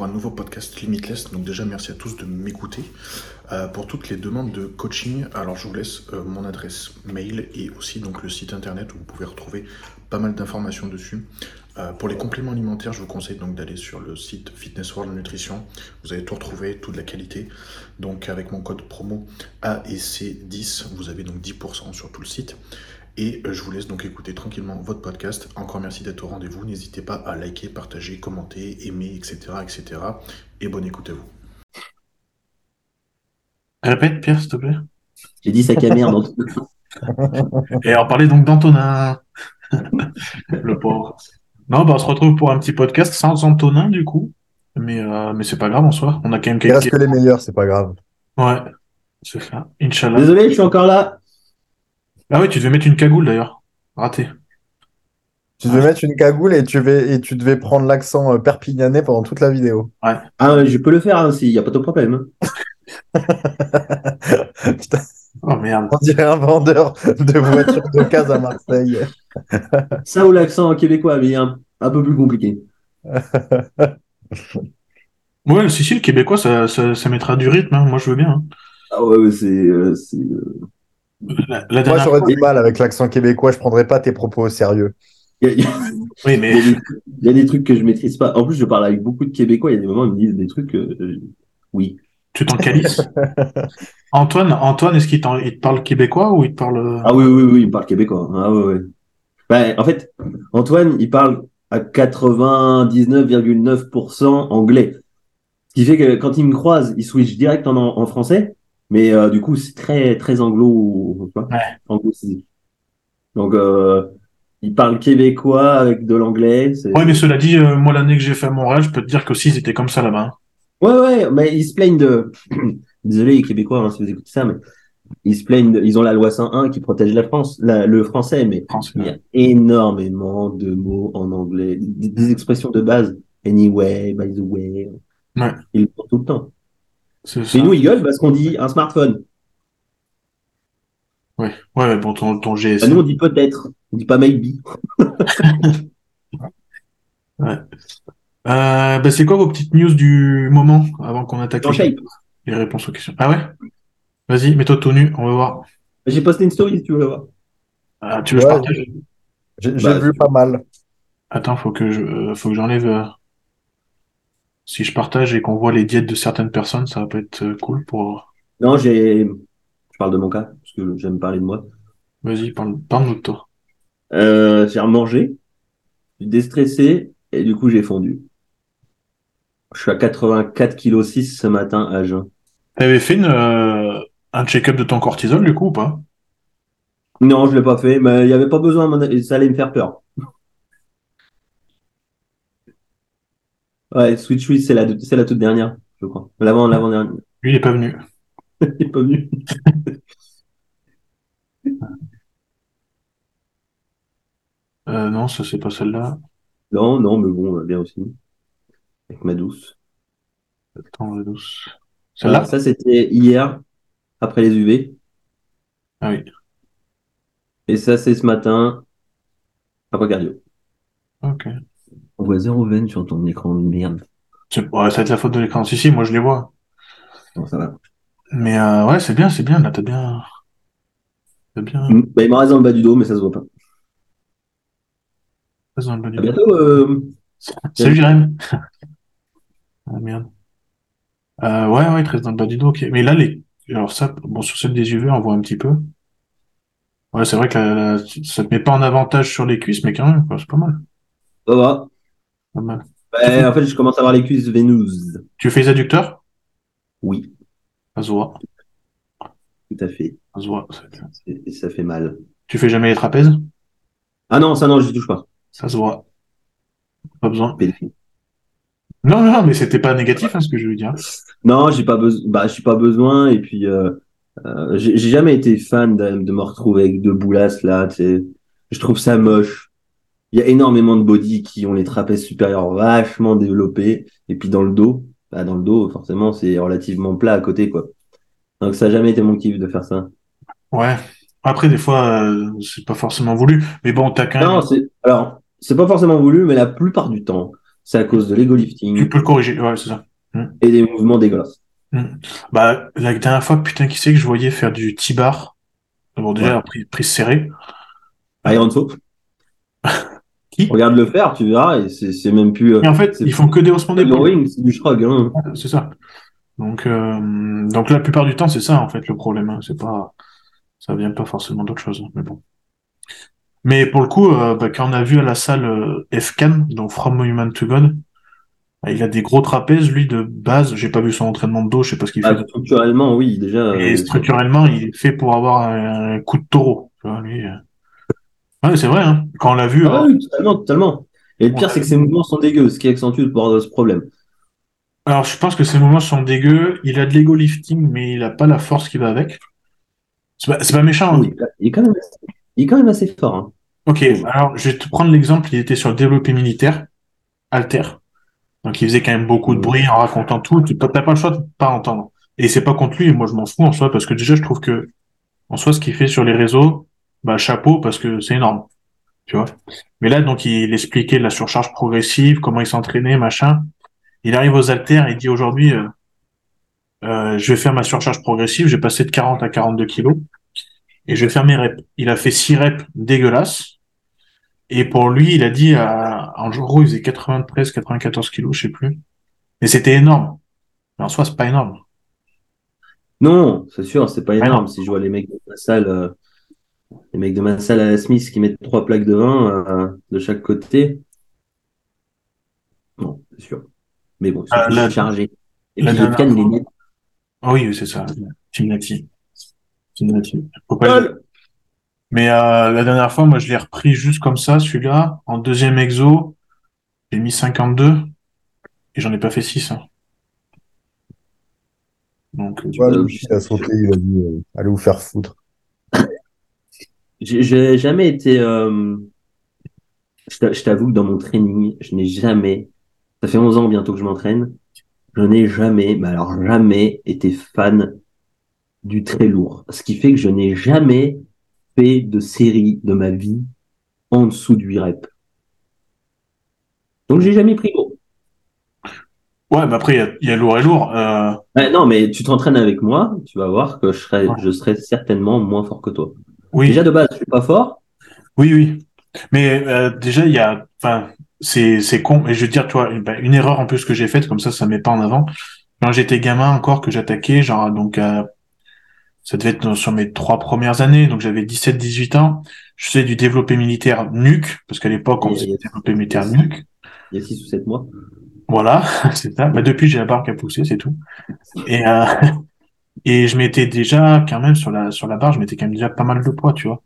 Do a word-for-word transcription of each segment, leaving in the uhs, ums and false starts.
un nouveau podcast Limitless. Donc déjà, merci à tous de m'écouter. Euh, pour toutes les demandes de coaching, alors je vous laisse euh, mon adresse mail et aussi donc le site internet où vous pouvez retrouver pas mal d'informations dessus. Euh, pour les compléments alimentaires, je vous conseille donc d'aller sur le site Fitness World Nutrition. Vous allez tout retrouver, toute la qualité. Donc avec mon code promo A E C dix, vous avez donc dix pour cent sur tout le site. Et je vous laisse donc écouter tranquillement votre podcast. Encore merci d'être au rendez-vous. N'hésitez pas à liker, partager, commenter, aimer, et cetera, et cetera. Et bonne écoute à vous. Répète, Pierre, s'il te plaît. J'ai dit sac à merde. Et on parlait donc d'Antonin. Le pauvre. Non, bah, on se retrouve pour un petit podcast sans Antonin, du coup. Mais, euh, mais c'est pas grave en soi. On a quand même Il reste quelques. que les meilleurs, c'est pas grave. Ouais, c'est ça. Inch'Allah. Désolé, je suis encore là. Ah oui, tu devais mettre une cagoule d'ailleurs. Raté. Tu devais Ouais. mettre une cagoule et tu, vais, et tu devais prendre l'accent euh, perpignanais pendant toute la vidéo. Ouais. Ah, je peux le faire aussi, il n'y a pas de problème. Putain, Oh merde. on dirait un vendeur de voitures d'occasion à Marseille. Ça ou l'accent québécois, mais un, un peu plus compliqué. Ouais, si, si, le québécois, ça, ça, ça mettra du rythme, hein. Moi, je veux bien, hein. Ah ouais, ouais, c'est. euh, c'est, euh, La, la Moi, dernière j'aurais fois. du mal avec l'accent québécois, je prendrais pas tes propos au sérieux. Il y, a- il y a- Oui, il mais y a des, il y a des trucs que je maîtrise pas. En plus, je parle avec beaucoup de Québécois, il y a des moments où ils me disent des trucs. euh, euh, oui. tu t'en calisses. Antoine, Antoine, est-ce qu'il t'en- il te parle québécois ou il te parle. euh, Ah oui, oui, oui, il me parle québécois. Ah ouais, ouais. Ben, en fait, Antoine, il parle à quatre-vingt-dix-neuf virgule neuf pour cent anglais. Ce qui fait que quand il me croise, il switch direct en, en français, mais euh, du coup, c'est très, très anglo, tu vois, Ouais. anglo-saisi. Donc, euh, il parle québécois avec de l'anglais. C'est, Ouais, mais c'est... cela dit, euh, moi, l'année que j'ai fait à Montréal, je peux te dire qu'aussi, ils étaient comme ça là-bas, hein. Ouais, ouais, mais ils se plaignent de. Désolé, les Québécois, hein, si vous écoutez ça, mais ils se plaignent. De... Ils ont la loi cent un qui protège la France, la- le français, mais Français, il y ouais. a énormément de mots en anglais, des, des expressions de base. Anyway, by the way, Ouais, ils le font tout le temps. c'est Et ça. nous, ils gueulent parce qu'on dit un smartphone. Ouais, ouais, mais bon, ton, ton Bah, nous, on G S M. dit peut-être, on dit pas maybe. Ouais. Euh, bah, c'est quoi vos petites news du moment avant qu'on attaque En les, shape. les réponses aux questions? Ah ouais? Vas-y, mets-toi tout nu, on va voir. J'ai posté une story si tu veux le voir. Ah, tu veux que je Ouais, partage? j'ai j'ai Bah, vu pas mal. Attends, faut que je, euh, faut que j'enlève. euh, Si je partage et qu'on voit les diètes de certaines personnes, ça va pas être euh, cool pour. non, j'ai. Je parle de mon cas, parce que j'aime parler de moi. Vas-y, parle, parle-nous de toi. Euh, j'ai remangé, j'ai déstressé, et du coup, j'ai fondu. Je suis à quatre-vingt-quatre virgule six kilos ce matin à jeun. T'avais fait une, euh, un check-up de ton cortisol, du coup, ou pas? Non, je l'ai pas fait, mais il n'y avait pas besoin, à mon avis, ça allait me faire peur. Ouais, Switch Swiss, c'est la, c'est la toute dernière, je crois. L'avant, l'avant-dernière. Lui, il est pas venu. Il est pas venu. Euh, non, ça, c'est pas celle-là. Non, non, mais bon, bien aussi. Avec ma douce. Attends, la douce. Voilà, Celle-là? ça, c'était hier, après les U V. Ah oui. Et ça, c'est ce matin, après cardio. Ok. On voit zéro veine sur ton écran de merde. C'est- ouais, ça va être la faute de l'écran. Si, si, moi, je les vois. Non, ça va. Mais euh, ouais, c'est bien, c'est bien. Là, t'as bien, t'as bien. Mm. Bah, il m'en reste dans le bas du dos, mais ça se voit pas. Passe dans le bas du À dos. bientôt, euh, Salut, Jérém. Ah merde. Euh, ouais, ouais, il te reste dans le bas du dos. Ok. Mais là, les, alors ça, bon, sur celle des U V, on voit un petit peu. Ouais, c'est vrai que la- la- ça te met pas en avantage sur les cuisses, mais quand même, quoi, c'est pas mal. Ça va. Pas mal. Tu fais, Bah, en fait, je commence à avoir les cuisses veineuses. tu fais les adducteurs? Oui, Ça se voit. tout à fait. Ça se voit. Et, et ça fait mal. Tu fais jamais les trapèzes? Ah non, ça non, j'y touche pas. Ça se voit. Pas besoin. Pédé. Non, non, mais c'était pas négatif, hein, ce que je veux dire. Non, j'ai pas besoin. Bah, j'ai pas besoin. Et puis, euh, euh, j'ai j'ai jamais été fan de, de me retrouver avec deux boulasses là. Tu sais. Je trouve ça moche. Il y a énormément de body qui ont les trapèzes supérieurs vachement développés. Et puis dans le dos, bah, dans le dos, forcément, c'est relativement plat à côté, quoi. Donc ça a jamais été mon kiff de faire ça. Ouais. Après, des fois, euh, c'est pas forcément voulu. Mais bon, t'as quand même. Non, c'est alors c'est pas forcément voulu, mais la plupart du temps, c'est à cause de Tu l'ego-lifting peux le corriger, ouais, c'est ça. Mm. et des mouvements dégueulasses. Mm. Bah, la dernière fois, putain, qui c'est que je voyais faire du T-bar? Bon, Ouais. déjà, prise, prise serrée. Iron Soap, Qui? regarde le faire, tu verras, et c'est c'est même plus. Et euh, en fait, c'est ils font que des haussements pas du d'épaule. rowing, c'est du shrug. Hein. C'est ça. Donc, euh, donc la plupart du temps, c'est ça, en fait, le problème. Hein. C'est pas, ça vient pas forcément d'autre chose. Mais bon. Mais pour le coup, euh, bah, quand on a vu à la salle euh, F C A N, donc From Human to God, bah, il a des gros trapèzes, lui, de base. J'ai pas vu son entraînement de dos, je sais pas ce qu'il fait. Ah, structurellement, oui, déjà. Et euh, ça- structurellement, il est fait pour avoir un, coup de taureau. Tu vois, lui. euh. Ouais, c'est vrai, hein. Quand on l'a vu, Ah hein, oui, totalement, totalement. Et le on pire, l'a c'est que ces vu. mouvements sont dégueux, ce qui accentue ce ce problème. Alors, je pense que ces moments sont dégueux. Il a de l'ego lifting, mais il a pas la force qui va avec. C'est pas, c'est pas méchant, Oh, hein. il, est il est quand même assez, il est quand même assez fort, hein, Ok, je trouve. alors je vais te prendre l'exemple. Il était sur le développé militaire, alter. Donc, il faisait quand même beaucoup de Mm. bruit en racontant tout. Tu n'as pas le choix de pas entendre. Et c'est pas contre lui. Et moi, je m'en fous en soi, parce que déjà, je trouve que, en soi, ce qu'il fait sur les réseaux, bah, chapeau, parce que c'est énorme. Tu vois. Mais là, donc, il expliquait la surcharge progressive, comment il s'entraînait, machin. Il arrive aux haltères et dit aujourd'hui, euh, euh, je vais faire ma surcharge progressive, j'ai passé de quarante à quarante-deux kilos et je vais faire mes reps. Il a fait six reps dégueulasses. Et pour lui, il a dit, à, en gros, il faisait quatre-vingt-treize, quatre-vingt-quatorze kilos, je sais plus. Mais c'était énorme. Mais en soi, c'est pas énorme. Non, c'est sûr, c'est pas Pas énorme. énorme. Si je vois les mecs de ma salle, euh, les mecs de ma salle à la Smith qui mettent trois plaques de vin euh, de chaque côté, non, c'est sûr. Mais bon, ils sont Euh, tous la, surchargés. Et la puis le F C A dernière N, il est fois. net. Ah oui, oui, c'est ça. Team Nati. Team Nati. Faut pas le- Seul. Mais euh, la dernière fois, moi, je l'ai repris juste comme ça, celui-là, en deuxième exo. J'ai mis cinquante-deux et j'en ai pas fait six. Hein. Donc, euh, Ouais, Euh, lui, il a sauté, il a dit euh, allez vous faire foutre. j'ai j'ai jamais été. euh, je t'a- je t'avoue que dans mon training, je n'ai jamais. Ça fait onze ans bientôt que je m'entraîne. Je n'ai jamais, mais alors jamais été fan du très lourd. Ce qui fait que je n'ai jamais fait de série de ma vie en dessous du huit reps. Donc j'ai jamais pris gros. ouais, mais après, il y a, il y a lourd et lourd. Euh, Ouais, non, mais tu t'entraînes avec moi, tu vas voir que je serai, ouais. je serai certainement moins fort que toi. Déjà Oui, de base, je suis pas fort. oui, oui. Mais euh, déjà, il y a, enfin, c'est c'est con. Et je veux dire, toi, une, bah, une erreur en plus que j'ai faite, comme ça, ça met pas en avant. Quand j'étais gamin encore, que j'attaquais, genre, donc, euh, ça devait être dans- sur mes trois premières années, donc j'avais dix-sept, dix-huit ans. Je faisais du développé militaire nuque, parce qu'à l'époque, Il on y a, faisait il y a- du développé il y a militaire six, nuque. il y a six ou sept mois. Voilà, c'est ça. Bah, depuis, j'ai la barre qui a poussé, c'est tout. Et, euh, et je m'étais déjà, quand même, sur la, sur la barre, je m'étais quand même déjà pas mal de poids, tu vois.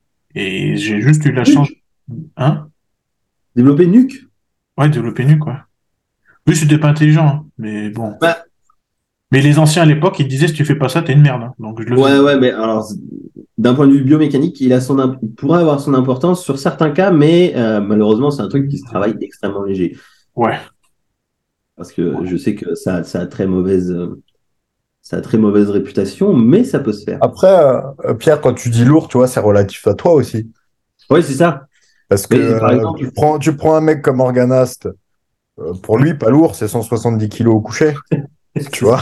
Et j'ai juste eu la chance, Nuque. hein? Développer nuque. Ouais, développer nu, quoi. Oui, c'était pas intelligent, hein, mais bon. Bah, Mais les anciens à l'époque, ils disaient si tu fais pas ça, t'es une merde. Hein. Donc je le faisais. ouais, ouais, mais alors, d'un point de vue biomécanique, il a son, imp- il pourrait avoir son importance sur certains cas, mais euh, malheureusement, c'est un truc qui se travaille extrêmement léger. Ouais. Parce que je sais que ça, ça a très mauvaise, euh, ça a très mauvaise réputation, mais ça peut se faire. Après, euh, euh, Pierre, quand tu dis lourd, tu vois, c'est relatif à toi aussi. Oui, c'est ça. Parce que Mais par euh, exemple, tu prends, tu prends un mec comme Organaste, euh, pour lui, pas lourd, c'est cent soixante-dix kilos au coucher, tu c'est vois. ça.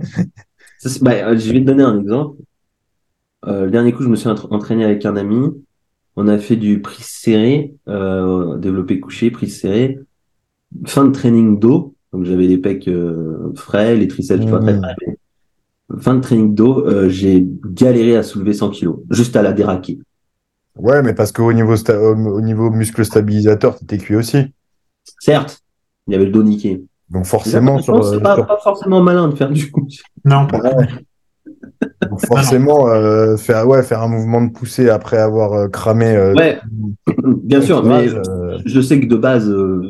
Ça, c'est- bah, euh, je vais te donner un exemple. Euh, le dernier coup, je me suis entra- entraîné avec un ami. On a fait du prise serré, euh, développé couché, prise serrée. Fin de training dos. Donc j'avais les pecs euh, frais, les triceps pas très Hmm. frais. Mais fin de training dos, euh, j'ai galéré à soulever cent kilos, juste à la déraquer. Ouais, mais parce qu'au niveau, sta- au au niveau muscle stabilisateur, t'étais cuit aussi. Certes, il y avait le dos niqué. Donc Mais là, forcément, par sur, contre, c'est euh, pas, sur- pas forcément malin de faire du coup. Non, pas que- ouais. Donc non, non. forcément euh, faire, ouais, faire un mouvement de poussée après avoir euh, cramé euh, Ouais, bien ton sûr, mais tirage. euh, je sais que de base, euh,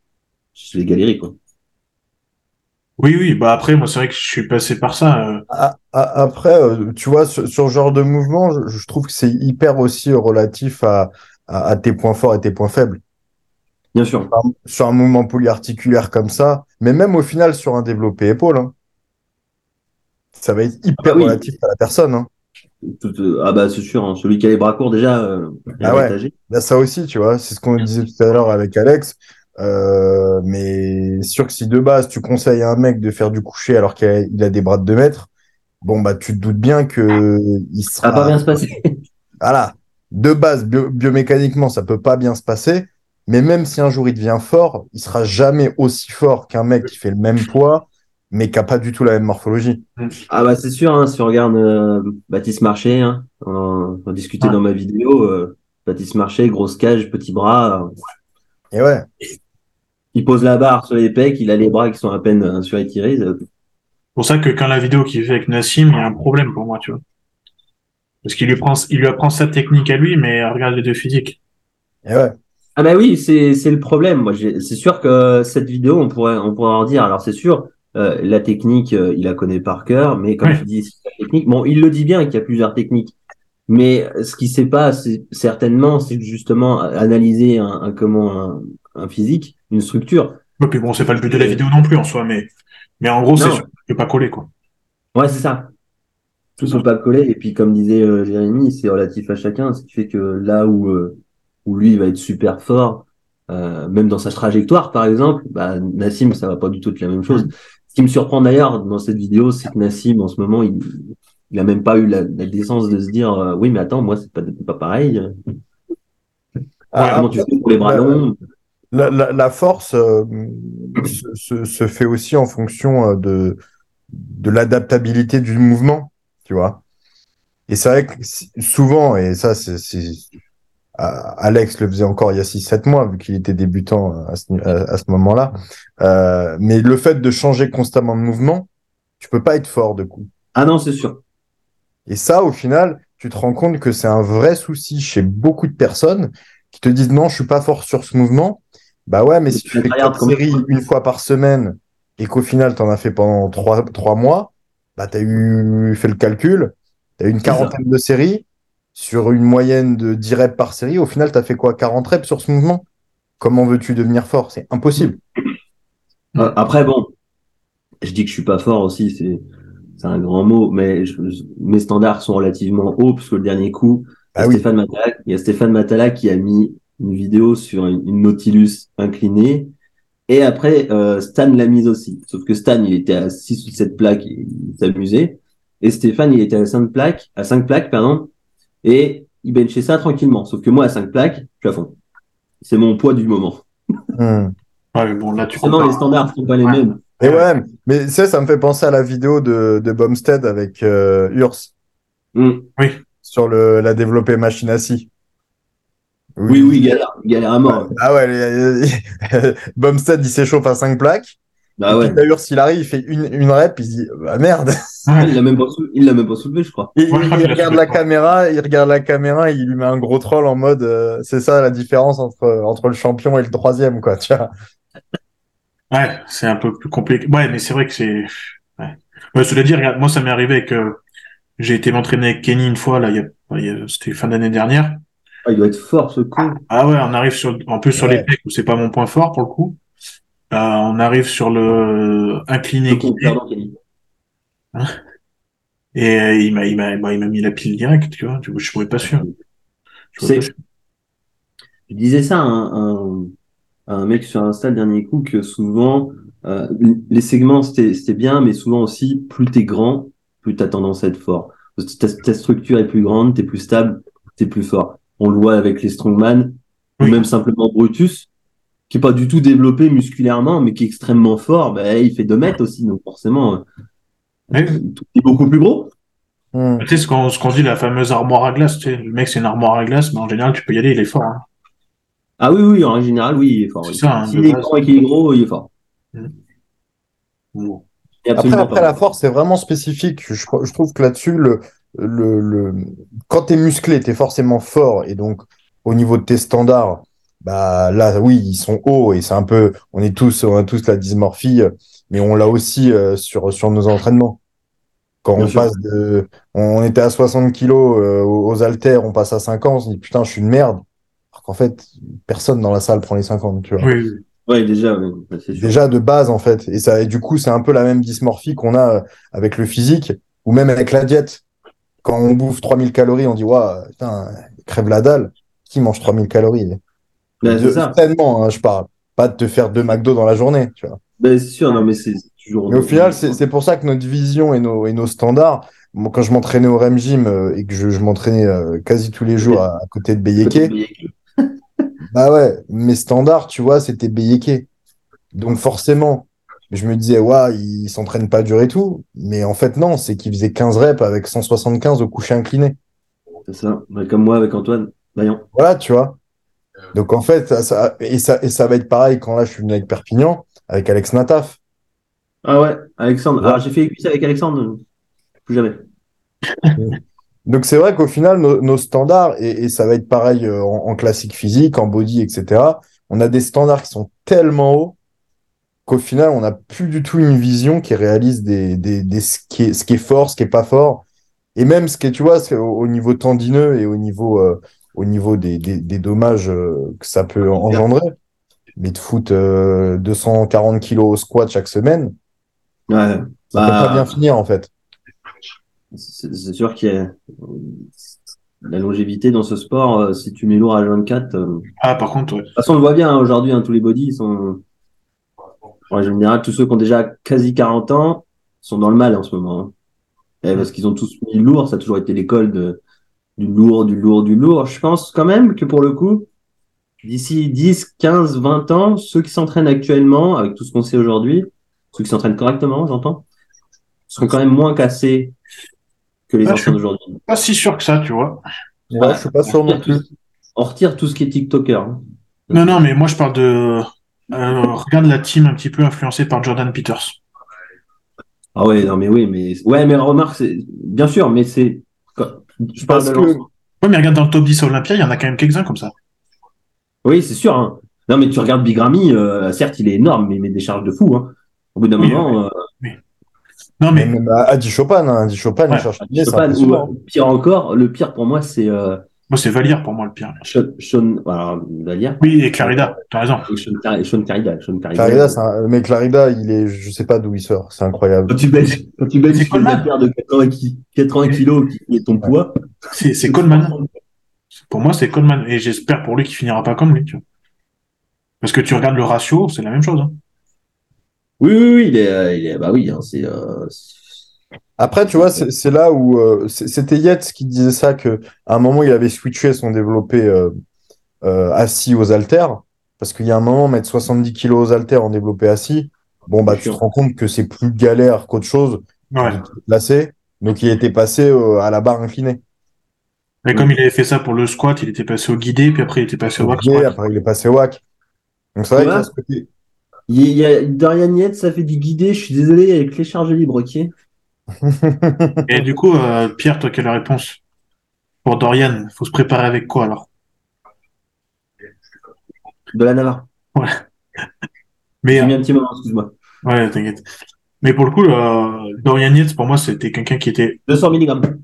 je vais galérer, quoi. Oui, oui. Bah après, moi, c'est vrai que je suis passé par ça. euh. a- a- Après, euh, tu vois, sur, sur ce genre de mouvement, je, je trouve que c'est hyper aussi relatif à, à, à tes points forts et tes points faibles. Bien sûr. Un- Sur un mouvement polyarticulaire comme ça, mais même au final sur un développé épaule, hein, ça va être Ah bah hyper oui, relatif à la personne. Hein. tout, euh, ah bah c'est sûr, hein, celui qui a les bras courts déjà, euh, est Ah ouais, avantagé. il y a ça aussi, tu vois, c'est ce qu'on disait tout à l'heure avec Alex. Euh, mais c'est sûr que si de base, tu conseilles à un mec de faire du coucher alors qu'il a, il a des bras de deux mètres, bon, bah, tu te doutes bien que il Ça va pas sera, bien se passer. voilà, de base, bio- biomécaniquement, ça peut pas bien se passer, mais même si un jour il devient fort, il sera jamais aussi fort qu'un mec qui fait le même poids, mais qui a pas du tout la même morphologie. Ah bah c'est sûr, hein, si on regarde euh, Baptiste Marché, hein, on, on discutait Ouais. dans ma vidéo, euh, Baptiste Marché, grosse cage, petit bras, euh, Et ouais, il pose la barre sur les pecs, il a les bras qui sont à peine euh, surétirés. euh. C'est pour ça que quand la vidéo qu'il fait avec Nassim, il y a un problème pour moi, tu vois. Parce qu'il lui prend, il lui apprend sa technique à lui, mais regarde les deux physiques. et ouais. Ah bah oui, c'est c'est le problème. Moi, j'ai- c'est sûr que cette vidéo, on pourrait on pourrait en dire. Alors c'est sûr, euh, la technique, euh, il la connaît par cœur, mais comme Oui. tu dis, c'est la technique. Bon, il le dit bien qu'il y a plusieurs techniques. Mais ce qui sait pas, c'est certainement, c'est justement analyser un, un comment un, un physique, une structure. Et puis bon, c'est pas le but de la Et- vidéo non plus en soi, mais, mais en gros, c'est sûr Non, que tu peux pas coller, quoi. ouais, c'est ça. C'est Tout ça. peut pas coller. Et puis, comme disait euh, Jérémy, c'est relatif à chacun. Ce qui fait que là où, euh, où lui, il va être super fort, euh, même dans sa trajectoire, par exemple, bah, Nassim, ça va pas du tout être la même chose. Ce qui me surprend d'ailleurs dans cette vidéo, c'est que Nassim, en ce moment, il, il a même pas eu la, la décence de se dire, euh, oui, mais attends, moi, c'est pas, pas pareil. Ouais. Comment tu fais pour les bras La, longs? la, la- la force euh, se, se- se fait aussi en fonction euh, de, de l'adaptabilité du mouvement, tu vois. Et c'est vrai que si- souvent, et ça, c'est, c'est- A- Alex le faisait encore il y a six sept mois, vu qu'il était débutant à ce, à, à ce moment-là. Euh, mais le fait de changer constamment de mouvement, tu peux pas être fort de coup. Ah non, c'est sûr. Et ça, au final, tu te rends compte que c'est un vrai souci chez beaucoup de personnes qui te disent non, je suis pas fort sur ce mouvement. Bah ouais, mais Mais si tu tu vas fais tryhard quatre quand même. séries une fois par semaine et qu'au final, tu en as fait pendant trois, trois mois, bah tu as eu fait le calcul, tu as eu une C'est ça. quarantaine de séries sur une moyenne de dix reps par série. Au final, tu as fait quoi? quarante reps sur ce mouvement? Comment veux-tu devenir fort? C'est impossible. Euh, Après, bon, je dis que je suis pas fort aussi, c'est c'est un grand mot, mais je- je- mes standards sont relativement hauts, puisque le dernier coup, il y a Ah oui. Stéphane Matala, il y a Stéphane Matala qui a mis une vidéo sur une, une Nautilus inclinée, et après, euh, Stan l'a mise aussi. Sauf que Stan, il était à six ou sept plaques, et il s'amusait, et Stéphane, il était à cinq plaques, à cinq plaques, pardon, et il benchait ça tranquillement. Sauf que moi, à cinq plaques, je suis à fond. C'est mon poids du moment. Hmm. Ouais, mais bon, là, tu Forcément, les compares. standards sont pas les Ouais. mêmes. Et Ouais. ouais, mais ça, ça me fait penser à la vidéo de, de Bumstead avec euh, Urs Hmm. Oui. sur le, la développée machine à scie. Oui, Oui. oui, galère, galère à mort. Ah ouais, les- les- Bumstead, il s'échauffe à cinq plaques. Et Bah puis ouais. d'ailleurs, s'il arrive, il fait une, une rep, il se dit, bah merde. Ah, il Ouais. l'a même pas soulevé, il l'a même pas soulevé, je crois. Il, Ouais, je crois il qu'il a regarde soulevé la trois. caméra, il regarde la caméra, il lui met un gros troll en mode, euh, c'est ça la différence entre, entre le champion et le troisième, quoi, tu vois. Ouais, c'est un peu plus compliqué. Ouais, mais c'est vrai que c'est. Ouais. Ouais, cela dit, regarde, moi, ça m'est arrivé que j'ai été m'entraîner avec Kenny une fois, là, il y a, il y a- c'était fin d'année dernière. Ah, il doit être fort, ce con. Ah ouais, on arrive sur, en plus sur les Ouais. pecs où c'est pas mon point fort pour le coup. Euh, on arrive sur le Ce incliné con, guidé. pardon, Kenny. Hein, et euh, il m'a, il m'a, bah, il m'a mis la pile direct, tu vois. Du coup, je pourrais pas sûr. Je pourrais pas sûr. C'est, je disais ça à un, un, à un mec sur Insta le dernier coup, que souvent, euh, les segments, c'était, c'était bien, mais souvent aussi, plus t'es grand, plus t'as tendance à être fort. Parce que ta, ta structure est plus grande, t'es plus stable, t'es plus fort. On le voit avec les strongman, ou Oui. même simplement Brutus, qui est pas du tout développé musculairement, mais qui est extrêmement fort, ben, il fait deux mètres aussi, donc forcément, euh, Oui. il est beaucoup plus gros. Hmm. Tu sais, ce qu'on, ce qu'on dit, la fameuse armoire à glace, tu sais, le mec, c'est une armoire à glace, mais en général, tu peux y aller, il est fort, hein. Ah oui, oui, en général, oui, il est fort. C'est Oui. ça, hein, de S'il est base. grand et qu'il est gros, il est fort. Mm. Bon. Il est Après, absolument après, pas la bon. force, c'est vraiment spécifique. Je, je trouve que là-dessus, le, le, le... quand tu es musclé, tu es forcément fort. Et donc, au niveau de tes standards, bah là, oui, ils sont hauts. Et c'est un peu, on est tous, on a tous la dysmorphie, mais on l'a aussi euh, sur, sur nos entraînements. Quand Bien on sûr. passe de, on était à soixante kilos euh, aux aux haltères, on passe à cinquante, on se dit putain, je suis une merde. Alors qu'en fait, personne dans la salle prend les cinquante, tu vois. Oui, oui. Ouais, déjà, oui, bah, c'est sûr. Déjà de base, en fait. Et ça, et du coup, c'est un peu la même dysmorphie qu'on a euh, avec le physique ou même avec la diète. Quand on bouffe trois mille calories, on dit, waouh, putain, crève la dalle. Qui mange trois mille calories? Bah, c'est De, ça. sainement, hein, je parle. Pas de te faire deux McDo dans la journée, tu vois. Ben, c'est sûr, non, mais c'est c'est toujours. Mais au final, c'est c'est pour ça que notre vision et nos, et nos standards, moi, quand je m'entraînais au Rem Gym euh, et que je, je m'entraînais euh, quasi tous les jours à, à côté de Beyeke, bah ouais, mes standards, tu vois, c'était Beyeke. Donc forcément, je me disais, ouais, il s'entraîne pas dur et tout. Mais en fait, non, c'est qu'il faisait quinze reps avec cent soixante-quinze au coucher incliné. C'est ça. Ouais, comme moi avec Antoine Vaillant. Voilà, tu vois. Donc en fait, ça, ça- et, ça, et ça va être pareil quand là, je suis venu avec Perpignan, avec Alex Nataf. Ah ouais, Alexandre. Ouais. Alors j'ai fait cuisses avec Alexandre, euh, plus jamais. Donc c'est vrai qu'au final, nos, nos standards, et, et ça va être pareil euh, en, en classique physique, en body, et cetera, on a des standards qui sont tellement hauts qu'au final, on n'a plus du tout une vision qui réalise des, des, des- ce qui est, ce qui est fort, ce qui est pas fort. Et même ce qui est, tu vois, c'est au, au niveau tendineux et au niveau, euh, au niveau des, des, des dommages euh, que ça peut engendrer. Mais de foot euh, deux cent quarante kilos au squat chaque semaine, Ouais. ça peut pas bien Bah, finir en fait. c'est c'est sûr qu'il y a la longévité dans ce sport. euh, si tu mets lourd à vingt-quatre, euh, de toute Ah, par contre, ouais. façon, on le voit bien hein, aujourd'hui, hein, tous les bodies ils sont. En général, tous ceux qui ont déjà quasi quarante ans sont dans le mal en ce moment. Hein. Et parce qu'ils ont tous mis lourd, ça a toujours été l'école de, du lourd, du lourd, du lourd. Je pense quand même que pour le coup, d'ici dix, quinze, vingt ans, ceux qui s'entraînent actuellement, avec tout ce qu'on sait aujourd'hui, ceux qui s'entraînent correctement, j'entends, seront quand même moins cassés que les Ah, je anciens suis d'aujourd'hui. pas si sûr que ça, tu vois. Ouais, Ouais, je suis pas on sûr non retire tout, plus. on retire tout ce qui est TikToker. Hein. Non, non, mais moi, je parle de... euh, regarde la team un petit peu influencée par Jordan Peters. Ah ouais, non mais oui, mais ouais, mais remarque, c'est bien sûr, mais c'est je parle de Parce que, l'ensemble. Ouais, mais regarde dans le top dix Olympia, il y en a quand même quelques-uns comme ça. Oui, c'est sûr. Hein. Non, mais tu regardes Big Ramy, euh, certes, il est énorme, mais il met des charges de fou. Hein. Au bout d'un Oui, oui, moment, euh, oui. Non, mais mais... même Adi Chopin, hein, Adi Chopin, il Ouais. cherche je l'idée, sais c'est pas, ou impressionnant. euh, pire encore, le pire pour moi, c'est euh, Moi, c'est Vallière pour moi le pire. Sean, Sean, alors, on va dire, Oui, et et, Clarida, t'as raison. et Sean, Car- Sean Carida. Sean Carida, Clarida, euh, c'est un... mais Clarida, il est, je sais pas d'où il sort, c'est incroyable. quand tu Mais c'est benches, quand tu mais c'est benches les Coleman. haltères de quatre-vingts, ki- quatre-vingts Mais kilos qui est ton Ouais. poids, C'est c'est c'est Coleman. Pour moi, c'est Coleman. Et j'espère pour lui qu'il finira pas comme lui, tu vois. Parce que tu regardes le ratio, c'est la même chose. Hein. oui, oui, oui, il est, euh, il est, bah oui, hein, c'est, euh, Après, tu c'est, vois, c'est c'est là où euh, c'est- c'était Yates qui disait ça, que à un moment, il avait switché son développé euh, euh, assis aux haltères. Parce qu'il y a un moment, mettre soixante-dix kilos aux haltères en développé assis, bon, c'est bah, tu te chiant. rends compte que c'est plus galère qu'autre chose de Ouais. te placer. Donc, il était passé euh, à la barre inclinée. Mais comme Mm. il avait fait ça pour le squat, il était passé au guidé, puis après il était passé au Au back biais, squat. après, il est passé au hack. Donc, c'est Tu vrai qu'il y a vois, ce côté. il y a, il y a Dorian Yates, ça fait du guidé, je suis désolé, avec les charges libres, ok? Et du coup, euh, Pierre, toi, quelle est la réponse? Pour Dorian, faut se préparer avec quoi alors? De la Navarre. Ouais. Mais, J'ai euh, mis un petit moment, excuse-moi. ouais, t'inquiète. Mais pour le coup, euh, Dorian Yates, pour moi, c'était quelqu'un qui était deux cents milligrammes.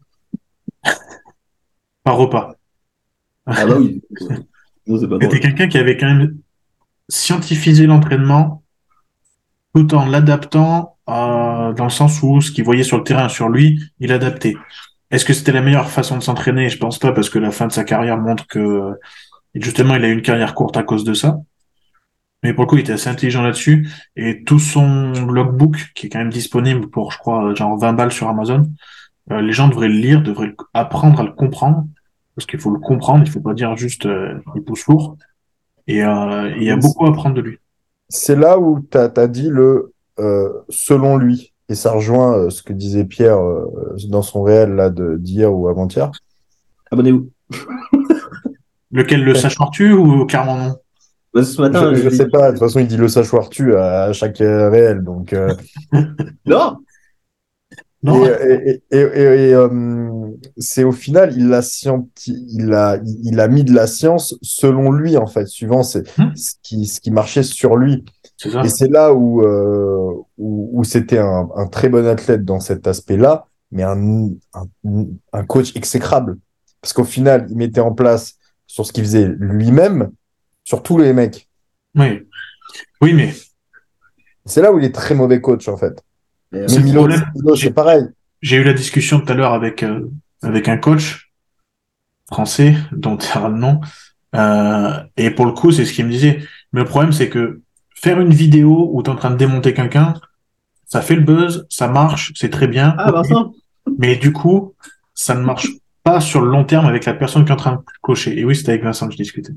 par repas. Ah bah oui. Non, c'est pas C'était drôle. quelqu'un qui avait quand même scientifisé l'entraînement tout en l'adaptant euh, dans le sens où ce qu'il voyait sur le terrain sur lui, il adaptait. Est-ce que c'était la meilleure façon de s'entraîner? Je pense pas, parce que la fin de sa carrière montre que justement il a eu une carrière courte à cause de ça. Mais pour le coup, il était assez intelligent là-dessus. Et tout son logbook, qui est quand même disponible pour, je crois, genre vingt balles sur Amazon, euh, les gens devraient le lire, devraient le- apprendre à le comprendre. Parce qu'il faut le comprendre, il faut pas dire juste euh, il pousse lourd. Et euh, il y a beaucoup à apprendre de lui. C'est là où tu as dit le euh, selon lui. Et ça rejoint euh, ce que disait Pierre euh, dans son réel là de d'hier ou avant-hier. Abonnez-vous. Lequel, le sachoir-tu ou clairement non? Bah, ce Je, matin, je je l'ai sais dit. pas, de toute façon, il dit le sachoir tue à, à chaque euh, réel. Donc, euh, Non! et Non? et, et, et- et, euh, c'est au final, il a, scienti- il, a, il a mis de la science selon lui, en fait, suivant ce, Hmm, ce qui, ce qui marchait sur lui. c'est Et ça. c'est là où, euh, où, où c'était un, un très bon athlète dans cet aspect-là, mais un, un, un coach exécrable. Parce qu'au final, il mettait en place sur ce qu'il faisait lui-même, sur tous les mecs. Oui. Oui, mais C'est là où il est très mauvais coach, en fait. Et, Mais c'est le Milo, problème. Milo, c'est J'ai pareil. j'ai eu la discussion tout à l'heure avec, euh, avec un coach français, dont tu le nom. Euh, et pour le coup, c'est ce qu'il me disait. Mais le problème, c'est que faire une vidéo où tu es en train de démonter quelqu'un, ça fait le buzz, ça marche, c'est très bien. Ah, Vincent. Mais du coup, ça ne marche pas sur le long terme avec la personne qui est en train de cocher. Et oui, c'était avec Vincent que je discutais.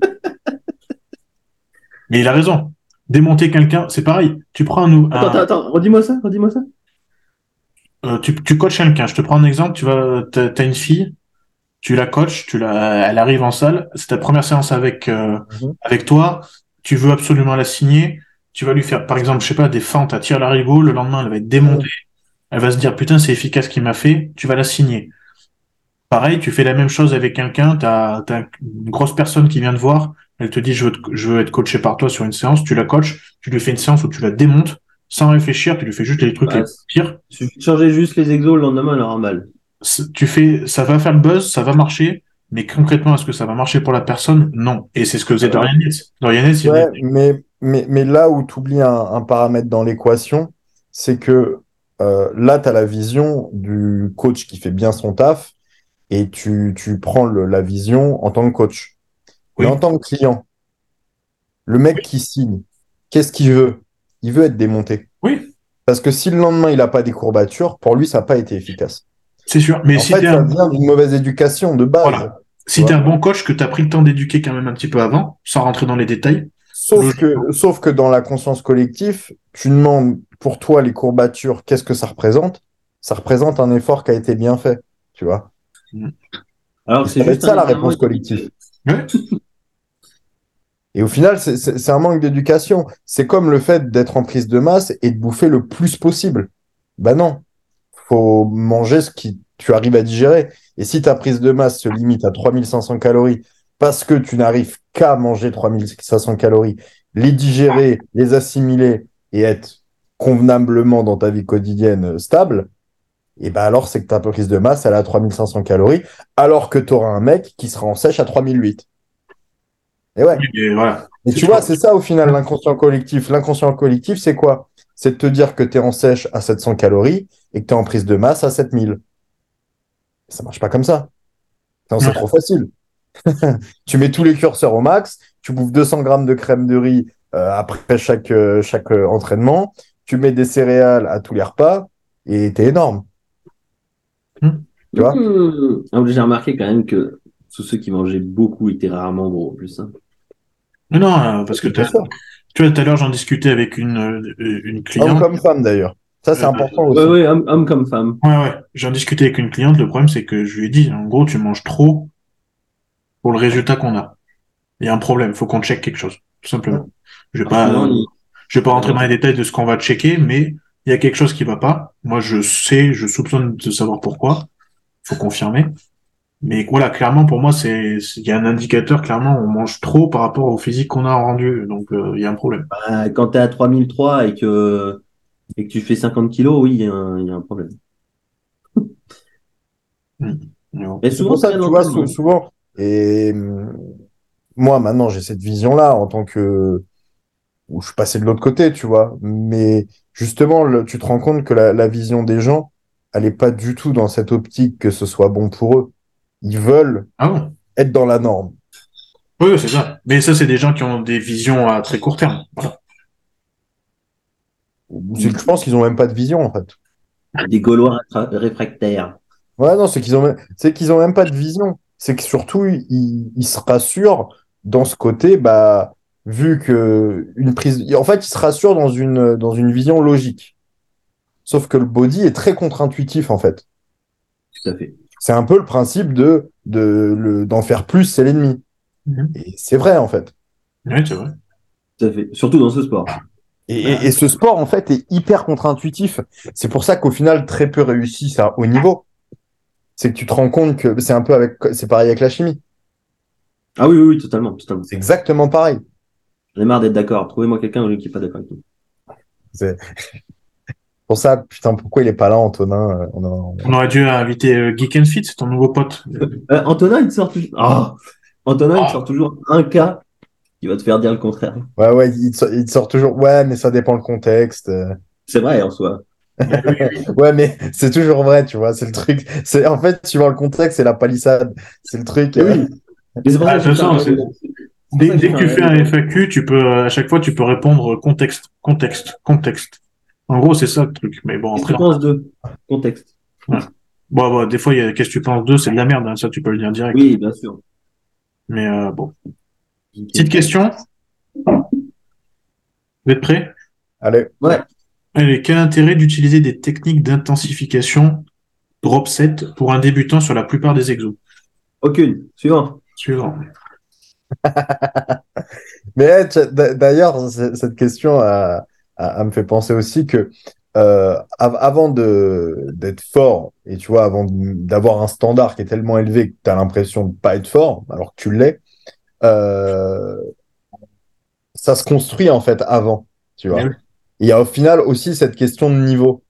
Mais il a raison. Démonter quelqu'un, c'est pareil. Tu prends un, nou- Attends, un- attends, attends, redis-moi ça, redis-moi ça. euh, tu, tu coaches quelqu'un. Je te prends un exemple. Tu vas, t'as, t'as une fille, tu la coaches, tu la, elle arrive en salle. C'est ta première séance avec, euh, Mhm. avec toi. Tu veux absolument la signer. Tu vas lui faire, par exemple, je sais pas, des feintes à tir larigot. Le lendemain, elle va être démontée. Elle va se dire, putain, c'est efficace ce qu'il m'a fait. Tu vas la signer. Pareil, tu fais la même chose avec quelqu'un, t'as, t'as une grosse personne qui vient te voir, elle te dit je veux, te- je veux être coaché par toi sur une séance, tu la coaches, tu lui fais une séance où tu la démontes, sans réfléchir, tu lui fais juste les trucs les Bah, pires. il suffit de changer juste les exos, le lendemain, elle aura mal. C'est- Tu fais, ça va faire le buzz, ça va marcher, mais concrètement, est-ce que ça va marcher pour la personne? Non. Et c'est ce que faisait Ah ouais. Dorian Yates. Dorian Yates, il Ouais, venait- mais, mais, mais là où tu oublies un, un paramètre dans l'équation, c'est que euh, là, tu as la vision du coach qui fait bien son taf et tu, tu prends le- la vision en tant que coach. Mais oui, en tant que client, le mec qui signe, qu'est-ce qu'il veut? Il veut être démonté. oui, Parce que si le lendemain, il n'a pas des courbatures, pour lui, ça n'a pas été efficace. c'est sûr. Mais En si fait, t'es ça un, vient d'une mauvaise éducation de base. voilà. Tu Si t'es vois. un bon coach, que t'as pris le temps d'éduquer quand même un petit peu avant, sans rentrer dans les détails, Sauf que, sauf que dans la conscience collective, tu demandes pour toi les courbatures, qu'est-ce que ça représente? Ça représente un effort qui a été bien fait, tu vois. Alors Et que ça c'est va juste être ça un la étirement réponse esthétique. collective. ouais, Et au final, c'est c'est- c'est un manque d'éducation. C'est comme le fait d'être en prise de masse et de bouffer le plus possible. Ben non, faut manger ce qui tu arrives à digérer. Et si ta prise de masse se limite à trois mille cinq cents calories parce que tu n'arrives qu'à manger trois mille cinq cents calories, les digérer, les assimiler et être convenablement dans ta vie quotidienne euh, stable, et ben alors c'est que ta prise de masse elle est à trois mille cinq cents calories alors que tu auras un mec qui sera en sèche à trois mille huit. Et ouais. et voilà. Et C'est tu sûr. vois, c'est ça au final l'inconscient collectif. L'inconscient collectif, c'est quoi? C'est de te dire que tu es en sèche à sept cents calories et que tu es en prise de masse à sept mille. Ça marche pas comme ça. Non, c'est Ouais. trop facile. Tu mets tous les curseurs au max, tu bouffes deux cents grammes de crème de riz euh, après chaque, euh, chaque euh, entraînement, tu mets des céréales à tous les repas et t'es énorme. Hmm. Tu vois? Mmh. Ah, j'ai remarqué quand même que tous ceux qui mangeaient beaucoup étaient rarement gros en plus. Hein. Mais non, euh, parce que Bien t'as- sûr. tu vois, tout à l'heure, j'en discutais avec une, euh, une Homme cliente. comme femme d'ailleurs. Ça, c'est Euh, important Ouais, aussi. ouais, homme, homme comme femme. ouais, ouais, j'en discutais avec une cliente. Le problème, c'est que je lui ai dit, en gros, tu manges trop pour le résultat qu'on a. Il y a un problème, faut qu'on check quelque chose, tout simplement. Je vais Alors pas, souvent, euh, il... je vais pas rentrer alors, dans les détails de ce qu'on va checker, mais il y a quelque chose qui va pas. Moi, je sais, je soupçonne de savoir pourquoi. Faut confirmer. Mais voilà, clairement, pour moi, c'est, c'est- il y a un indicateur, clairement, on mange trop par rapport au physique qu'on a rendu. Donc, euh, il y a un problème. bah, quand tu es à trois mille trois et que, et que tu fais cinquante kilos, oui, il y, a un- il y a un problème. Hmm. Mais bon. Et C'est souvent, pour ça ça vient que de tu vois, sou- l'entraînement. souvent, et hum, moi maintenant j'ai cette vision-là en tant que où je suis passé de l'autre côté, tu vois. Mais justement, le- tu te rends compte que la, la vision des gens, elle n'est pas du tout dans cette optique que ce soit bon pour eux. Ils veulent Ah bon? être dans la norme. Oui, oui, c'est ça. Mais ça, c'est des gens qui ont des visions à très court terme. Voilà. C'est que je pense qu'ils ont même pas de vision, en fait. Des Gaulois réfra- réfractaires. Ouais, non, c'est qu'ils ont même, c'est qu'ils ont même pas de vision. C'est que surtout, ils, ils se rassurent dans ce côté, bah, vu que une prise, en fait, ils se rassurent dans une, dans une vision logique. Sauf que le body est très contre-intuitif, en fait. Tout à fait. C'est un peu le principe de, de le, d'en faire plus, c'est l'ennemi. Mhm. Et c'est vrai, en fait. Oui, c'est vrai. Tout à fait. Surtout dans ce sport. Et, et- et ce sport, en fait, est hyper contre-intuitif. C'est pour ça qu'au final, très peu réussissent à haut niveau. C'est que tu te rends compte que c'est un peu avec, c'est pareil avec la chimie. Ah oui, oui, oui, totalement, totalement. C'est exactement pareil. J'en ai marre d'être d'accord. Trouvez-moi quelqu'un qui n'est pas d'accord avec nous. C'est pour ça, putain, pourquoi il est pas là, Antonin? Euh, on a- on- On aurait dû inviter euh, Geek and Fit, c'est ton nouveau pote. Euh, Antonin, il te sort toujours. Ah Antonin, il te Ah. sort toujours un cas qui va te faire dire le contraire. Ouais, ouais, il te sort, il te sort toujours. Ouais, mais ça dépend le contexte. Euh, C'est vrai en soi. Ouais, mais c'est toujours vrai, tu vois. C'est le truc. C'est en fait, suivant le contexte, c'est la palissade. C'est le truc. Mais euh, oui. Mais c'est pour Ah, ça que de je toute façon, suis c'est C'est pour Dès, ça que dès j'ai que fait tu fais un un F A Q, tu peux, à chaque fois, tu peux répondre contexte, contexte, contexte. En gros, c'est ça le truc. Mais bon, Qu'est-ce que après, tu penses de contexte? ouais. Bon, bon, des fois, il y a, qu'est-ce que tu penses d'eux, c'est de la merde, hein, ça, tu peux le dire direct. Oui, bien sûr. Mais euh, bon. Petite Nickel. question, vous êtes prêts? Allez, Ouais, Allez, quel intérêt d'utiliser des techniques d'intensification drop set pour un débutant sur la plupart des exos? aucune. Suivant. Suivant. mais tu- d'a- d'ailleurs, c- cette question a- a- a me fait penser aussi que euh, av- avant de d'être fort, et tu vois, avant de- d'avoir un standard qui est tellement élevé que tu as l'impression de pas être fort, alors que tu l'es, euh, ça se construit en fait avant, tu Eh vois. oui. Il y a au final aussi cette question de niveau,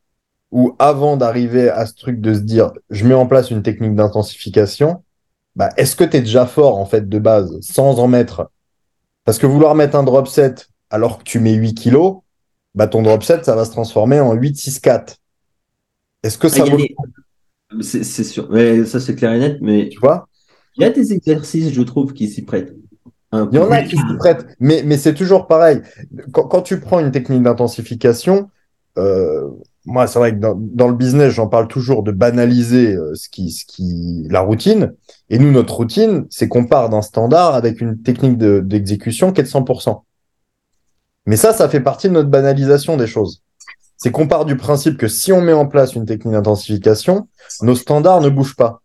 où avant d'arriver à ce truc de se dire, je mets en place une technique d'intensification, bah, est-ce que tu es déjà fort en fait de base, sans en mettre? Parce que vouloir mettre un drop set alors que tu mets huit kilos, bah ton drop set, ça va se transformer en huit six quatre. Est-ce que Ah, ça il y a vaut le des... coup, C'est c'est sûr. Ouais, ça, c'est clair et net, mais tu vois? il y a des exercices, je trouve, qui s'y prêtent un Il y peu. en a Oui. qui s'y prêtent, mais, mais c'est toujours pareil. Quand, quand tu prends une technique d'intensification, euh, moi, c'est vrai que dans, dans le business, j'en parle toujours de banaliser euh, ce qui, ce qui, la routine. Et nous, notre routine, c'est qu'on part d'un standard avec une technique de- d'exécution qui est de cent pour cent. Mais ça, ça fait partie de notre banalisation des choses. C'est qu'on part du principe que si on met en place une technique d'intensification, nos standards ne bougent pas.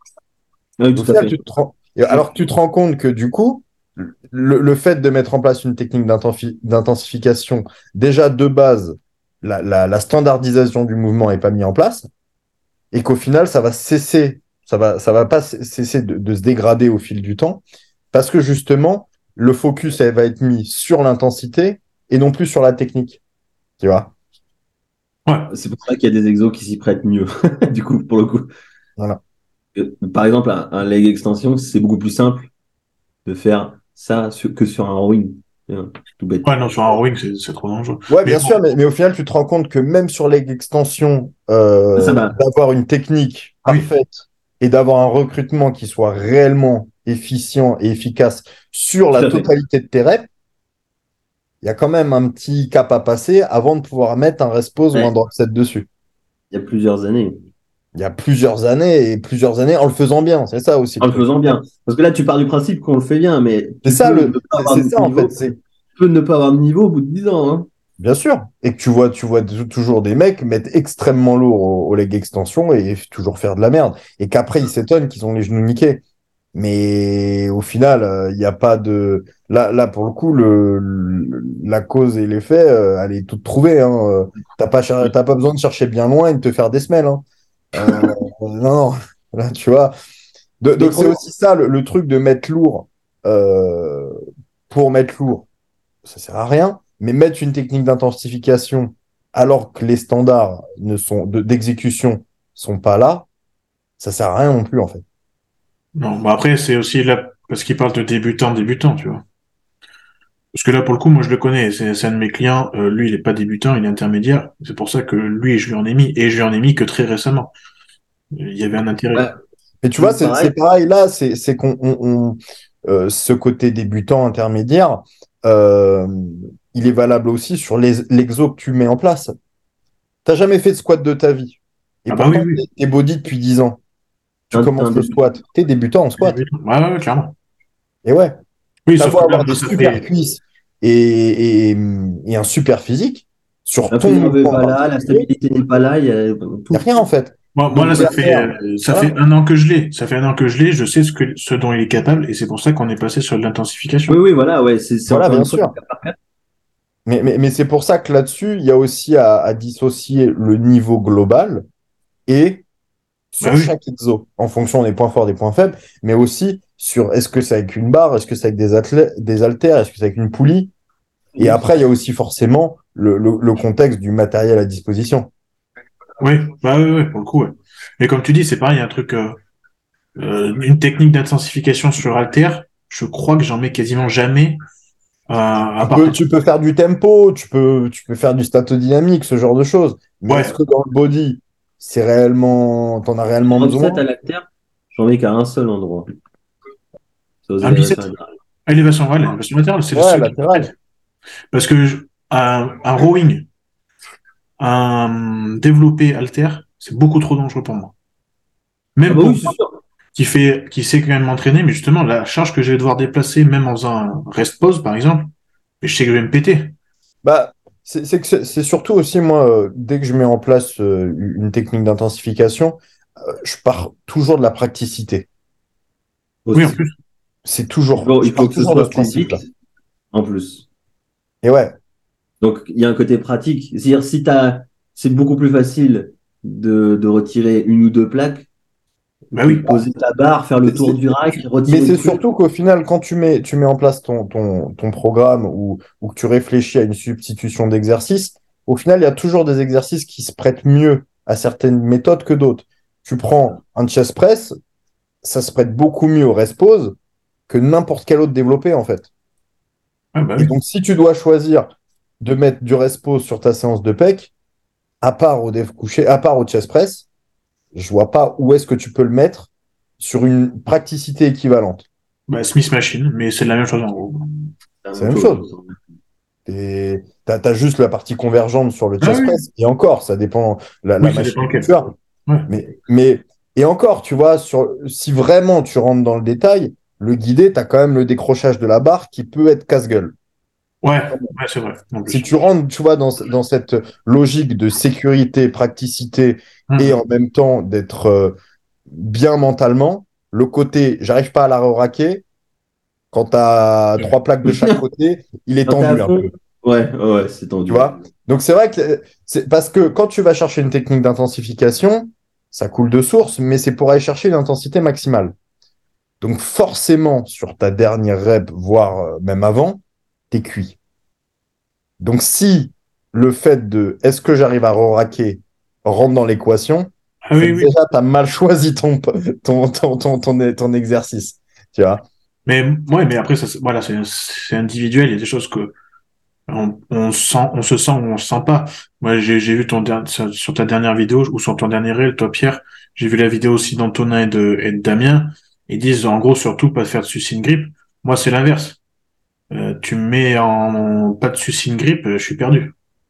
Oui, Au tout à final, fait. tu te rends... et alors que tu te rends compte que du coup, le, le fait de mettre en place une technique d'intensi- d'intensification, déjà de base, la, la- la standardisation du mouvement n'est pas mise en place, et qu'au final, ça va cesser, ça va, ça va pas cesser de, de se dégrader au fil du temps, parce que justement, le focus elle, va être mis sur l'intensité et non plus sur la technique. Tu vois? Ouais. C'est pour ça qu'il y a des exos qui s'y prêtent mieux, du coup, pour le coup. Voilà. Euh, Par exemple, un, un leg extension, c'est beaucoup plus simple de faire ça sur- que sur un rowing. Hein, tout bête. Ouais, non, sur un rowing, c'est c'est trop dangereux. Ouais, Mais bien bon, sûr, mais, mais au final, tu te rends compte que même sur les extensions, euh, Ça va. d'avoir une technique oui. parfaite et d'avoir un recrutement qui soit réellement efficient et efficace sur Tout la à fait. totalité de tes reps, il y a quand même un petit cap à passer avant de pouvoir mettre un rest-pause ou un Ouais, drop set dessus. il y a plusieurs années. Il y a plusieurs années et plusieurs années en le faisant bien. C'est ça aussi le En le truc. faisant bien. Parce que là, tu pars du principe qu'on le fait bien, mais C'est tu ça, peux le, ne pas c'est avoir c'est de ça en fait. niveau. C'est Tu peux ne pas avoir de niveau au bout de dix ans. Hein. bien sûr. Et que tu vois, tu vois t- toujours des mecs mettre extrêmement lourd au, au leg extension et f- toujours faire de la merde. Et qu'après, ils s'étonnent qu'ils ont les genoux niqués. Mais au final, euh, il n'y a pas de. Là, là, pour le coup, le, le- la cause et l'effet, euh, elle est toute trouvée. Hein. Euh, T'as pas, cher- t'as pas besoin de chercher bien loin et de te faire des semelles. Hein. Euh, non, non. Là, tu vois. De- Mais donc, c'est on- aussi ça, le, le truc de mettre lourd euh, pour mettre lourd. Ça sert à rien. Mais mettre une technique d'intensification alors que les standards ne sont de- d'exécution sont pas là, ça sert à rien non plus, en fait. Non, bah après, c'est aussi là, parce qu'il parle de débutant, débutant, tu vois. Parce que là, pour le coup, moi, je le connais, c'est c'est un de mes clients, euh, lui, il est pas débutant, il est intermédiaire. C'est pour ça que lui, je lui en ai mis, et je lui en ai mis que très récemment. Il y avait un intérêt. Ouais, Et tu vois, toujours c'est pareil. c'est pareil là, c'est c'est qu'on on- on- euh, ce côté débutant intermédiaire, euh, il est valable aussi sur les l'exo que tu mets en place. T'as jamais fait de squat de ta vie. Et Ah bah oui, pourtant, oui. t'es t'es body depuis dix ans. Tu Un, un commences le début. squat. T'es débutant en squat. Débutant. Ouais, ouais, ouais, clairement. Et ouais, Oui, t'as sauf beau que là, avoir moi, des ça super fait, cuisses et, et, et un super physique, sur La ton fluidité n'est mouvement en pas là, la particulier, stabilité n'est pas là, il y a il n'y a tout. rien en fait. moi, moi, là, Donc, Et ça ouais, fait, derrière, euh, ça voilà. fait un an que je l'ai. Ça fait un an que je l'ai, je sais ce que, ce dont il est capable, et c'est pour ça qu'on est passé sur de oui, l'intensification. oui, voilà, ouais, c'est c'est Voilà, encore bien une fois du sûr. cas par cas. Mais, mais, mais c'est pour ça que là-dessus, il y a aussi à, à dissocier le niveau global et Bah sur oui. chaque exo, en fonction des points forts, des points faibles, mais aussi sur est-ce que c'est avec une barre, est-ce que c'est avec des, athlètes, des haltères, est-ce que c'est avec une poulie. Et Oui. après, il y a aussi forcément le, le, le contexte du matériel à disposition. Oui, bah oui, oui, pour le coup, ouais. Mais comme tu dis, c'est pareil, il y a un truc, euh, euh, une technique d'intensification sur halter, je crois que j'en mets quasiment jamais, euh, à Tu part peux, tu peux faire du tempo, tu peux, tu peux faire du statodynamique, ce genre de choses. Mais est-ce ouais, que dans le body, c'est réellement, t'en as réellement Drop set besoin? à la terre, j'en mets qu'à un seul endroit. C'est aux un bicep. élévations latérales. Ah, élévation, ouais, l'élévation latérale, c'est le Ouais, seul qui latéral. m'arrête. Parce que je- un, un rowing, un développé halter, c'est beaucoup trop dangereux pour moi. Ah Même bah pour oui, c'est moi, sûr. qui fait, qui sait quand même m'entraîner, mais justement, la charge que je vais devoir déplacer, même en faisant un rest pause, par exemple, mais je sais que je vais me péter. Bah, c'est c'est que c'est c'est surtout aussi, moi, euh, dès que je mets en place euh, une technique d'intensification, euh, je pars toujours de la praticité. Oui, en Aussi. plus. C'est Il toujours, faut, je il faut pars que ce toujours de soit ce principe-là. physique en plus. Et ouais, Donc, il y a un côté pratique. C'est-à-dire, si t'as, c'est beaucoup plus facile de, de retirer une ou deux plaques Bah que de oui. poser ta barre, faire le c'est- tour c'est- du rack, mais retirer le c'est truc. surtout qu'au final, quand tu mets, tu mets en place ton, ton, ton programme ou, ou que tu réfléchis à une substitution d'exercices, au final, il y a toujours des exercices qui se prêtent mieux à certaines méthodes que d'autres. Tu prends un chest press, ça se prête beaucoup mieux au rest pause que n'importe quel autre développé, en fait. Ah bah Et oui. donc, si tu dois choisir de mettre du rest pause sur ta séance de pec, à part au dev couché, à part au chest press, je vois pas où est-ce que tu peux le mettre sur une praticité équivalente. Bah, Smith Machine, mais c'est la même chose en gros. C'est la C'est la même même chose. chose. Et t'as, t'as juste la partie convergente sur le Ah chest oui. press. Et encore, ça dépend la, la Oui, ça machine dépend que lequel. tu as. Ouais. Mais, mais, et encore, tu vois, sur, si vraiment tu rentres dans le détail, le guidé, tu as quand même le décrochage de la barre qui peut être casse-gueule. Ouais, ouais, c'est vrai, en Si plus. tu rentres, tu vois, dans, dans cette logique de sécurité, praticité et Mhm. en même temps d'être euh, bien mentalement, le côté j'arrive pas à la raquer, quand tu as Ouais. trois plaques de chaque côté, il est Quand t'es à tendu un fond, peu. ouais, ouais, ouais, c'est Tu tendu. vois? Donc c'est vrai que c'est parce que quand tu vas chercher une technique d'intensification, ça coule de source, mais c'est pour aller chercher une intensité maximale. Donc forcément, sur ta dernière rep, voire euh, même avant, t'es cuit. Donc si le fait de est-ce que j'arrive à re-raquer rentre dans l'équation, Ah c'est oui, que oui. déjà tu as mal choisi ton, ton, ton, ton, ton, ton exercice. Tu vois? Mais, ouais, mais après, ça, c'est- voilà, c'est, c'est individuel. Il y a des choses que on, on sent, on se sent ou on se sent pas. Moi, j'ai, j'ai vu ton der- sur, sur ta dernière vidéo ou sur ton dernier reel, toi, Pierre. J'ai vu la vidéo aussi d'Antonin et de, et de Damien. Ils disent, en gros, surtout, pas de faire de suicide grip. Moi, c'est l'inverse. Euh, tu me mets en pas de suicide grip, euh, je suis perdu.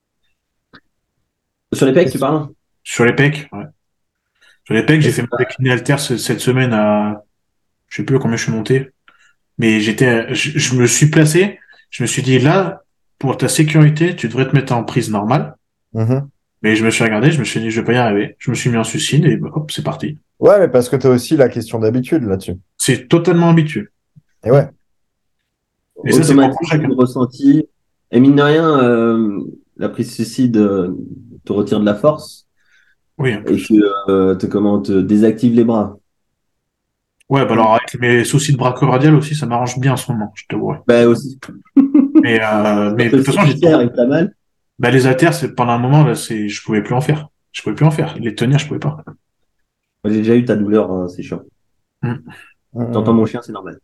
Sur les pecs, tu parles? Sur les pecs, ouais. Sur les pecs, Et j'ai c'est fait mon décliné halter ce- cette semaine à, je sais plus à combien je suis monté. Mais j'étais, je, je me suis placé, je me suis dit là, pour ta sécurité, tu devrais te mettre en prise normale. Mhm. Mais je me suis regardé, je me suis dit, je vais pas y arriver. Je me suis mis en suicide et bah, hop, c'est parti. Ouais, mais parce que tu as aussi la question d'habitude là-dessus. C'est totalement habitué. Et ouais. Mais ça, c'est propre à automatisme, chacun. ressenti. Et mine de rien, euh, la prise suicide euh, te retire de la force Oui, en et plus. que euh, te, comment, te désactive les bras. Ouais, bah alors avec mes soucis de brachioradial aussi, ça m'arrange bien en ce moment, je te vois. Bah aussi. Mais, euh, mais de Entre le toute façon, j'ai cervicale trop. et t'as mal. Bah, les haltères, c'est pendant un moment, là, c'est, je pouvais plus en faire. Je pouvais plus en faire. Les tenir, je pouvais pas. Moi, j'ai déjà eu ta douleur, hein, c'est chiant. Hmm. T'entends Mhm. mon chien, c'est normal.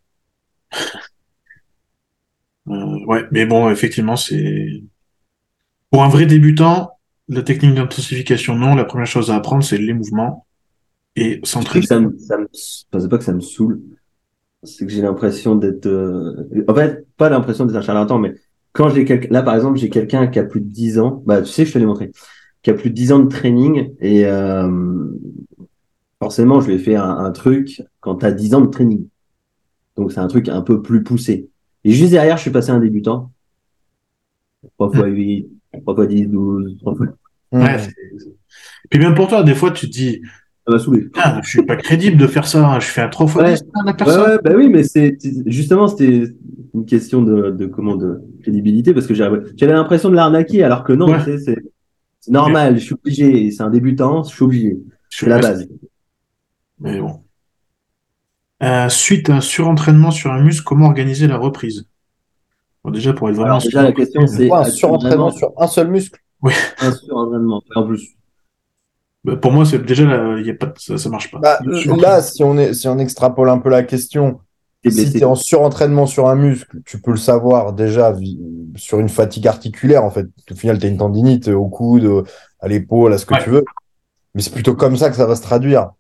Euh, ouais, mais bon, effectivement, c'est, pour un vrai débutant, la technique d'intensification, non. La première chose à apprendre, c'est les mouvements et Je sais que s'entraîner. ça me, ça me, enfin, c'est pas que ça me saoule, c'est que j'ai l'impression d'être, euh, en fait, pas l'impression d'être un charlatan, mais quand j'ai quelqu'un, là, par exemple, j'ai quelqu'un qui a plus de dix ans, bah, tu sais, je te l'ai montré, qui a plus de dix ans de training et, euh, forcément, je lui ai fait un, un truc quand tu as dix ans de training. Donc, c'est un truc un peu plus poussé. Et juste derrière, je suis passé un débutant. trois Hmm. fois huit, trois fois dix, douze, trois fois. Ouais, Mhm. c'est- puis même pour toi, des fois, tu te dis, Ça m'a saoulé. putain, je suis pas crédible de faire ça. Je fais un trois fois Ouais, dix à la ouais, personne. ouais, bah oui, mais c'est c'est- justement, c'était une question de, de comment de crédibilité parce que j'avais j'avais l'impression de l'arnaquer alors que non, tu Ouais. sais, c'est c'est Mais, normal, je suis obligé, c'est un débutant, je suis obligé. je- C'est la base. mais bon. Euh, suite à un surentraînement sur un muscle, comment organiser la reprise? Bon, déjà, pour être vraiment Alors déjà, la question, surentraîné, c'est Ouais, un as-tu surentraînement vraiment sur un seul muscle. oui. un surentraînement? En plus, Bah, pour moi, c'est déjà là, il y a pas de- ça, ça marche pas. Bah, Le euh, surentraînement. là, si on est, si on extrapole un peu la question, t'es si tu es blessé. en surentraînement sur un muscle, tu peux le savoir déjà vi- sur une fatigue articulaire, en fait. Au final, tu as une tendinite au coude, à l'épaule, à ce que Ouais. tu veux. Mais c'est plutôt comme ça que ça va se traduire.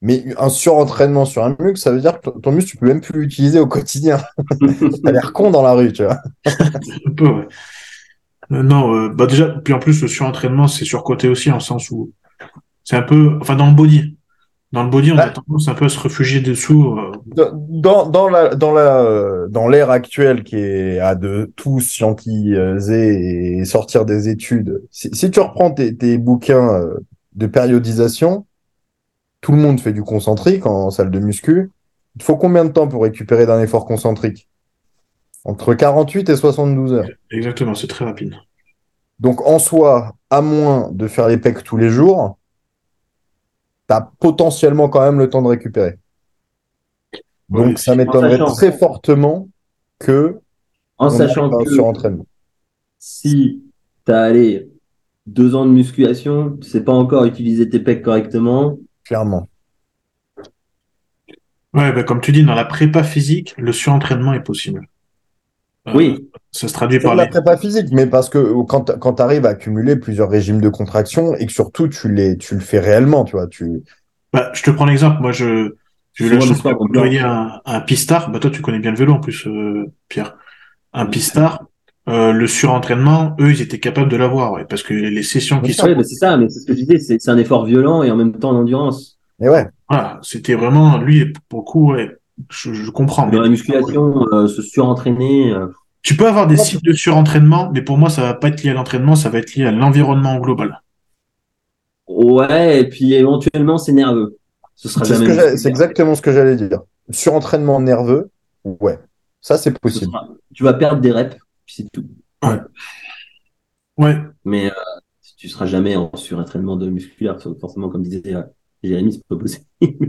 Mais un surentraînement sur un muscle, ça veut dire que ton ton muscle, tu peux même plus l'utiliser au quotidien. T'as l'air con dans la rue, tu vois. Un peu, ouais. Euh, non, euh, bah déjà, puis en plus, le surentraînement, c'est surcoté aussi, en sens où c'est un peu, enfin, dans le body. Dans le body, on a Bah, tendance un peu à se réfugier dessous. euh, dans, dans la, dans la, euh, dans l'ère actuelle qui est à de tout scientiser et sortir des études, si, si tu reprends tes, tes bouquins euh, de périodisation, tout le monde fait du concentrique en salle de muscu. Il faut combien de temps pour récupérer d'un effort concentrique? Entre quarante-huit et soixante-douze heures. Exactement, c'est très rapide. Donc en soi, à moins de faire les pecs tous les jours, tu as potentiellement quand même le temps de récupérer. Ouais, Donc ça si. En m'étonnerait sachant, très fortement que en on arrive sachant à un que surentraînement, si tu as allé deux ans de musculation, tu sais pas encore utiliser tes pecs correctement, clairement. Ouais, bah, comme tu dis, dans la prépa physique, le surentraînement est possible. Euh, oui, Ça se traduit C'est par de la les. prépa physique, mais parce que quand, quand tu arrives à accumuler plusieurs régimes de contraction et que surtout tu, les, tu le fais réellement, tu vois, tu... Bah, je te prends l'exemple. Moi, je, j'ai eu la souvent des chance de sports côtoyer d'endurance. un, un pistard. Bah, toi, tu connais bien le vélo en plus, euh, Pierre. Un Oui, pistard, euh, le surentraînement, eux, ils étaient capables de l'avoir, ouais, parce que les sessions Bien qui sûr. sont, bah, c'est ça, mais c'est ce que je disais, c'est c'est un effort violent et en même temps en endurance. Et ouais. voilà, c'était vraiment, lui, pour le coup, ouais, je, je comprends. Dans Mais la musculation, euh, se surentraîner, euh, tu peux avoir des cycles de surentraînement, mais pour moi, ça va pas être lié à l'entraînement, ça va être lié à l'environnement global. ouais, et puis éventuellement c'est nerveux. Ce sera C'est ce jamais que j'ai- c'est musculaire. exactement ce que j'allais dire. Surentraînement nerveux, ouais, ça c'est Ce possible. sera, tu vas perdre des reps, puis c'est tout. Ouais, ouais. Mais euh, tu seras jamais en surentraînement de musculaire, forcément, comme disait euh, Jérémy, c'est pas possible.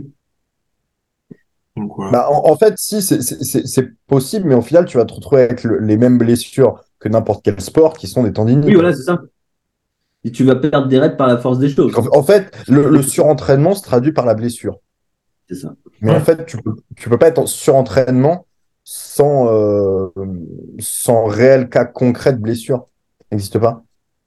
Donc voilà. Bah, en, en fait, si, c'est c'est- c'est- c'est possible, mais au final, tu vas te retrouver avec le- les mêmes blessures que n'importe quel sport qui sont des Oui, tendinites. voilà, c'est ça. Et tu vas perdre des reps par la force des choses. En, en fait, le, le surentraînement se traduit par la blessure. C'est ça. Mais en Ouais. fait, tu peux, tu peux pas être en surentraînement sans, euh, sans réel cas concret de blessure. Ça n'existe pas.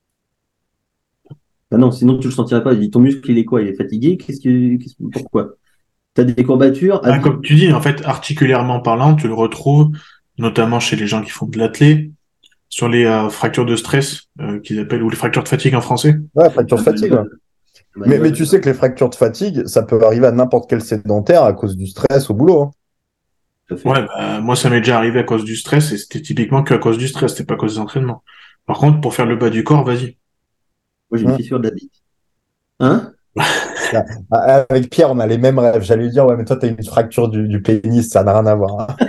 Ah non, sinon tu le sentirais pas. Il dit, ton muscle, il est quoi? Il est fatigué? Qu'est-ce que, qu'est-ce que- pourquoi? T'as des courbatures à Bah, vie? comme tu dis, en fait, articulairement parlant, tu le retrouves, notamment chez les gens qui font de l'athlé, sur les euh, fractures de stress, euh, qu'ils appellent, ou les fractures de fatigue en français. Ouais, fracture de Ah bah, fatigue. Ouais. ah bah, Mais, mais ouais. tu sais que les fractures de fatigue, ça peut arriver à n'importe quel sédentaire à cause du stress au boulot. Hein. Tout à fait. Ouais, bah, moi, ça m'est déjà arrivé à cause du stress, et c'était typiquement que à cause du stress, c'était pas à cause des entraînements. Par contre, pour faire le bas du corps, vas-y. Moi, j'ai une Hein. fissure de la bite. Hein? Là, avec Pierre, on a les mêmes rêves. J'allais lui dire, ouais, mais toi, tu as une fracture du, du pénis, ça n'a rien à voir. Hein.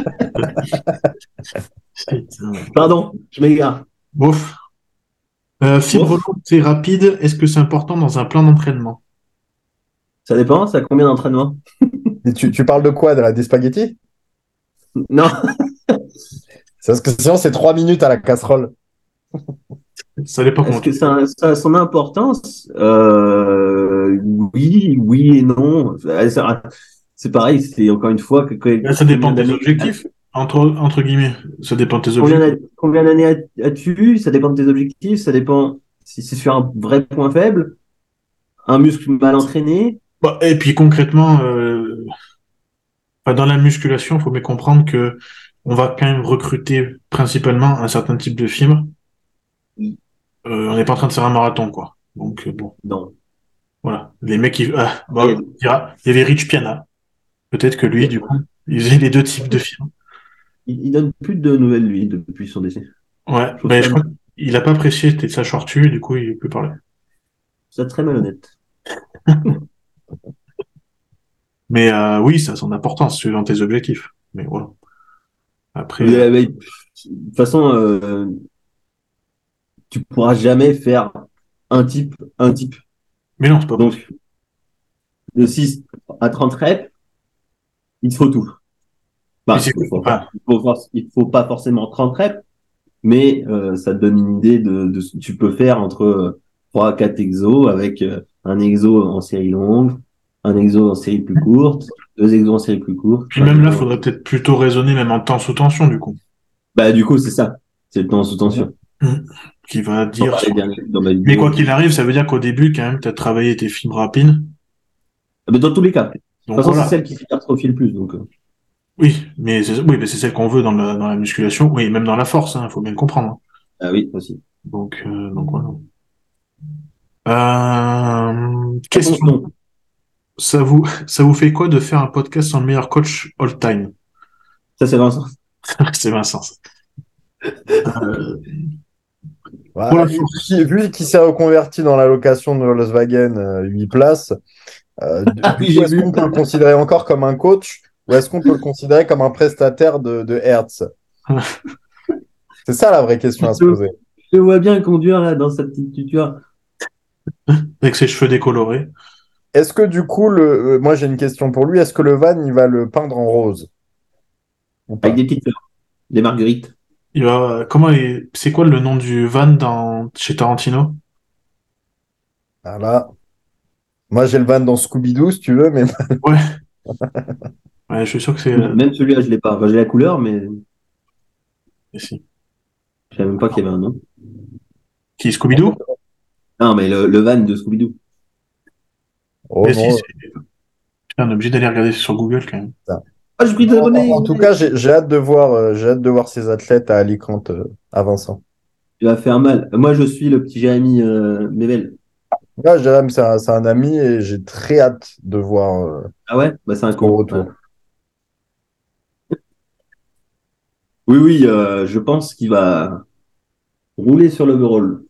Putain. Pardon, je m'égare. Bof. Euh, fibre Bon, volonté rapide, est-ce que c'est important dans un plan d'entraînement? ça dépend, ça a combien d'entraînement? Et tu, tu parles de quoi? De la, des spaghettis? Non, C'est parce que sinon, c'est trois minutes à la casserole. Ça dépend comment est-ce que tu. ça, ça a son importance? Euh, oui, oui et non. Euh, ça- C'est pareil, c'est encore une fois que, que- Là, ça dépend combien de tes d'années objectifs, entre, entre guillemets. Ça dépend de tes combien objectifs. d'a- combien d'années as- as-tu? Ça dépend de tes objectifs, ça dépend si c'est sur un vrai point faible, un muscle mal entraîné. Bah, et puis concrètement, euh, enfin, dans la musculation, il faut bien comprendre que on va quand même recruter principalement un certain type de fibres. Euh, on n'est pas en train de faire un marathon, quoi. Donc, euh, bon, Non. voilà. Les mecs, ils... ah, Il y bah, a- on dira, il y avait Rich Piana. Peut-être que il y lui, a- du coup, il faisait les deux types de fibres. il- il donne plus de nouvelles, lui, depuis son décès. Ouais, Je trouve ben, ça, je crois qu'il a pas apprécié sa tortue, et du coup, il ne peut parler. ça très malhonnête. Mais euh, oui, ça a son importance suivant tes objectifs. Mais voilà. Après, Mais, euh, euh, mais, de toute façon, euh, tu pourras jamais faire un type, un type. mais non, c'est pas possible. Donc, de six à trente reps, il te faut tout. Puis Bah, c'est il faut enfin, pas, il faut, for- il faut pas forcément trente reps, mais euh, ça te donne une idée de, de ce que tu peux faire entre euh, trois à quatre exos avec euh, un exo en série longue, un exo en série plus courte, deux exos en série plus courte. puis un même là, exo en- faudrait peut-être plutôt raisonner même en temps sous tension, du coup. Bah, du coup, c'est ça. C'est le temps sous tension. Mhm. Qui va J'en dire. parlais dernier- dans ma Mais vidéo. quoi qu'il arrive, ça veut dire qu'au début, quand même, tu as travaillé tes fibres rapides. Mais dans tous les cas. De toute Donc façon, c'est voilà. celle qui s'hypertrophie le plus. Donc, euh. Oui, mais c'est oui, mais c'est celle qu'on veut dans la, dans la musculation, oui, même dans la force, hein, faut bien le comprendre. Ah oui, aussi. Donc, euh, donc voilà. Euh, question. Attention. Ça vous, ça vous fait quoi de faire un podcast sur le meilleur coach all time? Ça, c'est Vincent. C'est Vincent. ça. Euh, pour la Ouais, et vu force. qu'il vu qu'il s'est reconverti dans la location de Volkswagen euh, huit places, euh, du Ah du oui, coup, j'ai est-ce vu. qu'on peut le considérer encore comme un coach ou est-ce qu'on peut le considérer comme un prestataire de, de Hertz? C'est ça la vraie question à se Je poser. je le vois bien conduire là dans sa petite tuture Avec ses cheveux décolorés. Est-ce que du coup, le, euh, moi j'ai une question pour lui, est-ce que le van, il va le peindre en rose ou avec pas? des petites fleurs, des marguerites. Il va, comment il, c'est quoi le nom du van dans, chez Tarantino? Ah là, moi j'ai le van dans Scooby-Doo si tu veux, mais Ouais, ouais, je suis sûr que c'est, euh, Même celui-là, je l'ai pas. Enfin, j'ai la couleur, mais ici. je savais même pas qu'il y avait un nom. Qui, Scooby-Doo? Non, mais le, le van de Scooby-Doo. oh Mais si, non. c'est, putain, on est obligé d'aller regarder sur Google quand même. Ça. Ah, j'ai pris des En, en- abonnés. en tout Ouais. cas, j'ai j'ai hâte de voir, euh, j'ai hâte de voir ces athlètes à Alicante, euh, à Vincent. Tu vas faire mal. Moi, je suis le petit Jérémy euh, Mével. Là, Jérém, c'est un, c'est un ami et j'ai très hâte de voir euh, Ah ouais? Bah, c'est un son con. Voilà. retour. Oui, oui, euh, je pense qu'il va rouler sur l'overall.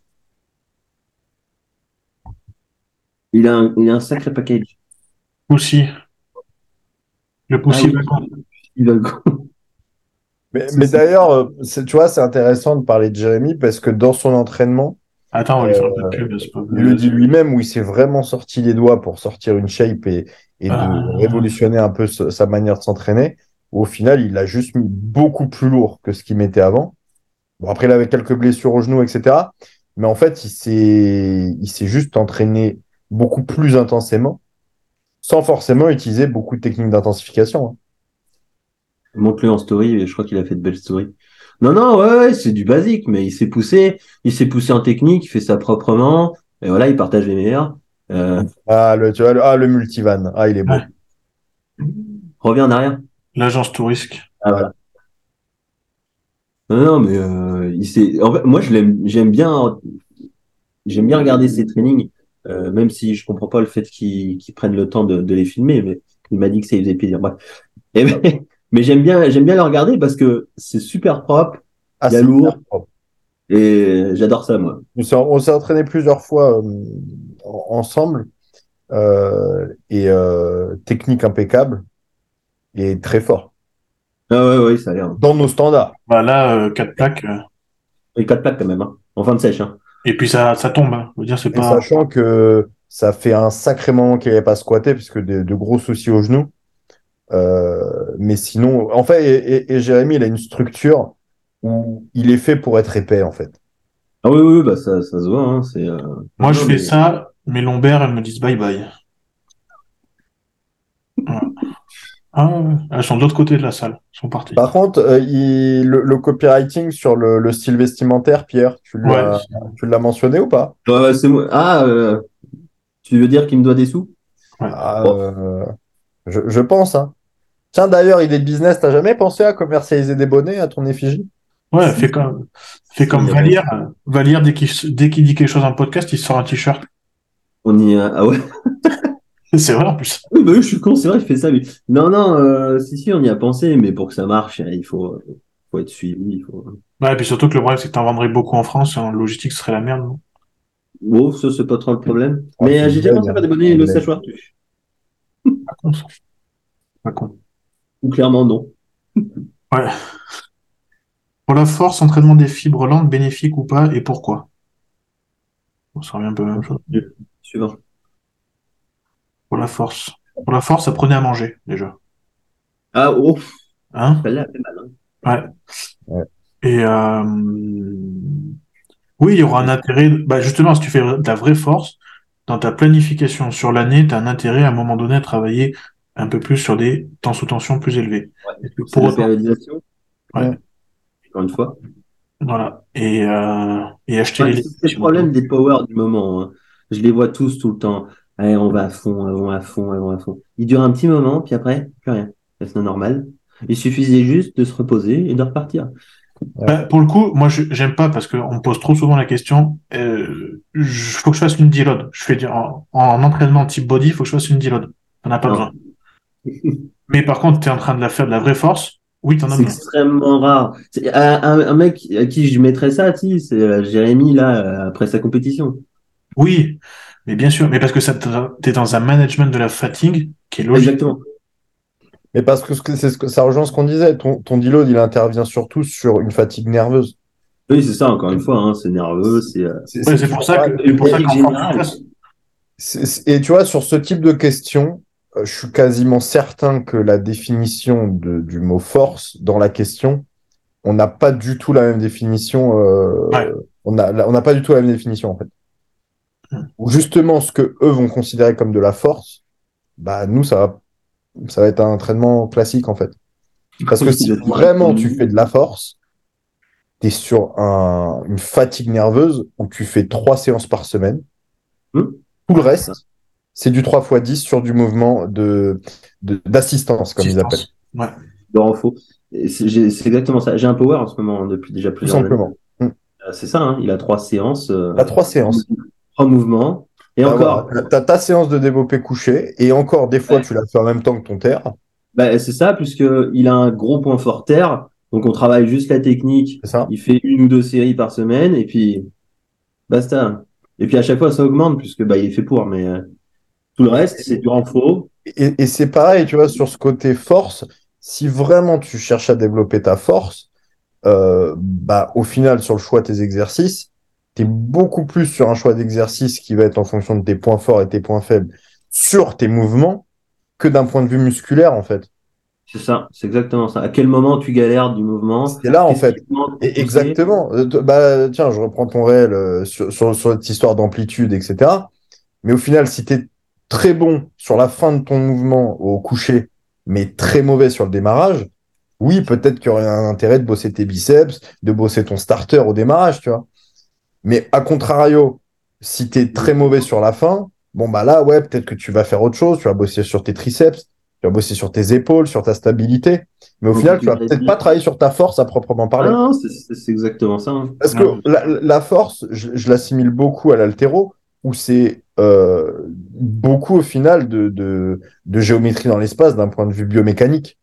Il a un, il a un sacré package. Poussi, le Ah Poussi oui, wagon. il va le Mais, Ça, mais c'est- d'ailleurs, euh, c'est- tu vois, c'est intéressant de parler de Jérémy parce que dans son entraînement, Attends, on va lui faire un peu de euh, pub, c'est pas, il le dit vas-y. lui-même où il s'est vraiment sorti les doigts pour sortir une shape et, et de Euh, révolutionner un peu sa sa manière de s'entraîner. Au final, il a juste mis beaucoup plus lourd que ce qu'il mettait avant. Bon, après, il avait quelques blessures au genou, et cetera. Mais en fait, il s'est, il s'est juste entraîné beaucoup plus intensément, sans forcément utiliser beaucoup de techniques d'intensification, hein. Montre-le en story, et je crois qu'il a fait de belles stories. Non, non, ouais, ouais, c'est du basique, mais il s'est poussé, il s'est poussé en technique, il fait ça proprement, et voilà, il partage les meilleurs. Euh, Ah, le, tu vois, le, ah, le multivan. Ah, il est ouais. beau. reviens en arrière. L'agence Tourisque. Ah, voilà. Non, non, mais euh, il s'est. En fait, moi, je l'aime, j'aime bien, j'aime bien regarder ses trainings, euh, même si je comprends pas le fait qu'il qu'il prenne le temps de, de les filmer, mais il m'a dit que ça lui faisait plaisir. Bref. Et mais mais j'aime bien, j'aime bien le regarder parce que c'est super propre, Ah, il y a c'est lourd, hyper propre. et j'adore ça, moi. On s'est on s'est entraîné plusieurs fois euh, en- ensemble euh, et euh, technique impeccable et très fort. Ah ouais, ouais, ça a l'air. Dans nos standards. Bah là, euh, quatre plaques. euh, Et quatre plaques quand même, hein. En fin de sèche, hein. et puis ça, ça tombe. Hein. Je veux dire, c'est Et pas. sachant que ça fait un sacré moment qu'il n'avait pas squatté, puisque de, de gros soucis au genou. Euh, mais sinon, en fait, et, et- et Jérémy, il a une structure où il est fait pour être épais, en fait. Ah oui, oui, oui, bah ça, ça se voit, hein. C'est, euh, non, Moi, je non, fais mais ça, mes lombaires, elles me disent bye bye. Voilà. Ah, ouais, ouais. Elles sont de l'autre côté de la salle. Elles sont parties. Par contre, euh, il- le, le copywriting sur le, le style vestimentaire, Pierre, tu Ouais. l'as, tu l'as mentionné ou pas? ouais, ouais, c'est moi. Ah, euh, tu veux dire qu'il me doit des sous? Ouais. Ah, Bon. euh, je, je pense, hein. Tiens, d'ailleurs, idée de business, t'as jamais pensé à commercialiser des bonnets à ton effigie? Ouais, Si, fais comme, fais si, on comme y a Valire. pensé. Valire, dès qu'il, s- dès qu'il dit quelque chose en podcast, il sort un t-shirt. On y a... Ah ouais? C'est vrai, en plus. Oui, bah oui, je suis con, c'est vrai, il fait ça, lui. Non, non, euh, si, si, on y a pensé, mais pour que ça marche, il faut, faut être suivi. Il faut... Ouais, et puis surtout que le problème, c'est que t'en vendrais beaucoup en France. En logistique, ce serait la merde, non? Bon, ça, c'est pas trop le problème. Oh, Mais tu euh, j'ai déjà blagues, pensé à hein. faire des bonnets Tu le blagues. séchoir. Pas con, ça. Pas con. Ou clairement, non. Ouais. Pour la force, entraînement des fibres lentes, bénéfique ou pas, et pourquoi? On ça revient un peu à la même chose. Suivant. Pour la force. Pour la force, apprenez à manger, déjà. Ah, oh, Hein? celle-là, elle fait mal, hein. Ouais. Ouais. Et euh, oui, il y aura un intérêt. Bah justement, si tu fais de la vraie force, dans ta planification sur l'année, tu as un intérêt à un moment donné à travailler un peu plus sur des temps sous tension plus élevés. Ouais. Et que C'est pour de la autant, périodisation, ouais, Mm. encore une fois. voilà. Et, euh, et acheter Ouais, les c'est c'est le légumes. problème des power du moment, hein. Je les vois tous tout le temps. allez, on va à fond, on va à fond, on va à fond. Il dure un petit moment, puis après, plus rien. C'est normal. Il suffisait juste de se reposer et de repartir. Ouais. Bah, pour le coup, moi, je, j'aime pas parce qu'on me pose trop souvent la question. Euh, je- faut que je fasse une deload. Je fais du, en, en entraînement type body, il faut que je fasse une deload. T'en as pas Non. besoin. Mais par contre, t'es en train de la faire de la vraie force. Oui, t'en as C'est besoin. extrêmement rare. C'est- Un, un- un mec à qui je mettrais ça, tu sais, c'est euh, Jérémy, là, euh, après sa compétition. Oui, mais bien sûr. Mais parce que ça, t'es dans un management de la fatigue qui est logique. Exactement. Mais parce que ce que- c'est ce que ça rejoint ce qu'on disait. Ton, ton deload, il intervient surtout sur une fatigue nerveuse. Oui, c'est ça, encore une fois, hein, c'est nerveux, c'est euh, C'est Ouais, c'est c'est pour toujours ça que, pareil. c'est une pour ça Et, fatigue qu'en force de générale. classe, c'est- c'est- et tu vois, sur ce type de questions, euh, je suis quasiment certain que la définition de- du mot force dans la question, on n'a pas du tout la même définition. ouais. euh, on a, on n'a pas du tout la même définition, en fait. Ou justement, ce que eux vont considérer comme de la force, bah, nous, ça va, ça va être un entraînement classique, en fait. Parce que Oui, si là, vraiment tu fais de la force, tu es sur un- une fatigue nerveuse où tu fais trois séances par semaine. hum, Tout le c'est ça. reste, c'est du trois fois dix sur du mouvement de, de- d'assistance, comme ils appellent. Assistance. Ouais. De renfort. Et C'est j'ai- c'est exactement ça. J'ai un power en ce moment, hein, depuis déjà Tout plusieurs années. simplement. Mm. Euh, C'est ça, hein, il a trois séances, euh, T'as trois séances. trois mouvements. Et Bah voilà, encore, t'as t'as ta séance de développé couché et encore des fois ouais, tu la fais en même temps que ton terre. bah, c'est ça, puisque il a un gros point fort terre. Donc on travaille juste la technique. C'est ça. Il fait une ou deux séries par semaine et puis basta. Et puis à chaque fois ça augmente puisque bah il est fait pour, mais euh, tout le reste c'est du renfort. Et, et c'est pareil, tu vois, sur ce côté force, si vraiment tu cherches à développer ta force, euh, bah, au final, sur le choix de tes exercices, tu es beaucoup plus sur un choix d'exercice qui va être en fonction de tes points forts et tes points faibles sur tes mouvements que d'un point de vue musculaire, en fait. C'est ça, c'est exactement ça. À quel moment tu galères du mouvement? C'est là, en Qu'est-ce qui fait. te manque pour Et pousser? exactement. Euh, t- Bah, tiens, je reprends ton réel euh, sur, sur, sur cette histoire d'amplitude, et cetera. Mais au final, si tu es très bon sur la fin de ton mouvement au coucher, mais très mauvais sur le démarrage, oui, peut-être qu'il y aurait un intérêt de bosser tes biceps, de bosser ton starter au démarrage, tu vois. Mais à contrario, si tu es très mauvais sur la fin, bon, bah là, ouais, peut-être que tu vas faire autre chose, tu vas bosser sur tes triceps, tu vas bosser sur tes épaules, sur ta stabilité. Mais au Donc, final, tu tu vas vas peut-être pas dire, travailler sur ta force à proprement ah parler. non, c'est c'est- c'est exactement ça, hein. Parce que Ouais. la, la force, je, je l'assimile beaucoup à l'haltéro, où c'est euh, beaucoup au final de, de, de géométrie dans l'espace d'un point de vue biomécanique.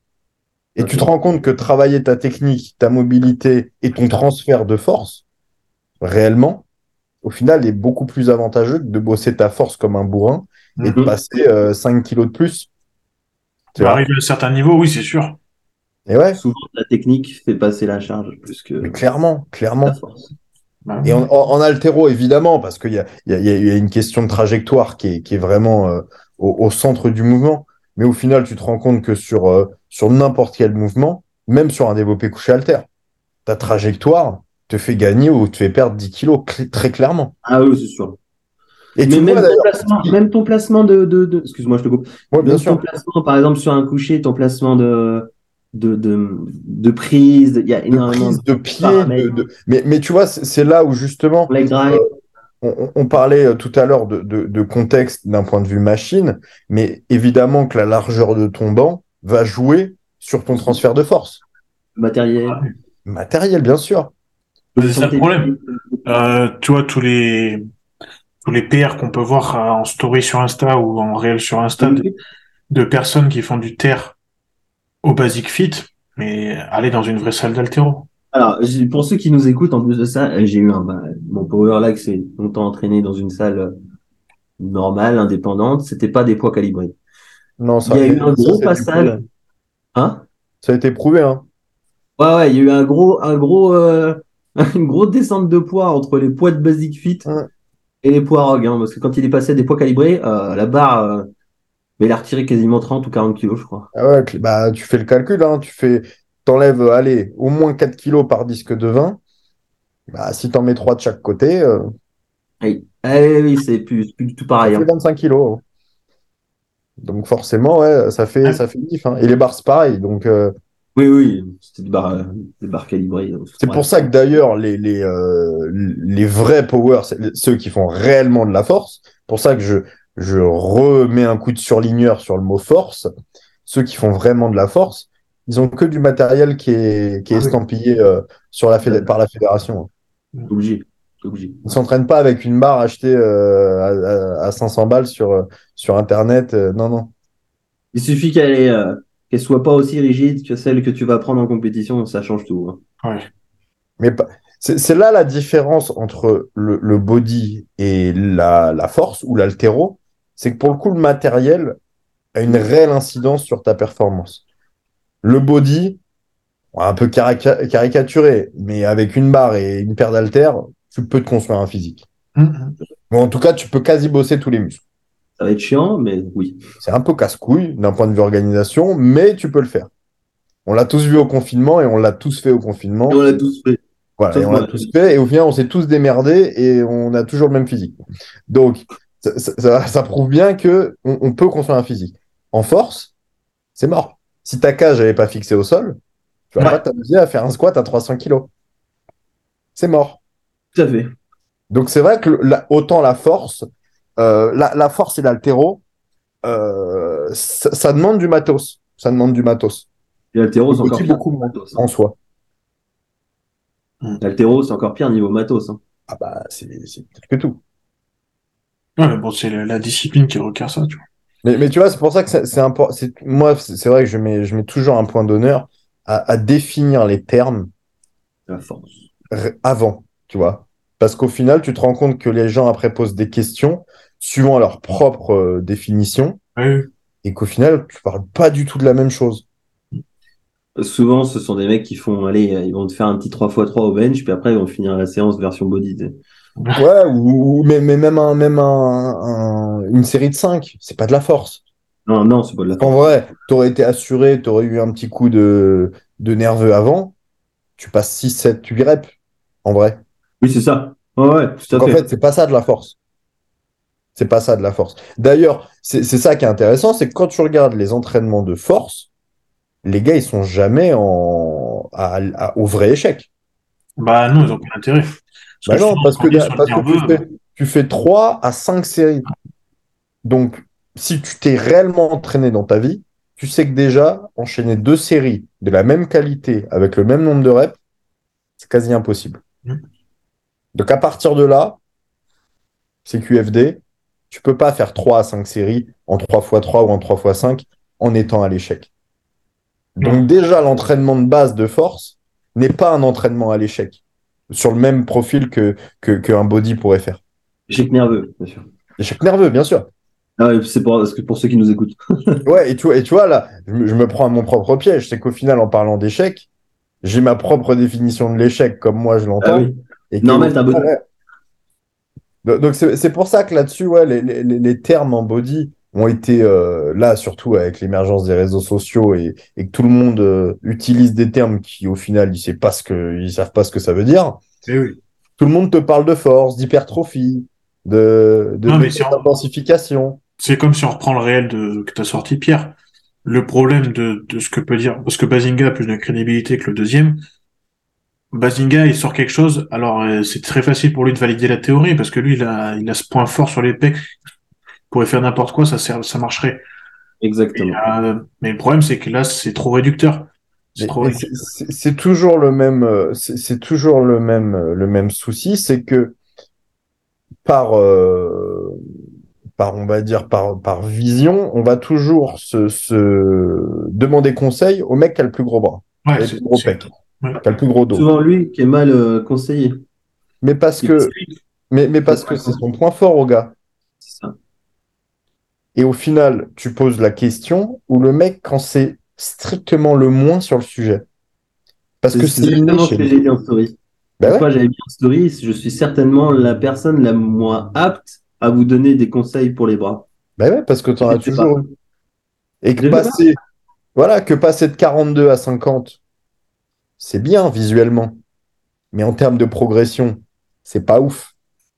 Et tu te Ok. rends compte que travailler ta technique, ta mobilité et ton transfert de force, réellement, au final, est beaucoup plus avantageux que de bosser ta force comme un bourrin et de Mm. Mhm. passer euh, cinq kilos de plus. Tu Mais vois? arrivé à un certain niveau, oui, c'est sûr. Et ouais, Souvent, la technique fait passer la charge plus mais que clairement, la clairement. force. Bah, Et en, en, en haltéro, évidemment, parce qu'il y a, il y, a, il y a une question de trajectoire qui est, qui est vraiment euh, au, au centre du mouvement. Mais au final, tu te rends compte que sur, euh, sur n'importe quel mouvement, même sur un développé couché haltère, ta trajectoire te fait gagner ou te fait perdre dix kilos, cl- très clairement. Ah oui, c'est sûr. Et tu Mais le vois même ton d'ailleurs. placement, même ton placement de, de, de- excuse-moi, je te coupe. Oui, bien Même ton sûr. placement, par exemple, sur un coucher, ton placement de, de, de, de prise, il y a De énormément de prise de pied, de, paramètres. de... Mais, mais tu vois, c'est c'est là où justement, Leg euh, drive, on, on- on parlait euh, tout à l'heure de, de, de contexte d'un point de vue machine, mais évidemment que la largeur de ton banc va jouer sur ton transfert de force. matériel, Matériel, bien sûr. c'est position ça de le tes problème. pieds. Euh, tu vois, tous les, tous les P R qu'on peut voir euh, en story sur Insta ou en réel sur Insta de, de personnes qui font du terre au Basic Fit, mais aller dans une vraie salle d'haltéro. Alors, j'ai- pour ceux qui nous écoutent, en plus de ça, euh, j'ai eu un, bah, mon power lag s'est longtemps entraîné dans une salle euh, normale, indépendante. C'était pas des poids calibrés. Non, Il y ça, a et eu un ça, gros ça a été prouvé. passage, hein? Ça a été prouvé, hein. Ouais, ouais, il y a eu un gros, un gros, euh, une grosse descente de poids entre les poids de Basic Fit Hein. et les poids Rogue, hein, parce que quand il est passé à des poids calibrés, euh, la barre, euh, mais il a retiré quasiment trente ou quarante kilos, je crois. Ah ouais, cl- bah, tu fais le calcul, hein. Tu fais, t'enlèves, euh, allez, au moins quatre kilos par disque de vingt. Bah, si t'en mets trois de chaque côté, euh, Oui, eh oui, c'est plus, c'est plus du tout ça pareil, fait hein. vingt-cinq kilos, hein. Donc forcément, ouais, ça fait, Ouais. ça fait diff, hein. Et les barres, c'est pareil. Donc, euh, Oui, oui, c'était des barres, euh, des barres calibrées. euh, c'est bref. pour ça que d'ailleurs, les, les, euh, les vrais powers, c'est- ceux qui font réellement de la force, pour ça que je, je remets un coup de surligneur sur le mot force. Ceux qui font vraiment de la force, ils ont que du matériel qui est, qui est Ah oui. estampillé euh, sur la fédé- par la fédération. Obligé. Obligé. Ils ne s'entraînent pas avec une barre achetée euh, à, à, à cinq cents balles sur, euh, sur Internet. euh, non, non. Il suffit qu'elle est, euh, qu'elle soit pas aussi rigide que celle que tu vas prendre en compétition, ça change tout. Hein. Ouais. Mais pas- c'est c'est là la différence entre le, le body et la, la force ou l'haltéro. C'est que pour le coup, le matériel a une réelle incidence sur ta performance. Le body, un peu carica- caricaturé, mais avec une barre et une paire d'haltères, tu peux te construire un physique. Mhm. Bon, en tout cas, tu peux quasi bosser tous les muscles. Ça va être chiant, mais oui. C'est un peu casse-couille d'un point de vue organisation, mais tu peux le faire. On l'a tous vu au confinement et on l'a tous fait au Et on confinement. l'a tous fait. Voilà, et Sauf on l'a moi. tous fait et au final, on s'est tous démerdés et on a toujours le même physique. Donc, ça, ça- ça- ça prouve bien que on, on peut construire un physique. En force, c'est mort. Si ta cage n'avait pas fixé au sol, tu vas Ouais, pas t'amuser à faire un squat à trois cents kilos. C'est mort. tout à fait. Donc, c'est vrai que la- autant la force, euh, la, la force et l'haltéro, euh, ça, ça demande du matos. Ça demande du matos. Et l'haltéro, Le c'est encore body, pire beaucoup niveau moins matos. Hein. en soi. L'haltéro, c'est encore pire niveau matos. Hein. Ah bah, c'est c'est pire que tout. Ouais, mais bon, c'est la, la discipline qui requiert ça, tu vois. Mais, mais tu vois, c'est pour ça que c'est c'est important. Moi, c'est c'est vrai que je mets, je mets toujours un point d'honneur à, à définir les termes La force. r- avant, tu vois. Parce qu'au final, tu te rends compte que les gens après posent des questions suivant leur propre euh, définition Ouais, et qu'au final, tu parles pas du tout de la même chose. Souvent, ce sont des mecs qui font, allez, ils vont te faire un petit trois fois trois au bench, puis après, ils vont finir la séance version body. Tu sais. ouais. Ouais, ou, ou- mais, mais même, un, même un, un- une série de cinq, c'est pas de la force. Non, non, c'est pas de la En force. vrai, t'aurais été assuré, t'aurais eu un petit coup de, de nerveux avant, tu passes six sept huit reps, en vrai. Oui, c'est ça. Ouais, ouais, tout à Donc en fait. fait, c'est pas ça de la force. C'est pas ça de la force. D'ailleurs, c'est c'est ça qui est intéressant, c'est que quand tu regardes les entraînements de force, les gars, ils sont jamais en... à- à- au vrai échec. Bah non, ils ont pas d'intérêt. Parce que Bah non, justement, parce ce qu'on que, dit sur le parce que tu nerveux, fais, tu fais trois à cinq séries. Donc, si tu t'es réellement entraîné dans ta vie, tu sais que déjà, enchaîner deux séries de la même qualité avec le même nombre de reps, c'est quasi impossible. euh, Donc, à partir de là, c'est Q F D, tu peux pas faire trois à cinq séries en trois fois trois ou en trois fois cinq en étant à l'échec. non. Donc déjà, l'entraînement de base de force n'est pas un entraînement à l'échec, sur le même profil que, que, qu'un body pourrait faire. Échec nerveux, bien sûr. Échec nerveux, bien sûr. Ah ouais, c'est pour, parce que pour ceux qui nous écoutent. Ouais, et tu, vois- et tu vois, là, je me, je me prends à mon propre piège. C'est qu'au final, en parlant d'échec, j'ai ma propre définition de l'échec, comme moi je Ah l'entends. oui. Et que, Normal, t'as un au bon. final, Donc, donc c'est c'est pour ça que là-dessus, ouais, les, les- les termes en body ont été, euh, là, surtout avec l'émergence des réseaux sociaux et, et que tout le monde euh, utilise des termes qui, au final, ils savent pas ce que, ils savent pas ce que ça veut dire. Eh oui. Tout le monde te parle de force, d'hypertrophie, de, de Non, mais méthode c'est en- d'intensification. c'est comme si on reprend le réel de, que t'as sorti, Pierre. Le problème de, de ce que peut dire, parce que Bazinga a plus de crédibilité que le deuxième. Bazinga, il sort quelque chose, alors euh, c'est très facile pour lui de valider la théorie, parce que lui, il a, il a ce point fort sur les pecs. Il pourrait faire n'importe quoi, ça, sert- ça marcherait. Exactement. Euh, mais le problème, c'est que là, c'est trop réducteur. C'est Mais, trop mais c'est réducteur. c'est- c'est toujours le même, euh, c'est c'est toujours le même, euh, le même souci, c'est que par, euh, par, on va dire, par, par vision, on va toujours se, se demander conseil au mec qui a le plus gros bras, Ouais, et le c'est, plus gros c'est, pec, qui ouais. a le plus gros dos. Souvent, lui qui est mal euh, conseillé. Mais parce Qui est que, strict, mais, mais faut parce pas que le c'est conseiller. son point fort au gars. C'est ça. Et au final, tu poses la question où le mec, quand c'est strictement le moins sur le sujet, parce C'est que c'est c'est inné exactement ce chez que lui. j'ai dit en story. Ben L'autre ouais, fois, j'avais mis en story, je suis certainement la personne la moins apte à vous donner des conseils pour les bras. ben ouais, parce que tu Je en ne as le fais pas. toujours eu. Et que Je le fais pas. passer, voilà, que passer de quarante-deux à cinquante, c'est bien visuellement. Mais en termes de progression, c'est pas ouf.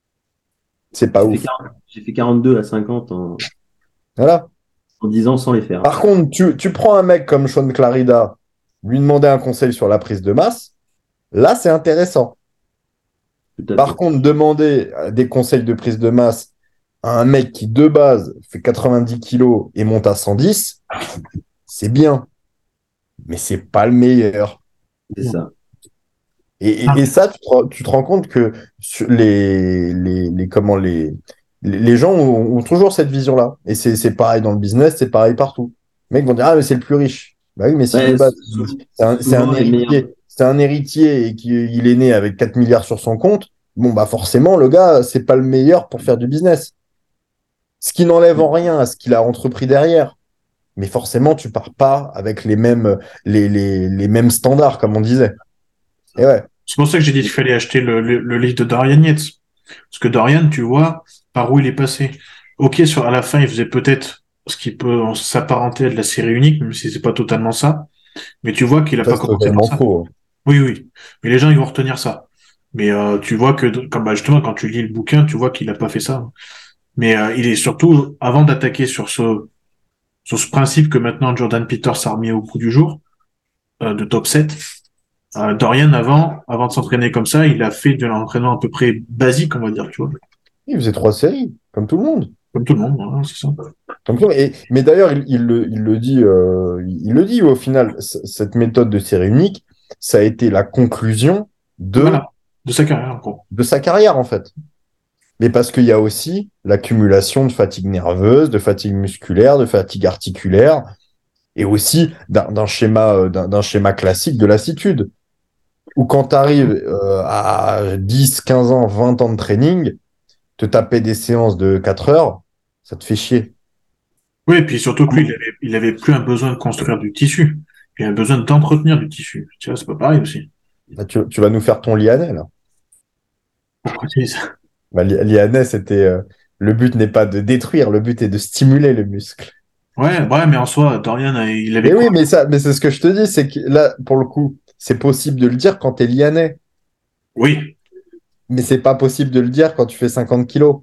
C'est pas J'ai fait ouf. quarante j'ai fait quarante-deux à cinquante en, Voilà. en dix ans sans les faire. Par contre, tu, tu prends un mec comme Sean Clarida, lui demander un conseil sur la prise de masse, là, c'est intéressant. Tout à Par fait. contre, demander euh, des conseils de prise de masse à un mec qui, de base, fait quatre-vingt-dix kilos et monte à cent dix, c'est bien, mais c'est pas le meilleur. C'est ça. Et, et- Ah, et ça, tu te, rends tu te rends compte que sur les, les, les, comment, les, les les gens ont, ont toujours cette vision-là. Et c'est c'est pareil dans le business, c'est pareil partout. Les mecs vont dire, ah, mais c'est le plus riche. Bah oui, mais si de Ouais, base, sou- c'est un, c'est un souvent les meilleurs. héritier, c'est un héritier et qu'il est né avec quatre milliards sur son compte, bon, bah forcément, le gars, c'est pas le meilleur pour faire du business. Ce qui n'enlève en rien à ce qu'il a entrepris derrière. Mais forcément, tu pars pas avec les mêmes, les, les, les mêmes standards, comme on disait. Et ouais, c'est pour ça que j'ai dit qu'il fallait acheter le, le, le livre de Dorian Yates. Parce que Dorian, tu vois par où il est passé. Ok, sur, à la fin, il faisait peut-être ce qui peut s'apparenter à de la série unique, même si c'est pas totalement ça. Mais tu vois qu'il a ça, pas c'est commencé par totalement ça. faux. Oui, oui. Mais les gens, ils vont retenir ça. Mais euh, tu vois que, comme, bah, justement, quand tu lis le bouquin, tu vois qu'il a pas fait ça. Mais euh, il est surtout, avant d'attaquer sur ce, sur ce principe que maintenant Jordan Peters a remis au bout du jour, euh, de top sept, euh, Dorian, avant, avant de s'entraîner comme ça, il a fait de l'entraînement à peu près basique, on va dire, tu vois. Il faisait trois séries, comme tout le monde. Comme tout le monde, voilà, c'est ça. Comme tout le monde. Et, mais d'ailleurs, il, il le, il le dit, euh, il le dit au final, c- cette méthode de série unique, ça a été la conclusion de, Voilà. De sa carrière, en gros. de sa carrière, en fait. Mais parce qu'il y a aussi l'accumulation de fatigue nerveuse, de fatigue musculaire, de fatigue articulaire, et aussi d'un d'un schéma, euh, d'un d'un schéma classique de lassitude. Où quand tu arrives euh, à dix, quinze ans, vingt ans de training, te taper des séances de quatre heures, ça te fait chier. Oui, et puis surtout que lui, il avait, il avait plus un besoin de construire du tissu. Il avait besoin d'entretenir du tissu. Tu vois, c'est pas pareil aussi. Là, tu, tu vas nous faire ton lianet, là. Pourquoi tu dis ça? Bah, li- lianet, c'était. Euh, le but n'est pas de détruire, le but est de stimuler le muscle. Ouais, ouais, mais en soi, Dorian, euh, il avait Mais quoi? oui, mais ça, mais c'est ce que je te dis, c'est que là, pour le coup, c'est possible de le dire quand t'es lianet, Oui, mais c'est pas possible de le dire quand tu fais cinquante kilos,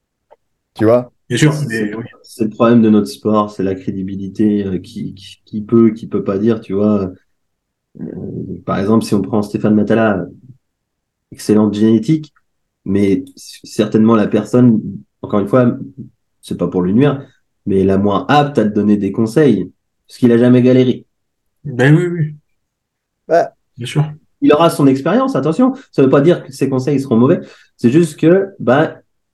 tu vois? bien sûr, C'est c'est- mais oui. c'est le problème de notre sport, c'est la crédibilité euh, qui, qui, qui peut, qui peut pas dire, tu vois. Euh, Par exemple, si on prend Stéphane Matala, excellente génétique, mais certainement la personne, encore une fois, c'est pas pour lui nuire, mais la moins apte à te donner des conseils, parce qu'il a jamais galéré. Ben oui, oui, Bah, bien sûr. Il aura son expérience, attention, ça veut pas dire que ses conseils seront mauvais, c'est juste que bah,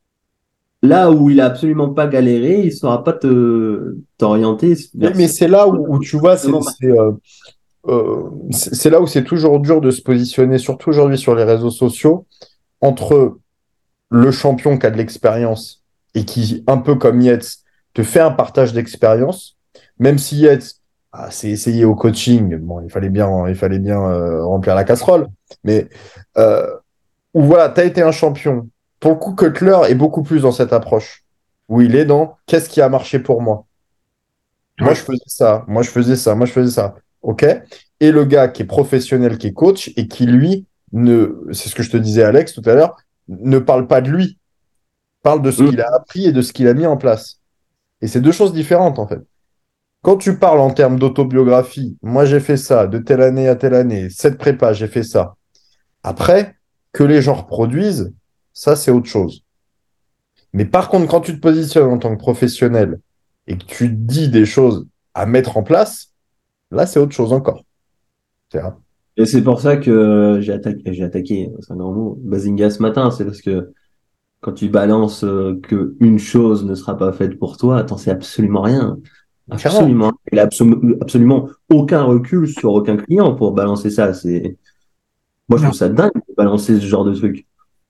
là où il a absolument pas galéré, il saura pas te t'orienter mais, vers mais ce c'est là où, où tu vois, c'est moment. c'est, euh, euh, c'est- c'est là où c'est toujours dur de se positionner, surtout aujourd'hui sur les réseaux sociaux, entre le champion qui a de l'expérience et qui, un peu comme Yates, te fait un partage d'expérience, même si Yates ah, s'est essayé au coaching, bon, il fallait bien, il fallait bien euh, remplir la casserole, mais euh, où voilà, tu as été un champion. Pour le coup, Cutler est beaucoup plus dans cette approche, où il est dans qu'est-ce qui a marché pour moi. Moi, Ouais. je faisais ça, moi, je faisais ça, moi, je faisais ça. OK? Et le gars qui est professionnel, qui est coach, et qui, lui, ne, c'est ce que je te disais, Alex, tout à l'heure, ne parle pas de lui, parle de ce Hum. qu'il a appris et de ce qu'il a mis en place. Et c'est deux choses différentes, en fait. Quand tu parles en termes d'autobiographie, moi, j'ai fait ça, de telle année à telle année, cette prépa, j'ai fait ça. Après, que les gens reproduisent, ça, c'est autre chose. Mais par contre, quand tu te positionnes en tant que professionnel et que tu dis des choses à mettre en place, là, c'est autre chose encore. C'est vrai. Et c'est pour ça que j'ai attaqué, j'ai attaqué, c'est un grand mot, Bazinga ce matin. C'est parce que quand tu balances euh, que une chose ne sera pas faite pour toi, t'en sais absolument rien. Clairement. Absolument. Il a absolu- absolument aucun recul sur aucun client pour balancer ça. C'est, moi, je Non. trouve ça dingue de balancer ce genre de truc.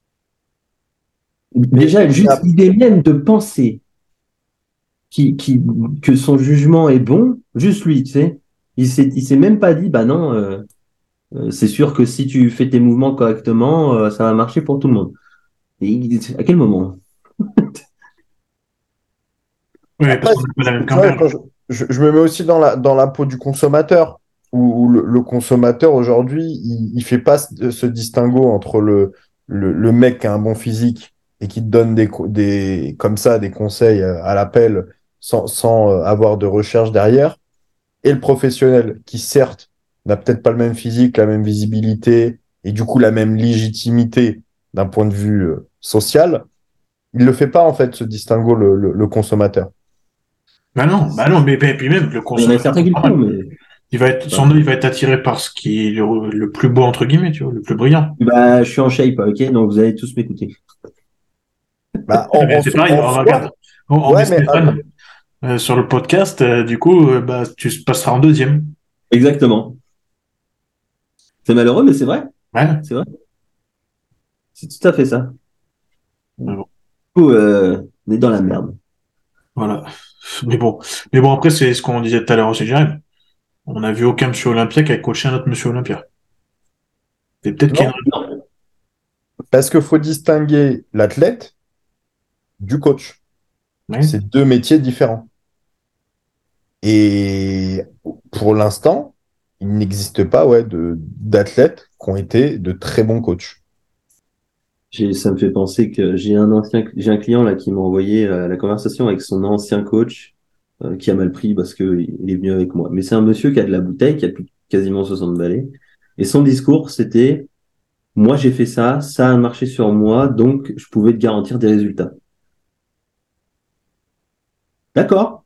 Mais, Déjà, mais juste ap- l'idée même de penser qui, qui, que son jugement est bon, juste lui, tu sais. Il s'est, il s'est même pas dit, bah non, euh, euh, c'est sûr que si tu fais tes mouvements correctement, euh, ça va marcher pour tout le monde. Et il- à quel moment? Oui, parce après, qu'on n'a pas la même tu vois, quand campagne. je, je- je me mets aussi dans la, dans la peau du consommateur, où, où le, le consommateur aujourd'hui, il, il fait pas ce, ce distinguo entre le, le, le mec qui a un bon physique et qui te donne des, co- des, comme ça des conseils euh, à l'appel sans, sans euh, avoir de recherche derrière, et le professionnel qui, certes, n'a peut-être pas le même physique, la même visibilité et du coup la même légitimité d'un point de vue euh, social, Il le fait pas, en fait, ce distinguo, le, le, le consommateur. Bah non, bah non, mais, mais- puis même, le Il y en a consommateur, certains qui le font, mais il va être, son œil va être attiré par ce qui est le, le plus beau, entre guillemets, tu vois, le plus brillant. bah, je suis en shape, ok, donc vous allez tous m'écouter. Bah, en, Mais en, c'est so- pareil, en alors, soi, regarde, on, on met ouais, mais euh, Stéphane euh, sur le podcast, euh, du coup, euh, bah, tu passeras en deuxième. Exactement. C'est malheureux, mais c'est vrai. Ouais. C'est vrai. C'est tout à fait ça. Mais bon, Du coup, euh, on est dans la merde. voilà. Mais bon, mais bon, après, c'est ce qu'on disait tout à l'heure aussi, Jérémy. On n'a vu aucun monsieur Olympia qui a coaché un autre monsieur Olympia. C'est peut-être qu'il y a non, une Non. parce qu'il faut distinguer l'athlète du coach. raison. C'est deux métiers différents. Et pour l'instant, il n'existe pas ouais, de, d'athlètes qui ont été de très bons coachs. J'ai, ça me fait penser que j'ai un ancien, j'ai un client là qui m'a envoyé euh, la conversation avec son ancien coach euh, qui a mal pris parce que il est venu avec moi. Mais c'est un monsieur qui a de la bouteille, qui a plus quasiment soixante balais. Et son discours, c'était, moi j'ai fait ça, ça a marché sur moi, donc je pouvais te garantir des résultats. D'accord.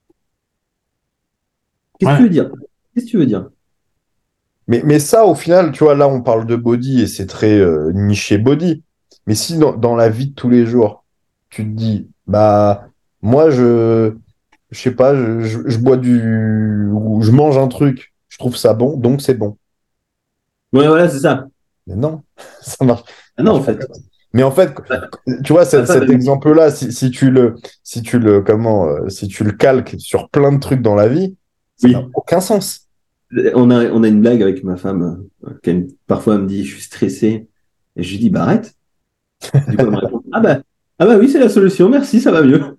Qu'est-ce que tu Ouais. veux dire? Qu'est-ce que tu veux dire? Mais, mais ça, au final, tu vois, là, on parle de body et c'est très euh, niché body. Mais si dans, dans la vie de tous les jours, tu te dis, bah, moi, je, je sais pas, je, je, je bois du, ou je mange un truc, je trouve ça bon, donc c'est bon. Ouais, voilà, c'est ça. Mais non, ça marche, Ah non, en marche pas fait. comme ça. Mais en fait, Ma tu vois, ma cet, femme, cet elle me dit, exemple-là, si, si tu le, si tu le, comment, euh, si tu le calques sur plein de trucs dans la vie, ça n'a oui, aucun sens. on a, on a une blague avec ma femme, euh, qui aime- parfois elle me dit, je suis stressé. Et je lui dis, bah arrête. Du coup, elle me répond, ah bah, ah bah oui, c'est la solution, merci, ça va mieux.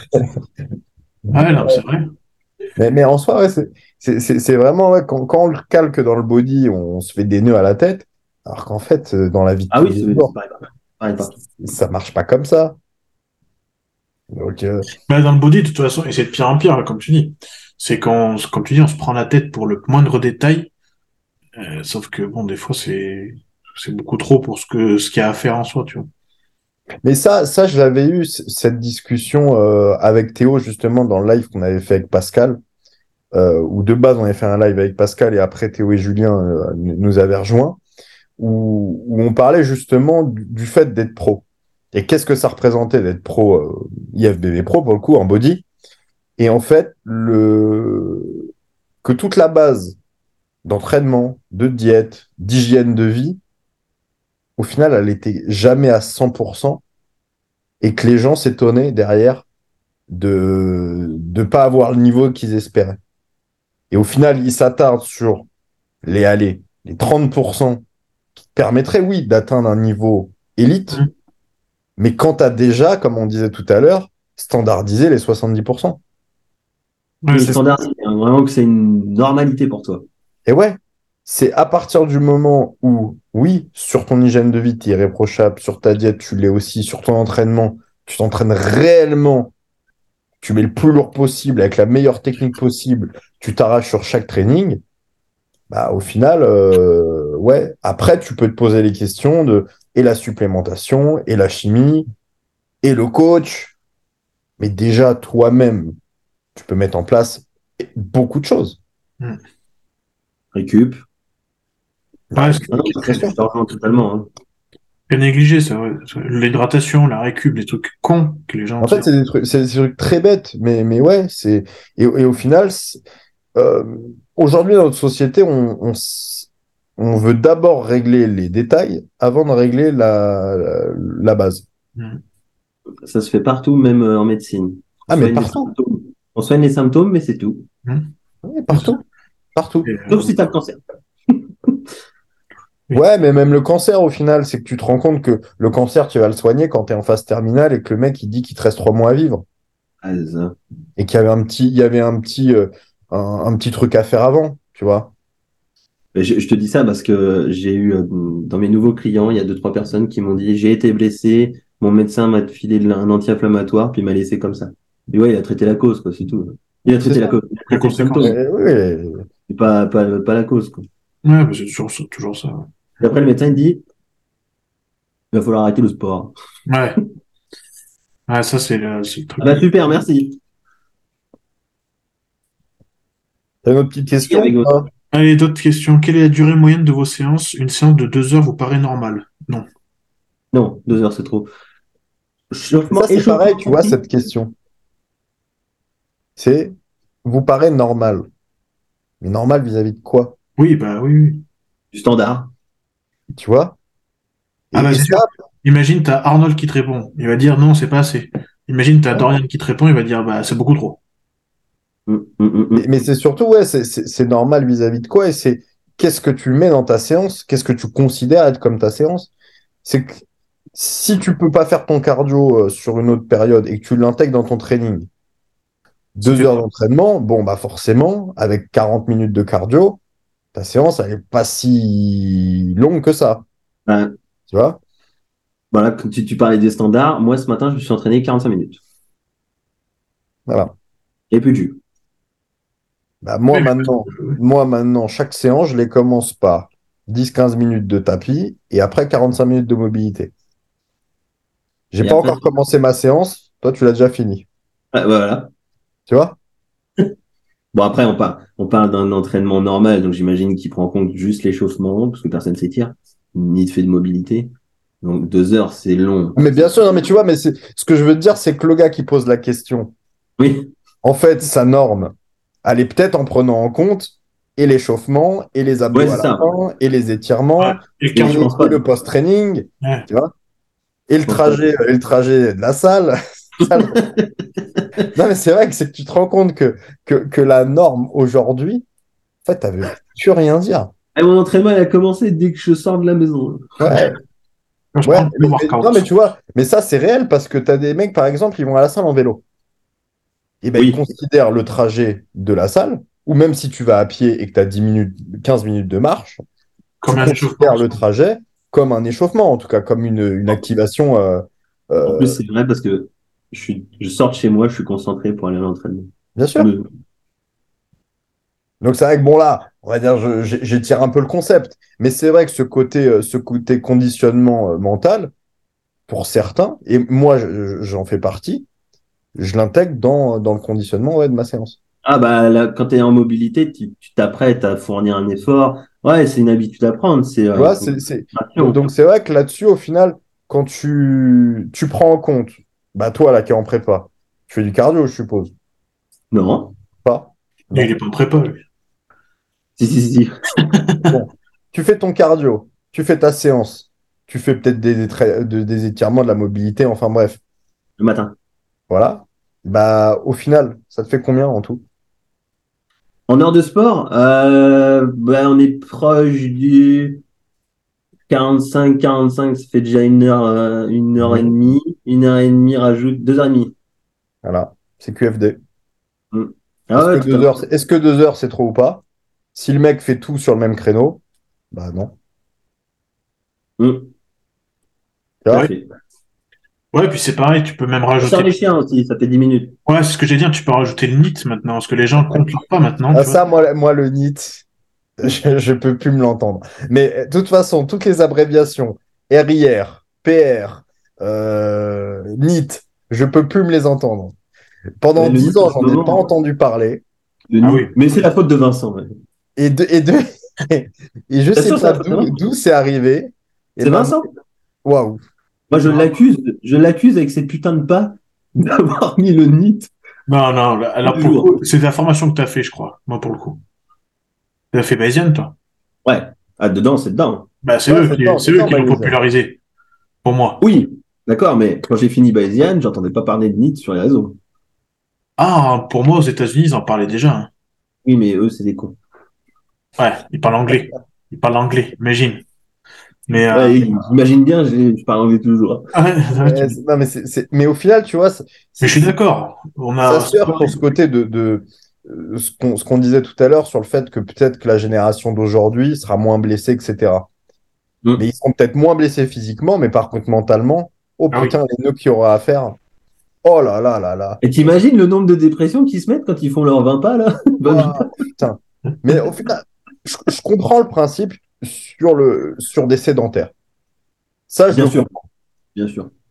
Ouais, non, c'est vrai. Mais, mais en soi, ouais, c'est c'est- c'est- c'est vraiment, ouais, quand, quand on le calque dans le body, on se fait des nœuds à la tête, alors qu'en fait, euh, dans la vie de Ah tous oui, les c'est c'est jours, pareil pas. Pareil pas. ça marche pas comme ça. Donc, euh, Mais dans le body, de toute façon, et c'est de pire en pire, là, comme tu dis. C'est quand, comme tu dis, on se prend la tête pour le moindre détail. Euh, sauf que, bon, des fois, c'est, c'est beaucoup trop pour ce que, ce qu'il y a à faire en soi, tu vois. mais ça, ça, je l'avais eu, c- cette discussion euh, avec Théo, justement, dans le live qu'on avait fait avec Pascal, euh, où de base, on avait fait un live avec Pascal et après, Théo et Julien euh, nous avaient rejoints, où, où on parlait justement du, du fait d'être pro. Et qu'est-ce que ça représentait d'être pro, euh, I F B B pro, pour le coup, en body. Et en fait, le... que toute la base d'entraînement, de diète, d'hygiène de vie, au final, elle était jamais à cent pour cent et que les gens s'étonnaient derrière de ne pas avoir le niveau qu'ils espéraient. Et au final, ils s'attardent sur les allées, les trente pour cent qui permettraient, oui, d'atteindre un niveau élite, Mm. mais quand tu as déjà, comme on disait tout à l'heure, standardisé les soixante-dix pour cent. Ouais, Oui, c'est ça. standard, c'est vraiment que c'est une normalité pour toi. Et ouais, c'est à partir du moment où, oui, sur ton hygiène de vie, tu es irréprochable, sur ta diète, tu l'es aussi, sur ton entraînement, tu t'entraînes réellement, tu mets le plus lourd possible, avec la meilleure technique possible, tu t'arraches sur chaque training, bah au final, euh, ouais, après, tu peux te poser les questions de et la supplémentation, et la chimie, et le coach, mais déjà, toi-même, tu peux mettre en place beaucoup de choses. Mm. Récup. La Ouais, c'est Ah non, récupération, bien je sûr. te rejoins totalement. Hein. c'est négligé, ça, ouais. L'hydratation, la récup, des trucs cons que les gens, En tu fait, sais. c'est des trucs, c'est des trucs très bêtes, mais, mais ouais, c'est. Et, et au final, c'est- euh, aujourd'hui, dans notre société, on, on, s- on veut d'abord régler les détails avant de régler la, la, la base. Mm. Ça se fait partout, même euh, en médecine. On Ah, mais soigne les partout. symptômes. On soigne les symptômes, mais c'est tout. Mm. Oui, Ouais, c'est ça. partout. Partout. Et, Sauf euh, si tu as le cancer. oui. Ouais, mais même le cancer, au final, c'est que tu te rends compte que le cancer, tu vas le soigner quand tu es en phase terminale et que le mec, il dit qu'il te reste trois mois à vivre. Ah, c'est ça. Et qu'il y avait un petit, il y avait un petit, euh, un, un petit truc à faire avant, tu vois. Mais Je, je te dis ça parce que j'ai eu, euh, dans mes nouveaux clients, il y a deux, trois personnes qui m'ont dit, j'ai été blessé, mon médecin m'a filé de la- un anti-inflammatoire, puis il m'a laissé comme ça. Et ouais, il a traité la cause, quoi, c'est tout. Il a C'est traité la ça. cause, il a Les traité le conséquences. symptôme, Euh, oui. et pas, pas, pas la cause, quoi. Ouais, bah, c'est toujours, ça- toujours ça. Et après, le médecin, il dit, il va falloir arrêter le sport. Ouais. Ah, ça, c'est le, c'est le truc. Ah bah super, merci. T'as une autre petite Si, question? avec votre- Hein. Allez, d'autres questions. Quelle est la durée moyenne de vos séances? Une séance de deux heures vous paraît normale? Non. Non, deux heures, c'est trop. Ça, Chauffement, c'est pareil, échauffement tu vois, compris cette question. C'est, vous paraît normal. Mais normal vis-à-vis de quoi? Oui, bah oui, oui. du standard. Tu vois? Ah bah Et, et c'est ça, sûr. Imagine, t'as Arnold qui te répond. Il va dire non, c'est pas assez. Imagine, t'as Dorian qui te répond, il va dire bah c'est beaucoup trop. Hum, hum, hum, mais, hum. mais c'est surtout, ouais, c'est c'est- c'est normal vis-à-vis de quoi? Et c'est qu'est-ce que tu mets dans ta séance? Qu'est-ce que tu considères être comme ta séance? C'est que si tu peux pas faire ton cardio euh, sur une autre période et que tu l'intègres dans ton training, Ça deux fait heures pas. d'entraînement, bon, bah forcément, avec quarante minutes de cardio, ta séance, elle est pas si longue que ça. Bah, Tu vois? voilà, comme tu, tu parlais des standards, moi ce matin je me suis entraîné quarante-cinq minutes. Voilà. Et plus de jus. Bah, moi, Oui, mais parce maintenant, que, oui. moi, maintenant, chaque séance, je les commence par dix quinze minutes de tapis et après quarante-cinq minutes de mobilité. J'ai Et pas après, encore commencé ma séance. Toi, tu l'as déjà fini. ouais, voilà. Tu vois? Bon, après, on parle, on parle d'un entraînement normal, donc j'imagine qu'il prend en compte juste l'échauffement, parce que personne ne s'étire, ni de fait de mobilité. Donc deux heures, c'est long. Mais bien sûr, non, mais tu vois, mais c'est ce que je veux te dire, c'est que le gars qui pose la question, Oui, en fait, sa norme, elle est peut-être en prenant en compte et l'échauffement, et les ouais, abdos à c'est la ça. fin, et les Ouais. étirements, Et le Mais je et, cardio. pense et pas. le post-training, Ouais. tu vois, et Je le pense pas. trajet, et le trajet de la salle. Ça, le- Non, mais c'est vrai que c'est que tu te rends compte que, que, que la norme aujourd'hui, en fait, elle veut plus rien dire. Et mon entraînement, il a commencé dès que je sors de la maison. Ouais, Moi, je ouais, prends le mais, mais- non, mais workout. tu vois, mais ça, c'est réel parce que tu as des mecs, par exemple, ils vont à la salle en vélo. Et ben, ils Oui, considèrent le trajet de la salle, ou même si tu vas à pied et que tu as dix minutes, quinze minutes de marche, tu Comme un échauffement. considères le trajet comme un échauffement, en tout cas comme une, une activation. euh, en plus, euh, c'est vrai parce que je suis, je sors de chez moi, je suis concentré pour aller à l'entraînement. bien sûr. Le- Donc c'est vrai que bon là, on va dire, je- j'ai- j'étire un peu le concept, mais c'est vrai que ce côté, euh, ce côté conditionnement euh, mental, pour certains, et moi je- je- j'en fais partie, je l'intègre dans, dans le conditionnement ouais, de ma séance. Ah bah là, quand tu es en mobilité, tu tu t'apprêtes à fournir un effort. Ouais, c'est une habitude à prendre, c'est Tu euh, vois, faut- c'est, c'est... Donc passion. donc c'est vrai que là-dessus, au final, quand tu, tu prends en compte, bah toi là qui es en prépa, tu fais du cardio, je suppose. Non. Pas? Il est Non. pas en prépa, lui. Si, si, si. si. Bon, tu fais ton cardio, tu fais ta séance, tu fais peut-être des, des, tra- de- des étirements, de la mobilité, enfin bref, Le matin. voilà. Bah au final, ça te fait combien en tout? En heure de sport, euh, bah, on est proche du quarante-cinq, quarante-cinq, ça fait déjà une heure, euh, une heure et Mhm. demie. Une heure et demie rajoute deux heures et demie. Voilà, c'est Q F D. Mm. Ah Est-ce que ouais, tout à deux heures, c'est- est-ce que deux heures c'est trop ou pas? Si le mec fait tout sur le même créneau, bah non. fait. Mm. Tu Tout à Ouais. vois. fait. Ouais, puis c'est pareil, tu peux même Je sors rajouter. les chiens aussi, ça fait dix minutes. Ouais, c'est ce que j'ai dit, tu peux rajouter le N I T maintenant, parce que les gens comptent leur pas maintenant, Ah, tu vois. ça, moi, moi le N I T, je, je peux plus me l'entendre. Mais euh, de toute façon, toutes les abréviations, R I R, P R, euh, N I T, je peux plus me les entendre. Pendant Ouais, le nid, dix en ans, ce j'en ai pas moment, entendu parler. le Ah oui. nid. Mais c'est la faute de Vincent. Ouais. Et, de, et, de, et je sais T'assures, c'est pas la faute de d'où Vincent? d'où c'est arrivé. Et C'est maintenant, Vincent? waouh. Moi, je Non, l'accuse, je l'accuse avec ses putains de pas d'avoir mis le nid non, non, là- tous alors les pour le jours. coup, c'est la formation que tu as fait, je crois, moi pour le coup. Tu as fait Bayesian, toi. Ouais. Ah, dedans, c'est dedans. Bah, c'est Ouais, eux c'est qui, fort, c'est c'est eux fort, qui l'ont Bayesian. popularisé, pour moi. Oui, d'accord, mais quand j'ai fini Bayesian, j'entendais pas parler de nid sur les réseaux. Ah, pour moi, aux États-Unis, ils en parlaient déjà, hein. Oui, mais eux, c'est des cons. Ouais, ils parlent anglais. Ils parlent anglais, imagine. Mais, euh, Ouais, j'imagine bien, j'ai- je parle anglais tous les jours. ouais, ouais, Mais, tu- non, mais, c'est, c'est- mais au final, tu vois, c'est, mais je c'est- suis d'accord. On ça a, c'est surfe sur pareil. ce côté de, de euh, ce qu'on ce qu'on disait tout à l'heure sur le fait que peut-être que la génération d'aujourd'hui sera moins blessée, et cetera. Mais Hmm. ils seront peut-être moins blessés physiquement, mais par contre mentalement, oh Ah oui. putain, les nœuds qu'il y aura à faire. Oh là là là là. Et t'imagines le nombre de dépressions qu'ils se mettent quand ils font leurs vingt pas, là? vingt Ouah, minutes. putain. Mais au final, je, je comprends le principe sur, le, sur des sédentaires. Ça, je Bien le sûr, comprends. bien sûr.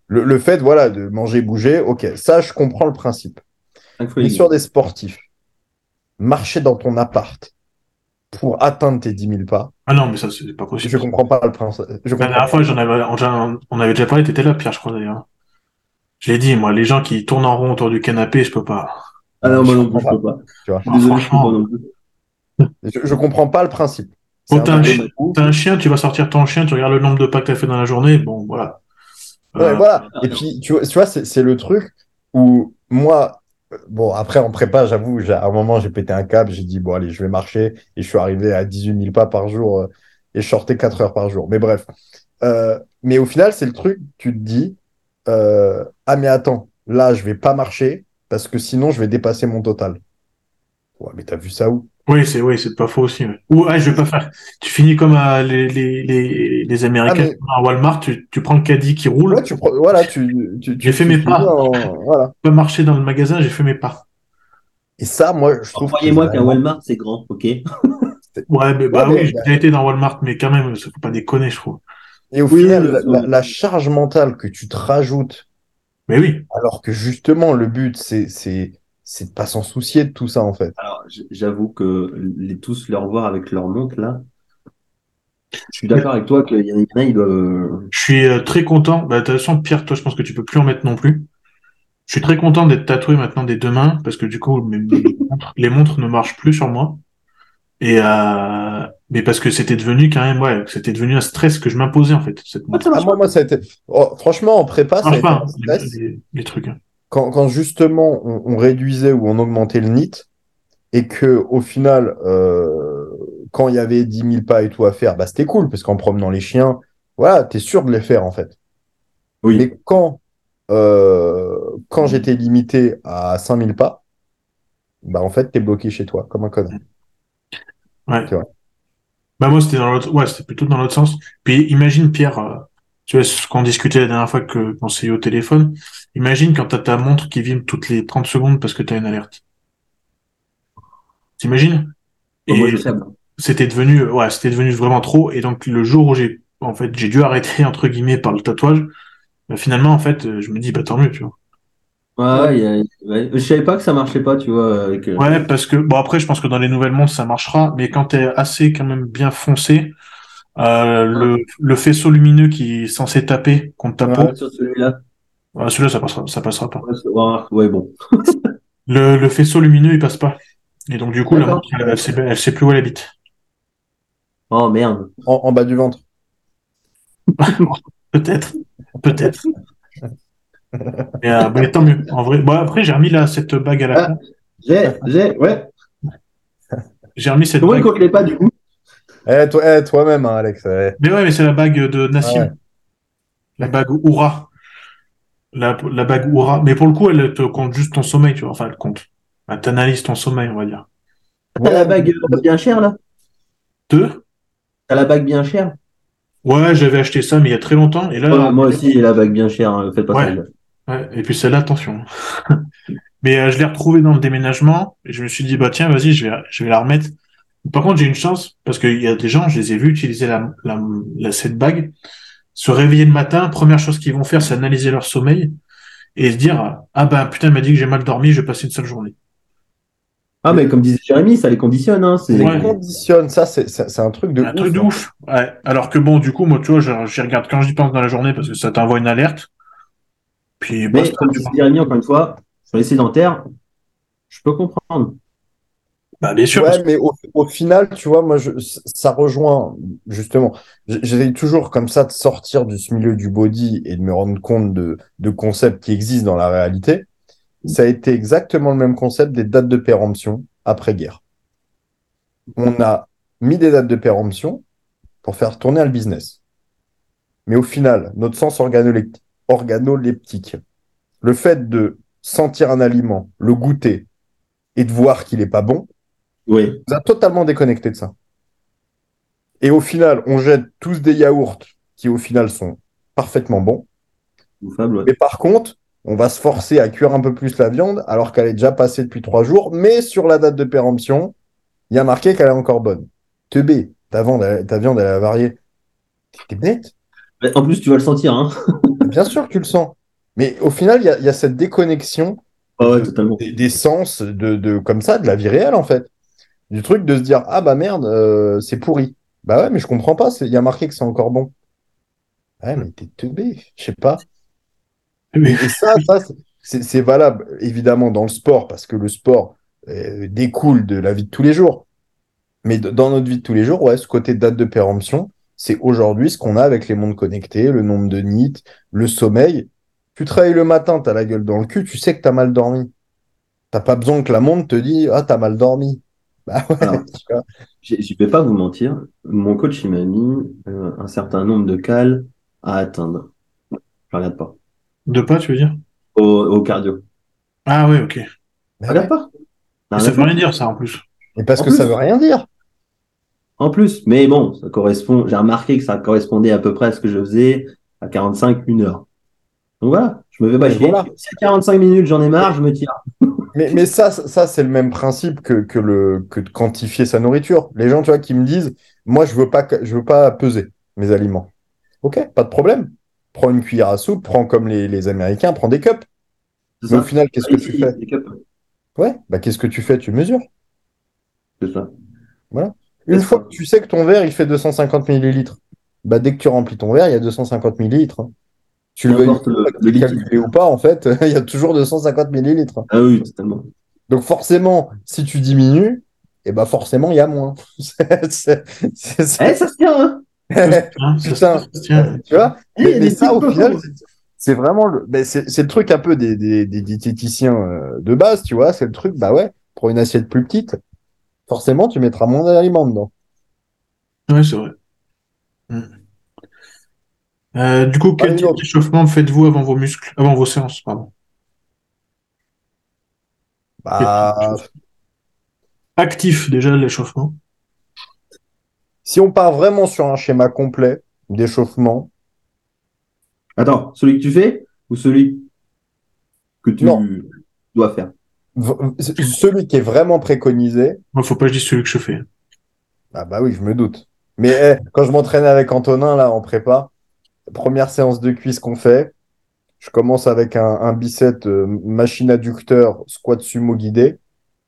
Le, le fait, voilà, de manger, bouger, ok, ça, je comprends le principe. Cinq fois Mais et demi. sur des sportifs, marcher dans ton appart pour atteindre tes dix mille pas, Ah non, mais ça, c'est pas possible. je comprends pas le principe. Je La comprends dernière pas. fois, j'en avais, on on avait déjà parlé, t'étais là, Pierre, je crois d'ailleurs. Je l'ai dit, moi, les gens qui tournent en rond autour du canapé, je peux pas. Ah non, Je moi non plus, comprends je peux pas. pas. Tu vois. Je suis Alors, désolé, je peux pas franchement, non plus. Je, je comprends pas le principe. C'est bon, un t'as un, truc de chi- fou. t'as un chien, tu vas sortir ton chien, tu regardes le nombre de pas que t'as fait dans la journée, bon, voilà. Ouais, Euh, voilà. Et puis, tu vois, tu vois, c'est c'est le truc où moi, euh, bon, après, en prépa, j'avoue, j'ai- à un moment, j'ai pété un câble, j'ai dit, bon, allez, je vais marcher. Et je suis arrivé à dix-huit mille pas par jour euh, et je sortais quatre heures par jour. Mais bref. Euh, mais au final, c'est le truc, tu te dis, euh, ah, mais attends, là, je vais pas marcher parce que sinon, je vais dépasser mon total. Ouais, mais t'as vu ça où? oui, c'est, oui, c'est pas faux aussi, ouais. Ou, ah, je vais pas faire. Tu finis comme euh, les, les, les, les Ah, Américains mais à Walmart, tu, tu prends le caddie qui ouais, roule, tu, pro- voilà, tu, tu, j'ai tu, fait tu mes finis pas. en. Voilà. Pas marcher dans le magasin, j'ai fait mes pas. Et ça, moi, je trouve que Croyez-moi qu'un vraiment. Walmart, c'est grand, ok? c'est- Ouais, mais Ouais, bah mais oui, j'ai déjà été dans Walmart, mais quand même, ça faut pas déconner, je trouve. et au Oui, oui, final, bien la, sûr. la- la charge mentale que tu te rajoutes, Mais oui. alors que justement, le but, c'est, c'est, c'est de pas s'en soucier de tout ça, en fait. Alors, j- j'avoue que les tous les revoir avec leur montre, là, je suis d'accord avec toi qu'il y en a, il y en a, ils doivent. Je suis euh, très content. Bah, de toute façon, Pierre, toi, je pense que tu peux plus en mettre non plus. Je suis très content d'être tatoué maintenant des deux mains parce que du coup, mes- mes montres- les montres ne marchent plus sur moi. Et euh, mais parce que c'était devenu quand même, ouais, c'était devenu un stress que je m'imposais en fait, cette Ah, ça montre. Ah, marche moi, pas. moi, ça a été. Oh, franchement, en prépa, Ça ça a marche été pas, un hein, les, stress les- les trucs, hein. quand, quand justement on, on réduisait ou on augmentait le N I T et que au final, euh, quand il y avait dix mille pas et tout à faire, bah, c'était cool parce qu'en promenant les chiens, voilà, t'es sûr de les faire, en fait. Oui. Mais quand, euh, quand j'étais limité à cinq mille pas, bah, en fait, t'es bloqué chez toi, comme un connard. Ouais. Tu vois. Bah moi, c'était dans l'autre, ouais, c'était plutôt dans l'autre sens. Puis imagine Pierre, euh, tu vois, ce qu'on discutait la dernière fois que qu'on s'est eu au téléphone. Imagine quand t'as ta montre qui vibre toutes les trente secondes parce que t'as une alerte. T'imagines? Bon, moi, Et je sais. c'était devenu, ouais, c'était devenu vraiment trop. Et donc le jour où j'ai, en fait, j'ai dû arrêter entre guillemets par le tatouage, bah, finalement, en fait, euh, je me dis, bah tant mieux, tu vois. Ouais, Ouais. ouais, il y a- ouais. Je savais pas que ça marchait pas, tu vois, avec. euh, Ouais, parce que bon après, je pense que dans les nouvelles montres ça marchera, mais quand t'es assez quand même bien foncé, euh, Ah, le le faisceau lumineux qui est censé taper contre ta peau, Ouais. sur celui-là. ouais, celui-là ça passera, ça passera pas. Ouais, c'est- ouais, ouais, bon. Le le faisceau lumineux il passe pas, et donc du coup la montre D'accord. elle, elle sait elle sait plus où elle habite. Oh merde. En, en bas du ventre. Peut-être, peut-être. Mais, euh, mais tant mieux. En vrai, bon après j'ai remis là cette bague à la Ah, con. j'ai, j'ai, ouais. J'ai remis cette Comment il bague. compte les pas, du coup? Eh, toi, eh, toi-même, hein, Alex. eh. Mais ouais, mais c'est la bague de Ouais. Nassim, la bague Oura. La, la bague Oura. Mais pour le coup, elle te compte juste ton sommeil, tu vois. Enfin, elle compte. Elle t'analyse ton sommeil, on va dire. T'as la Ouais, bague euh, mais- bien chère, là? Deux. T'as la bague bien chère? Ouais, j'avais acheté ça, mais il y a très longtemps. Et là, Ouais, en- moi aussi, j'ai la bague bien chère, hein, faites pas ça, les ouais. gars. Ouais. Et puis celle-là, attention. Mais euh, je l'ai retrouvée dans le déménagement. Et je me suis dit, bah tiens, vas-y, je vais, je vais la remettre. Par contre, j'ai une chance, parce qu'il y a des gens, je les ai vus utiliser la, la, la- cette bague, se réveiller le matin, première chose qu'ils vont faire, c'est analyser leur sommeil et se dire, ah ben putain, il m'a dit que j'ai mal dormi, je vais passer une seule journée. Ah, mais comme disait Jérémy, ça les conditionne, hein. Ça les Ouais. C'est. conditionne, ça, c'est c'est- c'est un truc de Un truc ouf, de hein. ouf. Ouais. Alors que bon, du coup, moi, tu vois, je, j'y regarde quand j'y pense dans la journée parce que ça t'envoie une alerte. Puis Mais basta, comme tu disait vois. Jérémy, encore une fois, sur les sédentaires, je peux comprendre. Bah, bien sûr, parce Ouais, que mais au, au final, tu vois, moi, je, ça rejoint, justement, j- j'essaie toujours comme ça de sortir de ce milieu du body et de me rendre compte de, de concepts qui existent dans la réalité. Ça a été exactement le même concept des dates de péremption après-guerre. On a mis des dates de péremption pour faire tourner le business. Mais au final, notre sens organoleptique, organoleptique, le fait de sentir un aliment, le goûter et de voir qu'il n'est pas bon, Oui, nous a totalement déconnecté de ça. Et au final, on jette tous des yaourts qui, au final, sont parfaitement bons. bouffable, ouais. Mais par contre, on va se forcer à cuire un peu plus la viande alors qu'elle est déjà passée depuis trois jours. Mais sur la date de péremption, il y a marqué qu'elle est encore bonne. Teubé, ta viande, elle- ta viande, elle a varié. T'es bête. Mais en plus, tu vas le sentir, hein. Bien sûr que tu le sens. Mais au final, il y a, il y a cette déconnexion Ah ouais, de, totalement. des, des sens de, de, comme ça, de la vie réelle, en fait. Du truc de se dire, ah bah merde, euh, c'est pourri. Bah ouais, mais je comprends pas, c'est- il y a marqué que c'est encore bon. Ouais, mais t'es teubé, je sais pas. Mais, Et, et ça, ça c'est c'est- c'est valable, évidemment, dans le sport, parce que le sport euh, découle de la vie de tous les jours. Mais d- dans notre vie de tous les jours, ouais, ce côté date de péremption, c'est aujourd'hui ce qu'on a avec les mondes connectés, le nombre de nits, le sommeil. Tu travailles le matin, t'as la gueule dans le cul, tu sais que t'as mal dormi. T'as pas besoin que la montre te dise, ah, t'as mal dormi. Bah ouais, Alors, tu vois. je ne vais pas vous mentir, mon coach, il m'a mis euh, un certain nombre de cales à atteindre. Je regarde pas. de pas, tu veux dire? Au, au cardio. Ah ouais, ok. Bah Regarde ouais. pas. T'as Mais rien ça à veut rien foutre. dire, ça, en plus. Et parce En que ça veut plus, rien dire. en plus. Mais bon, ça correspond. J'ai remarqué que ça correspondait à peu près à ce que je faisais à quarante-cinq, une heure. Donc voilà, je me fais pas Mais chier. voilà. Si à quarante-cinq minutes, j'en ai marre, je me tire. Mais, mais ça, ça c'est le même principe que, que, le, que de quantifier sa nourriture. Les gens, tu vois, qui me disent, moi, je veux pas, que- je veux pas peser mes aliments. Ok, pas de problème. Prends une cuillère à soupe, prends comme les, les Américains, prends des cups. C'est Mais au ça? final, qu'est-ce Ah, que tu ici, fais? les cups. Ouais, bah qu'est-ce que tu fais? Tu mesures. C'est ça. Voilà. Une Laisse fois que pas. tu sais que ton verre, il fait deux cent cinquante millilitres, bah dès que tu remplis ton verre, il y a deux cent cinquante millilitres. Hein. Tu le veuilles ou N'importe le, pas, que le tu aies liquide. calculé ou pas, en fait, il y a toujours deux cent cinquante millilitres. Hein. Ah oui, totalement. Donc forcément, si tu diminues, et bah forcément, il y a moins. C'est- c'est- c'est- Eh, c'est- ça se tient, hein? Ça se tient, ça se tient, Putain, ça se tient. tu vois? Eh, il y Mais, a mais des ça, petits au final, points. c'est c'est vraiment le, ben, c'est c'est le truc un peu des, des, des diététiciens euh, de base, tu vois? C'est le truc, bah ouais, pour une assiette plus petite, forcément, tu mettras moins d'aliments dedans. Ouais, c'est vrai. Mm. Euh, du coup, Ah, quel une type autre. d'échauffement faites-vous avant vos muscles, avant vos séances, pardon. Quel type Bah, d'échauffement? Actif, déjà, l'échauffement. si on part vraiment sur un schéma complet d'échauffement, Attends, celui que tu fais ou celui que non, tu dois faire? v- celui qui est vraiment préconisé, Moi, faut pas que je dise celui que je fais. ah bah oui, je me doute. Mais eh, quand je m'entraînais avec Antonin, là, en prépa, première séance de cuisse qu'on fait, je commence avec un, un bicep euh, machine adducteur, squat sumo guidé.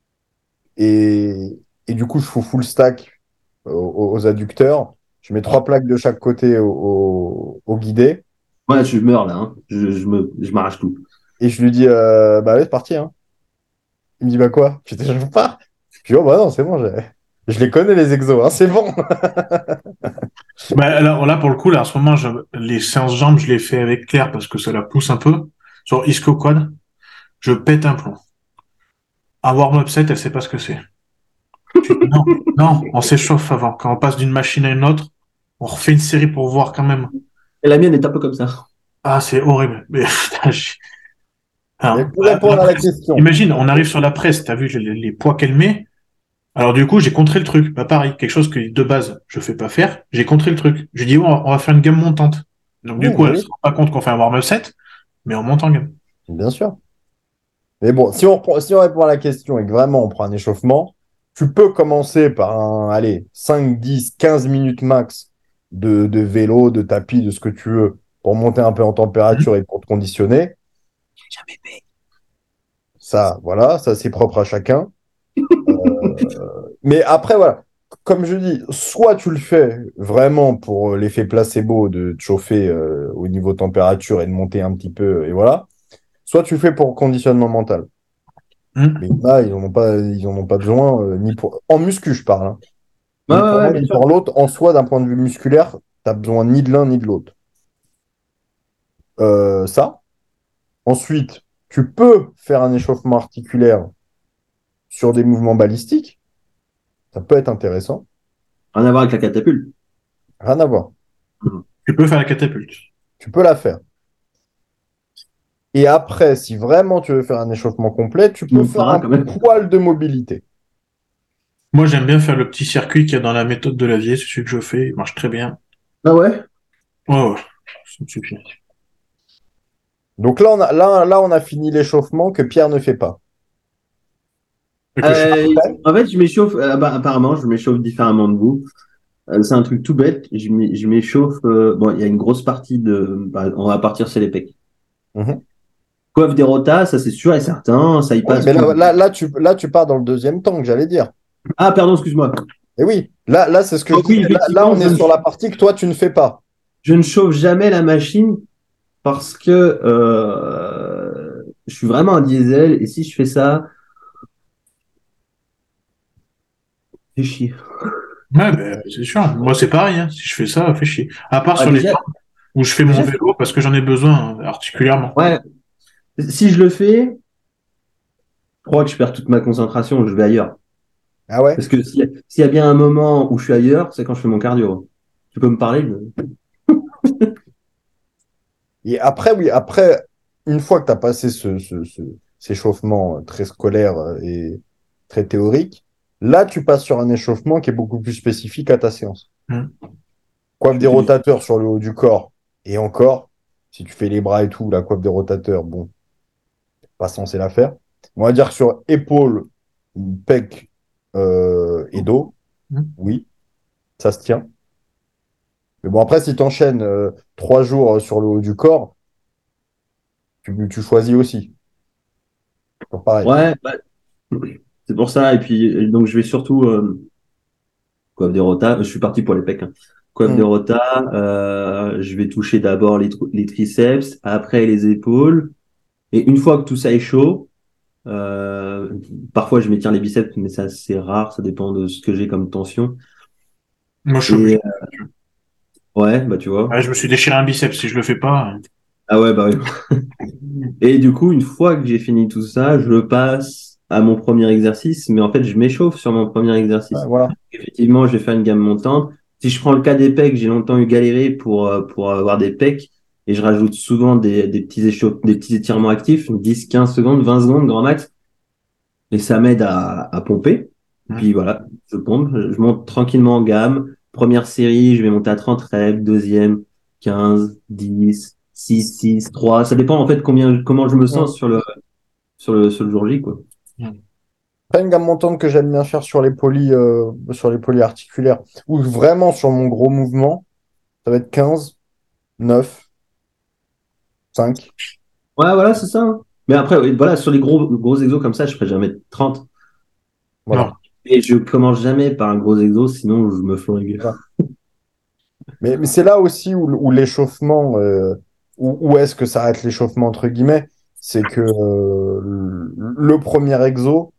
Et, et du coup, je fais full stack aux, aux adducteurs. Je mets trois plaques de chaque côté au, au, au guidé. Moi, je meurs là, hein. Je, je me, je m'arrache tout. Et je lui dis, euh, bah allez, c'est parti. Hein. Il me dit, bah quoi? Je dis, je veux pas. Je dis, oh bah non, c'est bon, j'ai- je les connais les exos, hein, c'est bon. Bah, alors là, pour le coup, là, en ce moment, je- les séances jambes, je les fais avec Claire parce que ça la pousse un peu. Sur Isco Quad, je pète un plomb. Un warm-up set, elle sait pas ce que c'est. Je dis, non, non, on s'échauffe avant. Quand on passe d'une machine à une autre, on refait une série pour voir quand même. Et la mienne est un peu comme ça. Ah, c'est horrible. Mais, putain, je- Mais alors, pour la, la répondre à la presse, question, imagine, on arrive sur la presse, t'as vu les, les poids qu'elle met. Alors du coup, j'ai contré le truc. Bah pareil, quelque chose que de base, je fais pas faire. J'ai contré le truc. J'ai dit, oh, on va faire une gamme montante. Donc du oui, coup, bah elle oui, se rend pas compte qu'on fait un warm-up set, mais on monte en gamme. bien sûr. Mais bon, si on, reprend- si on répond à la question et que vraiment on prend un échauffement, tu peux commencer par un, allez, cinq, dix, quinze minutes max de, de vélo, de tapis, de ce que tu veux, pour monter un peu en température Mhm. et pour te conditionner. Jamais fait. Ça, voilà, ça c'est propre à chacun. Mais après, voilà, comme je dis, soit tu le fais vraiment pour l'effet placebo de te chauffer euh, au niveau température et de monter un petit peu, et voilà. Soit tu le fais pour conditionnement mental. Mais Mhm. là, ils n'en ont pas, ils en ont pas besoin, euh, ni pour... En muscu, je parle. Hein. Ouais, Ni ouais, pour ouais, l'un, bien ni sûr. pour l'autre. En soi, d'un point de vue musculaire, tu n'as besoin ni de l'un, ni de l'autre. Euh, ça. Ensuite, tu peux faire un échauffement articulaire sur des mouvements balistiques. Ça peut être intéressant. Rien à voir avec la catapulte. Rien à voir. Mhm. Tu peux faire la catapulte. Tu peux la faire. Et après, si vraiment tu veux faire un échauffement complet, tu Tu peux faire montreras un quand même. poil de mobilité. Moi, j'aime bien faire le petit circuit qu'il y a dans la méthode de Lavier, c'est celui que je fais, il marche très bien. Ah ouais? Ouais, ouais, ça me suffit. Donc là, on a, là, là, on a fini l'échauffement que Pierre ne fait pas. Et que je fais. Euh, en fait, je m'échauffe, euh, bah, apparemment, je m'échauffe différemment de vous. Euh, c'est un truc tout bête. Je m'é- je m'échauffe. Euh, bon, il y a une grosse partie de. Bah, on va partir, c'est les pecs. Mhm. Coiffe des rotas, ça c'est sûr et certain, ça y Oui, passe. mais là, tout- là, là, tu, là, tu pars dans le deuxième temps que j'allais dire. Ah, pardon, excuse-moi. Et oui, là, là, c'est ce que je Donc oui, disais. Là, là, effectivement, on je est ne, sur la partie que toi, tu ne fais pas. je ne chauffe jamais la machine parce que euh, je suis vraiment un diesel et si je fais ça, c'est chier. Ouais, ben, c'est sûr. Moi, c'est pareil, hein. Si je fais ça, ça fait chier. À part Ah, sur les déjà, temps où je fais mon déjà, vélo parce que j'en ai besoin, hein, particulièrement. ouais, si je le fais, je crois que je perds toute ma concentration, je vais ailleurs. Ah ouais? Parce que s'il y, a s'il y a bien un moment où je suis ailleurs, c'est quand je fais mon cardio. Tu peux me parler? je- Et après, oui, après, une fois que tu as passé ce, ce, ce- cet échauffement très scolaire euh, et très théorique, là, tu passes sur un échauffement qui est beaucoup plus spécifique à ta séance. Hum. Coiffe des Tu dis- rotateurs sur le haut du corps. Et encore, si tu fais les bras et tout, la coiffe des rotateurs, bon, pas censé la faire. On va dire que sur épaules, pec euh, et dos, Hum. oui, ça se tient. Mais bon, après, si tu enchaînes trois jours euh, sur le haut du corps, tu, tu choisis aussi. Toujours pareil. Ouais, bah, c'est pour ça. Et puis, donc, je vais surtout euh, coiffe des rotas. Je suis parti pour les pecs. Hein. Coiffe des Hmm. rotas. Euh, je vais toucher d'abord les, tr- les triceps, après les épaules. Et une fois que tout ça est chaud, euh, parfois je m'étire les biceps, mais ça c'est rare. Ça dépend de ce que j'ai comme tension. Moi, je suis obligé. Et euh, ouais, bah tu vois. Ouais, je me suis déchiré un biceps. Si je le fais pas, Ah ouais, bah oui. euh, Et du coup, une fois que j'ai fini tout ça, je passe à mon premier exercice, mais en fait, je m'échauffe sur mon premier Ouais, exercice. voilà. Effectivement, je vais faire une gamme montante. Si je prends le cas des pecs, j'ai longtemps eu galéré pour, euh, pour avoir des pecs et je rajoute souvent des, des petits échauff- des petits étirements actifs, dix, quinze secondes, vingt secondes, grand max. Et ça m'aide à, à pomper. Et hum. puis voilà, je pompe, je je monte tranquillement en gamme. Première série, je vais monter à trente reps, deuxième, quinze, dix, six, six, trois. Ça dépend en fait combien, comment je me Hmm. sens sur le, sur le, sur le jour J, quoi. Hum. Après, une gamme montante que j'aime bien faire sur les poly, euh, sur les polyarticulaires, ou vraiment sur mon gros mouvement, ça va être quinze, neuf, cinq. Ouais, voilà, c'est ça. Hein. Mais après, oui, voilà, sur les gros, gros exos comme ça, je ferai jamais trente. Voilà. Non. Et je commence jamais par un gros exo, sinon je me flingue. Voilà. Mais, mais c'est là aussi où, où l'échauffement, euh, où, où est-ce que ça arrête l'échauffement, entre guillemets, c'est que euh, le le premier exo,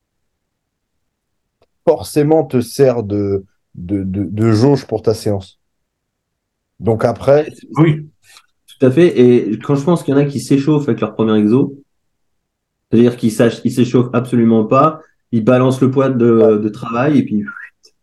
forcément, te sert de, de, de, de jauge pour ta séance. Donc après, Oui. Tout à fait. Et quand je pense qu'il y en a qui s'échauffent avec leur premier exo, c'est-à-dire qu'ils sachent, ils s'échauffent absolument pas, ils balancent le poids ouais. de, de travail et puis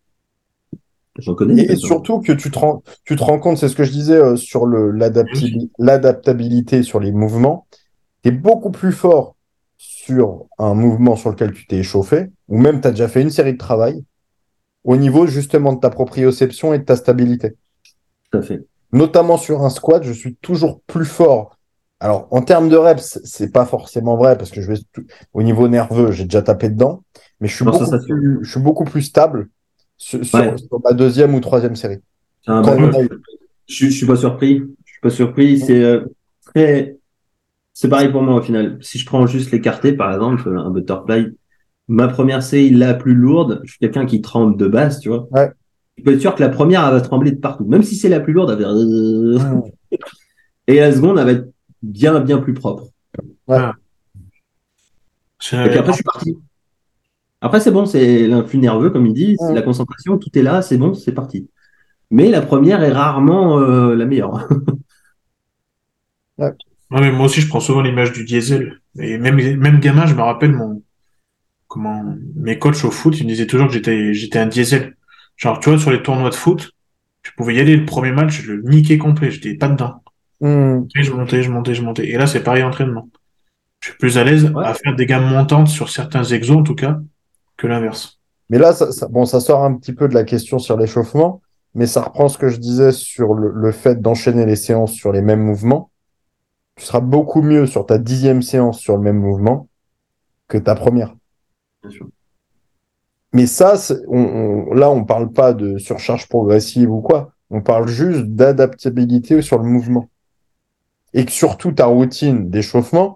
j'en connais des Et, et comme ça. surtout que tu te rends, tu te rends compte, c'est ce que je disais euh, sur le, l'adaptabi- l'adaptabilité sur les mouvements, tu es beaucoup plus fort sur un mouvement sur lequel tu t'es échauffé, ou même tu as déjà fait une série de travail, au niveau justement de ta proprioception et de ta stabilité. Tout à fait. Notamment sur un squat, je suis toujours plus fort. Alors, en termes de reps, c'est pas forcément vrai parce que je vais au niveau nerveux, j'ai déjà tapé dedans, mais je suis Dans beaucoup sensation. plus, je suis beaucoup plus stable sur, Ouais. sur, sur ma deuxième ou troisième série. Ah, Quand bah, il y en Ouais. a eu. je, je suis pas surpris. Je suis pas surpris. C'est euh, très, c'est pareil pour moi au final. Si je prends juste l'écarté, par exemple, un butterfly, ma première série la plus lourde, je suis quelqu'un qui tremble de base, tu vois. Ouais. Tu peux être sûr que la première, elle va trembler de partout. Même si c'est la plus lourde, elle va faire... euh, Mmh. Et la seconde, elle va être bien, bien plus propre. Ouais. Ah. Et puis C'est- après, je suis parti. Après, c'est bon, c'est l'influx nerveux, comme il dit, c'est Mmh. la concentration, tout est là, c'est bon, c'est parti. Mais la première est rarement euh, la meilleure. Ouais. Ouais, mais moi aussi, je prends souvent l'image du diesel. Et même, même gamin, je me rappelle mon, comment, mes coachs au foot, ils me disaient toujours que j'étais, j'étais un diesel. Genre, tu vois, sur les tournois de foot, je pouvais y aller le premier match, je le niquais complet, j'étais pas dedans. Mmh. Et je montais, je montais, je montais. Et là, c'est pareil entraînement. Je suis plus à l'aise Ouais, à faire des gammes montantes sur certains exos, en tout cas, que l'inverse. Mais là, ça, ça- bon, ça sort un petit peu de la question sur l'échauffement, mais ça reprend ce que je disais sur le, le fait d'enchaîner les séances sur les mêmes mouvements. Tu seras beaucoup mieux sur ta dixième séance sur le même mouvement que ta première. bien sûr. Mais ça, c'est- on, on- là, on parle pas de surcharge progressive ou quoi. On parle juste d'adaptabilité sur le mouvement. Et que surtout ta routine d'échauffement,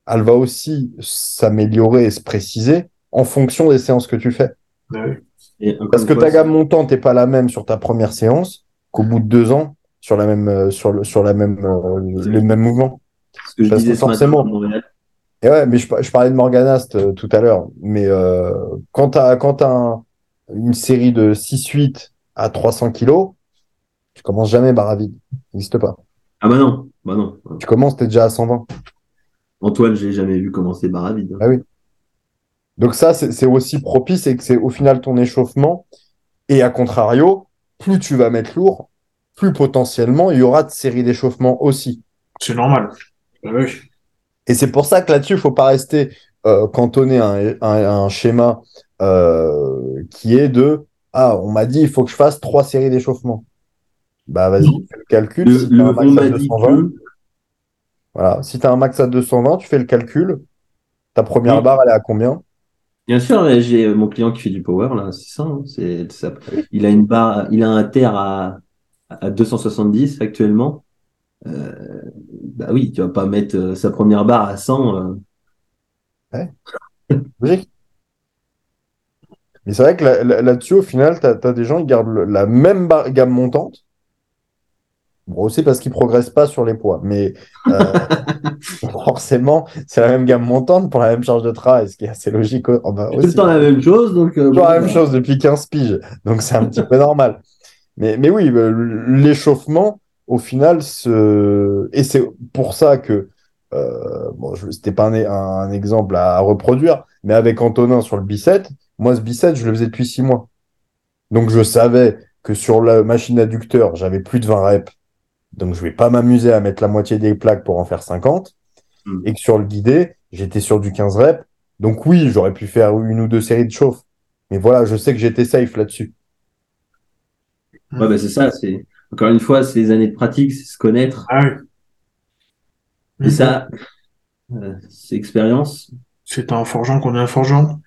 elle va aussi s'améliorer et se préciser en fonction des séances que tu fais. Ouais. Et encore Parce une que fois, ta c'est- gamme montante n'est pas la même sur ta première séance qu'au bout de deux ans sur la même, euh, sur le, sur la même, euh, les mêmes mouvements. ce que je Parce que disais ce matin à forcément, Montréal. et ouais, mais je, je parlais de Morganast euh, tout à l'heure, mais euh, quand tu as, quand t'as un- une série de six huit à trois cents kilos, tu commences jamais barre à vide. Ça n'existe pas. Ah bah non, bah non. Tu commences, tu es déjà à cent vingt. Antoine, j'ai jamais vu commencer barre à vide. Ah oui. Donc ça, c'est c'est aussi propice et que c'est au final ton échauffement. Et à contrario, plus tu vas mettre lourd, plus potentiellement il y aura de séries d'échauffement aussi. C'est normal. Ah oui. Et c'est pour ça que là-dessus, il ne faut pas rester euh, cantonné à un, à un schéma euh, qui est de Ah, on m'a dit il faut que je fasse trois séries d'échauffement. Bah vas-y, fais le calcul. Le, Si tu as un le on max à m'a dit deux cent vingt, que. voilà. Si tu as un max à deux cent vingt, tu fais le calcul. Ta première Oui, barre, elle est à combien? bien sûr, là, j'ai euh, mon client qui fait du power, là, c'est ça, hein, c'est ça. Il a une barre, il a un terre à, à deux cent soixante-dix actuellement. Euh, Bah oui, tu vas pas mettre euh, sa première barre à cent. euh. Ouais, logique. Mais c'est vrai que là- là- là-dessus, au final, tu as, des gens qui gardent le- la même bar- gamme montante. Bon, aussi parce qu'ils ne progressent pas sur les poids. Mais euh, forcément, c'est la même gamme montante pour la même charge de travail, ce qui est assez logique au- oh, bah, C'est tout le aussi. temps la même chose, donc euh, Toujours bon, la même bah, chose depuis quinze piges. Donc c'est un petit peu normal. Mais, mais oui, euh, l'échauffement, au final, ce... et c'est pour ça que, euh, bon, je... c'était pas un, un exemple à reproduire, mais avec Antonin sur le bicep, moi, ce bicep, je le faisais depuis six mois. Donc je savais que sur la machine adducteur, j'avais plus de vingt reps. Donc je vais pas m'amuser à mettre la moitié des plaques pour en faire cinquante. hmm. Et que sur le guidé, j'étais sur du quinze reps. Donc oui, j'aurais pu faire une ou deux séries de chauffe. Mais voilà, je sais que j'étais safe là-dessus. Ouais, bah, c'est ça, c'est encore une fois, c'est les années de pratique, c'est se connaître. Ah oui. Et Mhm. ça, euh, c'est expérience. C'est un forgeant qu'on est un forgeant.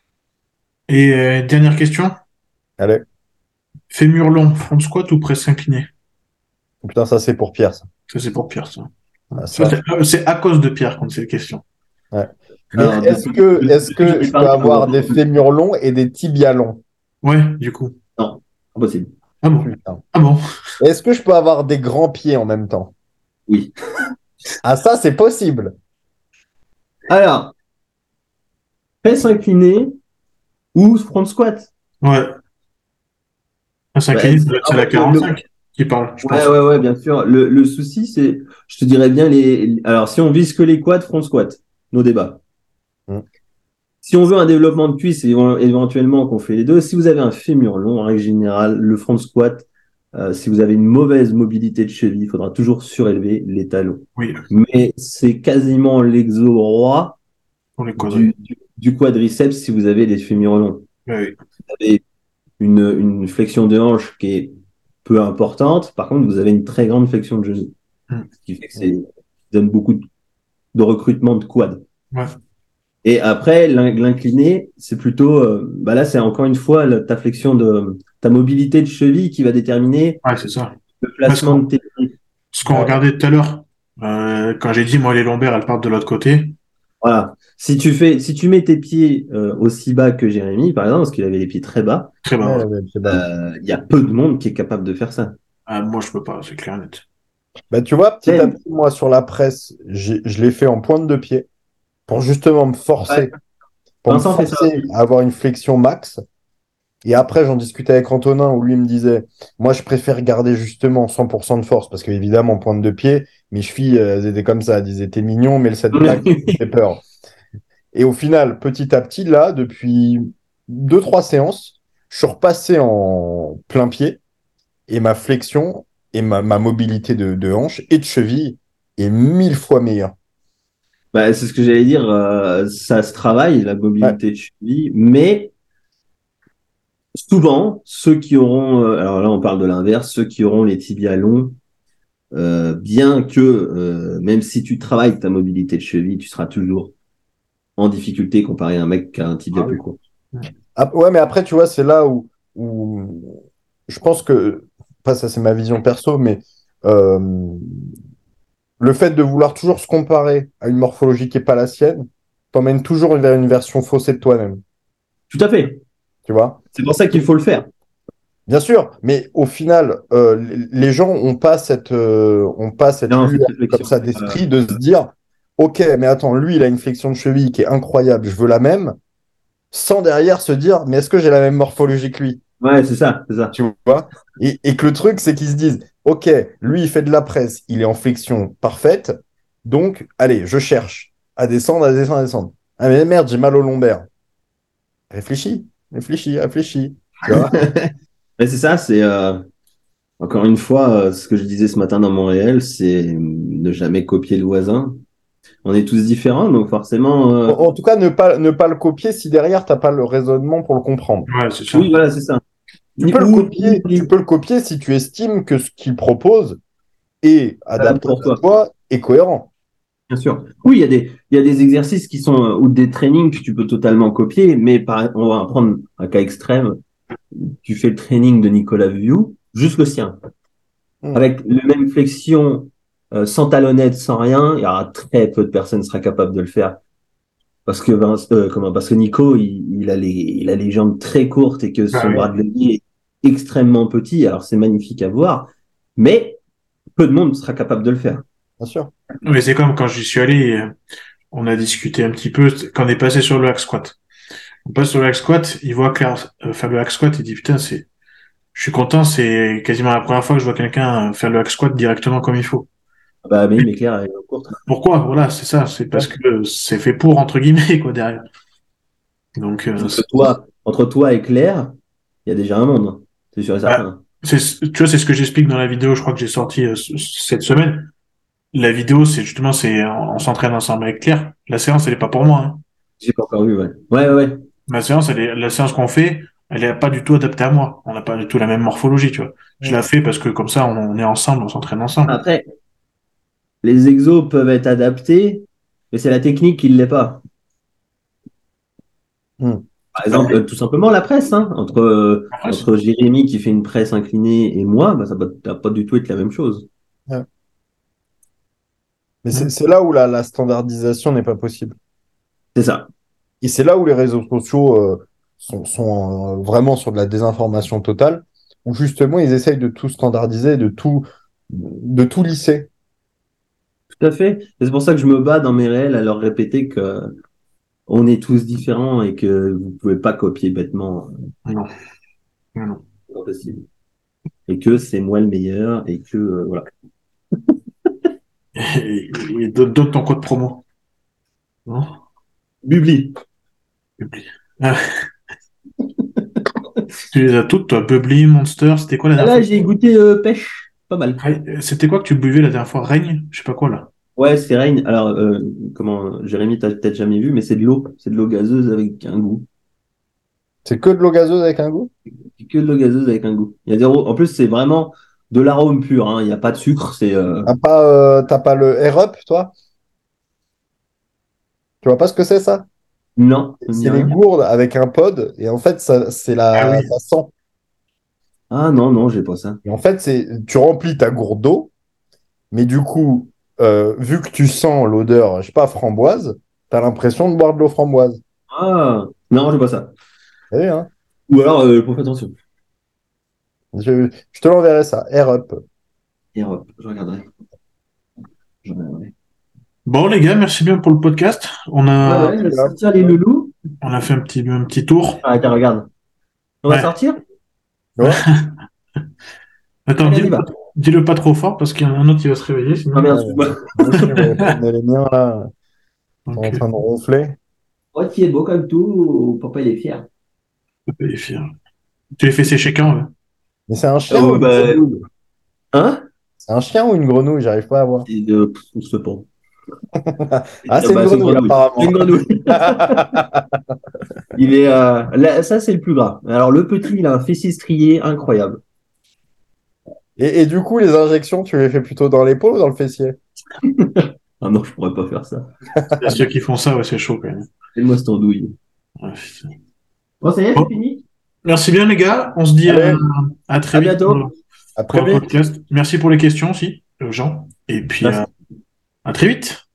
Et euh, dernière question. Allez. Fémur long, front squat ou presse inclinée? Putain, ça c'est pour Pierre, ça. Ça, c'est pour Pierre, ça. Ah, Ça, ça. c'est euh, c'est à cause de Pierre qu'on cette question. Ouais. Mais Alors, est-ce depuis, que, depuis est-ce que que j'en ai je peux parlé à avoir des Laurent, fémurs longs et des tibias longs? Ouais, du coup. non, impossible. Ah bon? Putain. Ah bon? Est-ce que je peux avoir des grands pieds en même temps? Oui. Ah, ça c'est possible. Alors, presse inclinée ou front squat. Ouais. Presse Bah, inclinée, c'est- c'est la en c'est la fait, le, le- quarante-cinq qui parle, je ouais, pense. ouais, ouais, bien sûr. Le, le souci, c'est, je te dirais bien les. Alors, si on vise que les quads, front squat, nos débats. Hmm. Si on veut un développement de cuisse et éventuellement qu'on fait les deux, si vous avez un fémur long, en règle générale, le front squat, euh, si vous avez une mauvaise mobilité de cheville, il faudra toujours surélever les talons. Oui, Mais c'est quasiment l'exo roi pour les quadrilles. du, du, du quadriceps si vous avez des fémurs longs. Ouais, oui. Vous avez une, une flexion de hanche qui est peu importante, par contre, vous avez une très grande flexion de genou, Hmm. ce qui fait que c'est, ça donne beaucoup de, de recrutement de quad. Ouais. Et après, l'in- l'incliné, c'est plutôt, euh, bah là, c'est encore une fois la- ta flexion de ta mobilité de cheville qui va déterminer Ouais, c'est ça. le Parce placement de qu'on tes pieds. ce qu'on Ouais. regardait tout à l'heure, euh, quand j'ai dit, moi, les lombaires, elles partent de l'autre côté. Voilà. Si tu fais, si tu mets tes pieds euh, aussi bas que Jérémy, par exemple, parce qu'il avait les pieds très bas, Très bas. Ouais, Ouais. ouais, c'est bon. euh, il y a peu de monde qui est capable de faire ça. Ah, moi, je peux pas, c'est clair et net. Bah, tu vois, petit à Même. petit, moi sur la presse, j'ai- je l'ai fait en pointe de pied pour justement me Ouais. forcer, pour me Vincent fait ça forcer aussi. à avoir une flexion max. Et après, j'en discutais avec Antonin où lui me disait, moi, je préfère garder justement cent pour cent de force parce qu'évidemment, pointe de pied, mes chevilles, euh, elles étaient comme ça. Elles disaient, t'es mignon, mais le set plaque, ça me fait peur. Et au final, petit à petit, là, depuis deux, trois séances, je suis repassé en plein pied et ma flexion et ma, ma mobilité de, de hanche et de cheville est mille fois meilleure. Bah, c'est ce que j'allais dire. euh, ça se travaille, la Ouais, mobilité de cheville, mais souvent, ceux qui auront, euh, alors là, on parle de l'inverse, ceux qui auront les tibias longs, euh, bien que, euh, même si tu travailles ta mobilité de cheville, tu seras toujours en difficulté comparé à un mec qui a un tibia Ah plus oui. court. Ah, ouais, mais après, tu vois, c'est là où, où je pense que, pas ça, c'est ma vision perso, mais euh, le fait de vouloir toujours se comparer à une morphologie qui n'est pas la sienne t'emmène toujours vers une version faussée de toi-même. Tout à fait. Tu vois? C'est pour ça qu'il faut le faire. Bien sûr, mais au final, euh, les les gens n'ont pas cette, euh, ont pas cette Non, cette lueur réflexion. comme ça d'esprit de se dire, OK, mais attends, lui, il a une flexion de cheville qui est incroyable, je veux la même, sans derrière se dire, mais est-ce que j'ai la même morphologie que lui? Ouais, c'est ça, c'est ça. Tu vois? Et, et que le truc, c'est qu'ils se disent, OK, lui, il fait de la presse, il est en flexion parfaite, donc, allez, je cherche à descendre, à descendre, à descendre. Ah, mais merde, j'ai mal au lombaire. Réfléchis, réfléchis, réfléchis. Tu vois? Mais c'est ça, c'est euh, encore une fois euh, ce que je disais ce matin dans mon réel, c'est euh, ne jamais copier le voisin. On est tous différents, donc forcément. euh, En en tout cas, ne pas, ne pas le copier si derrière, tu n'as pas le raisonnement pour le comprendre. Ouais, c'est ça. Oui, voilà, c'est ça. Tu peux, le Ou- copier, ou- tu peux le copier si tu estimes que ce qu'il propose est adapté pour à toi. toi et cohérent. Bien sûr. Oui, il y a des, il y a des exercices qui sont, euh, ou des trainings que tu peux totalement copier, mais par, on va prendre un cas extrême. Tu fais le training de Nicolas Vieux, juste le sien. Hmm. Avec le même flexion, euh, sans talonnette, sans rien, il y aura très peu de personnes qui sera capable de le faire. Parce que, Vince- euh, comment, parce que Nico, il, il a les, il a les jambes très courtes et que Bah son oui. bras de levier est extrêmement petit. Alors, c'est magnifique à voir, mais peu de monde sera capable de le faire. Bien sûr. Mais c'est comme quand j'y suis allé, euh, on a discuté un petit peu, quand on est passé sur le hack squat. On passe sur le hack squat, il voit Claire euh, faire le hack squat, il dit putain, c'est, je suis content, c'est quasiment la première fois que je vois quelqu'un euh, faire le hack squat directement comme il faut. Bah, mais, mais Claire, elle est courte. Pourquoi? Voilà, c'est ça, c'est parce que euh, c'est fait pour, entre guillemets, quoi, derrière. Donc, euh, Entre c'est, toi, entre toi et Claire, il y a déjà un monde. Hein. C'est sûr et bah, certain. c'est- tu vois, c'est ce que j'explique dans la vidéo, je crois que j'ai sorti euh, ce- cette semaine. La vidéo, c'est justement, c'est, on, on s'entraîne ensemble avec Claire. La séance, elle est pas pour moi, hein. J'ai pas encore vu, ouais. Ouais, ouais, ouais. Ma séance, elle est, la séance qu'on fait, elle est pas du tout adaptée à moi. On n'a pas du tout la même morphologie, tu vois. Je Hmm. la fais parce que comme ça, on, on est ensemble, on s'entraîne ensemble. Après, les exos peuvent être adaptés, mais c'est la technique qui ne l'est pas. Hmm. Par exemple, euh, tout simplement la presse, hein. Entre, euh, Après, c'est- entre Jérémy qui fait une presse inclinée et moi, bah, ça va va pas du tout être la même chose. Ouais. Mais Hmm. c'est c'est là où la, la standardisation n'est pas possible. C'est ça. Et c'est là où les réseaux sociaux euh, sont, sont euh, vraiment sur de la désinformation totale, où justement ils essayent de tout standardiser, de tout, de tout lisser. Tout à fait. Et c'est pour ça que je me bats dans mes réels à leur répéter que on est tous différents et que vous pouvez pas copier bêtement. non. Non. C'est pas possible. Et que c'est moi le meilleur et que, euh, voilà. Et, et donne donne ton code promo. Non? Bubli. Oublie. Ah, tu les as toutes, toi. Bubbly, Monster, c'était quoi la Ah, dernière là, fois? j'ai goûté euh, pêche. Pas mal. Re- C'était quoi que tu buvais la dernière fois? Règne? Je sais pas quoi, là. Ouais, c'est Reign. Alors, euh, comment, Jérémy, t'as peut-être jamais vu, mais c'est de l'eau. C'est de l'eau gazeuse avec un goût. C'est que de l'eau gazeuse avec un goût? C'est que de l'eau gazeuse avec un goût. Il y a zéro. En plus, c'est vraiment de l'arôme pur. Hein. Il n'y a pas de sucre. C'est. euh, T'as pas, euh, t'as pas le Air Up, toi? Tu vois pas ce que c'est ça? Non, ça me dit C'est les rien. gourdes avec un pod, et en fait, ça, c'est Ah la, oui. ça sent. Ah non, non, j'ai pas ça. Et en fait, c'est, tu remplis ta gourde d'eau, mais du coup, euh, vu que tu sens l'odeur, je sais pas, framboise, t'as l'impression de boire de l'eau framboise. Ah non, j'ai pas ça. Vous savez, hein? Ou alors, euh, pour faire attention. Je, je te l'enverrai ça, Air Up. Et hop, je regarderai. Je regarderai. Bon, les gars, merci bien pour le podcast. On Ouais, a, ouais, je vais voilà. sortir les loulous. on a fait un petit, un petit tour. Ah, tiens, regarde. On va Ouais. sortir? Tu vois? Attends, Allez, on y dis-le va. pas, dis-le pas trop fort parce qu'il y en a un autre qui va se réveiller, sinon. Ah merde, Ouais, excuse-moi. moi aussi, je vais promener les miens, là. Ils sont en Donc, train de ronfler. Oh, tu es beau comme tout. Papa, il est fier. euh, il est fier. Tu les fais sécher quand, ouais? Mais c'est un chien Oh, ou une bah, grenouille? hein? C'est un chien ou une grenouille? J'arrive pas à voir. C'est de. Pff, on se pend. Ah, c'est une Bah, c'est une grenouille, grenouille. C'est une apparemment. grenouille. Il est, euh, là, ça, c'est le plus gras. Alors, le petit, il a un fessier strié incroyable. Et, et du coup, les injections, tu les fais plutôt dans l'épaule ou dans le fessier? Ah non, je pourrais pas faire ça. Il y a ceux qui font ça, ouais, c'est chaud quand même. Fais-moi cette andouille. Ouais, putain. Bon, ça y est, Bon. c'est fini? Merci bien, les gars. On se dit Allez, à, à très à vite bientôt. pour le, à pour très le vite. podcast. Merci pour les questions aussi, euh, Jean. Et puis, Merci. euh, À très vite.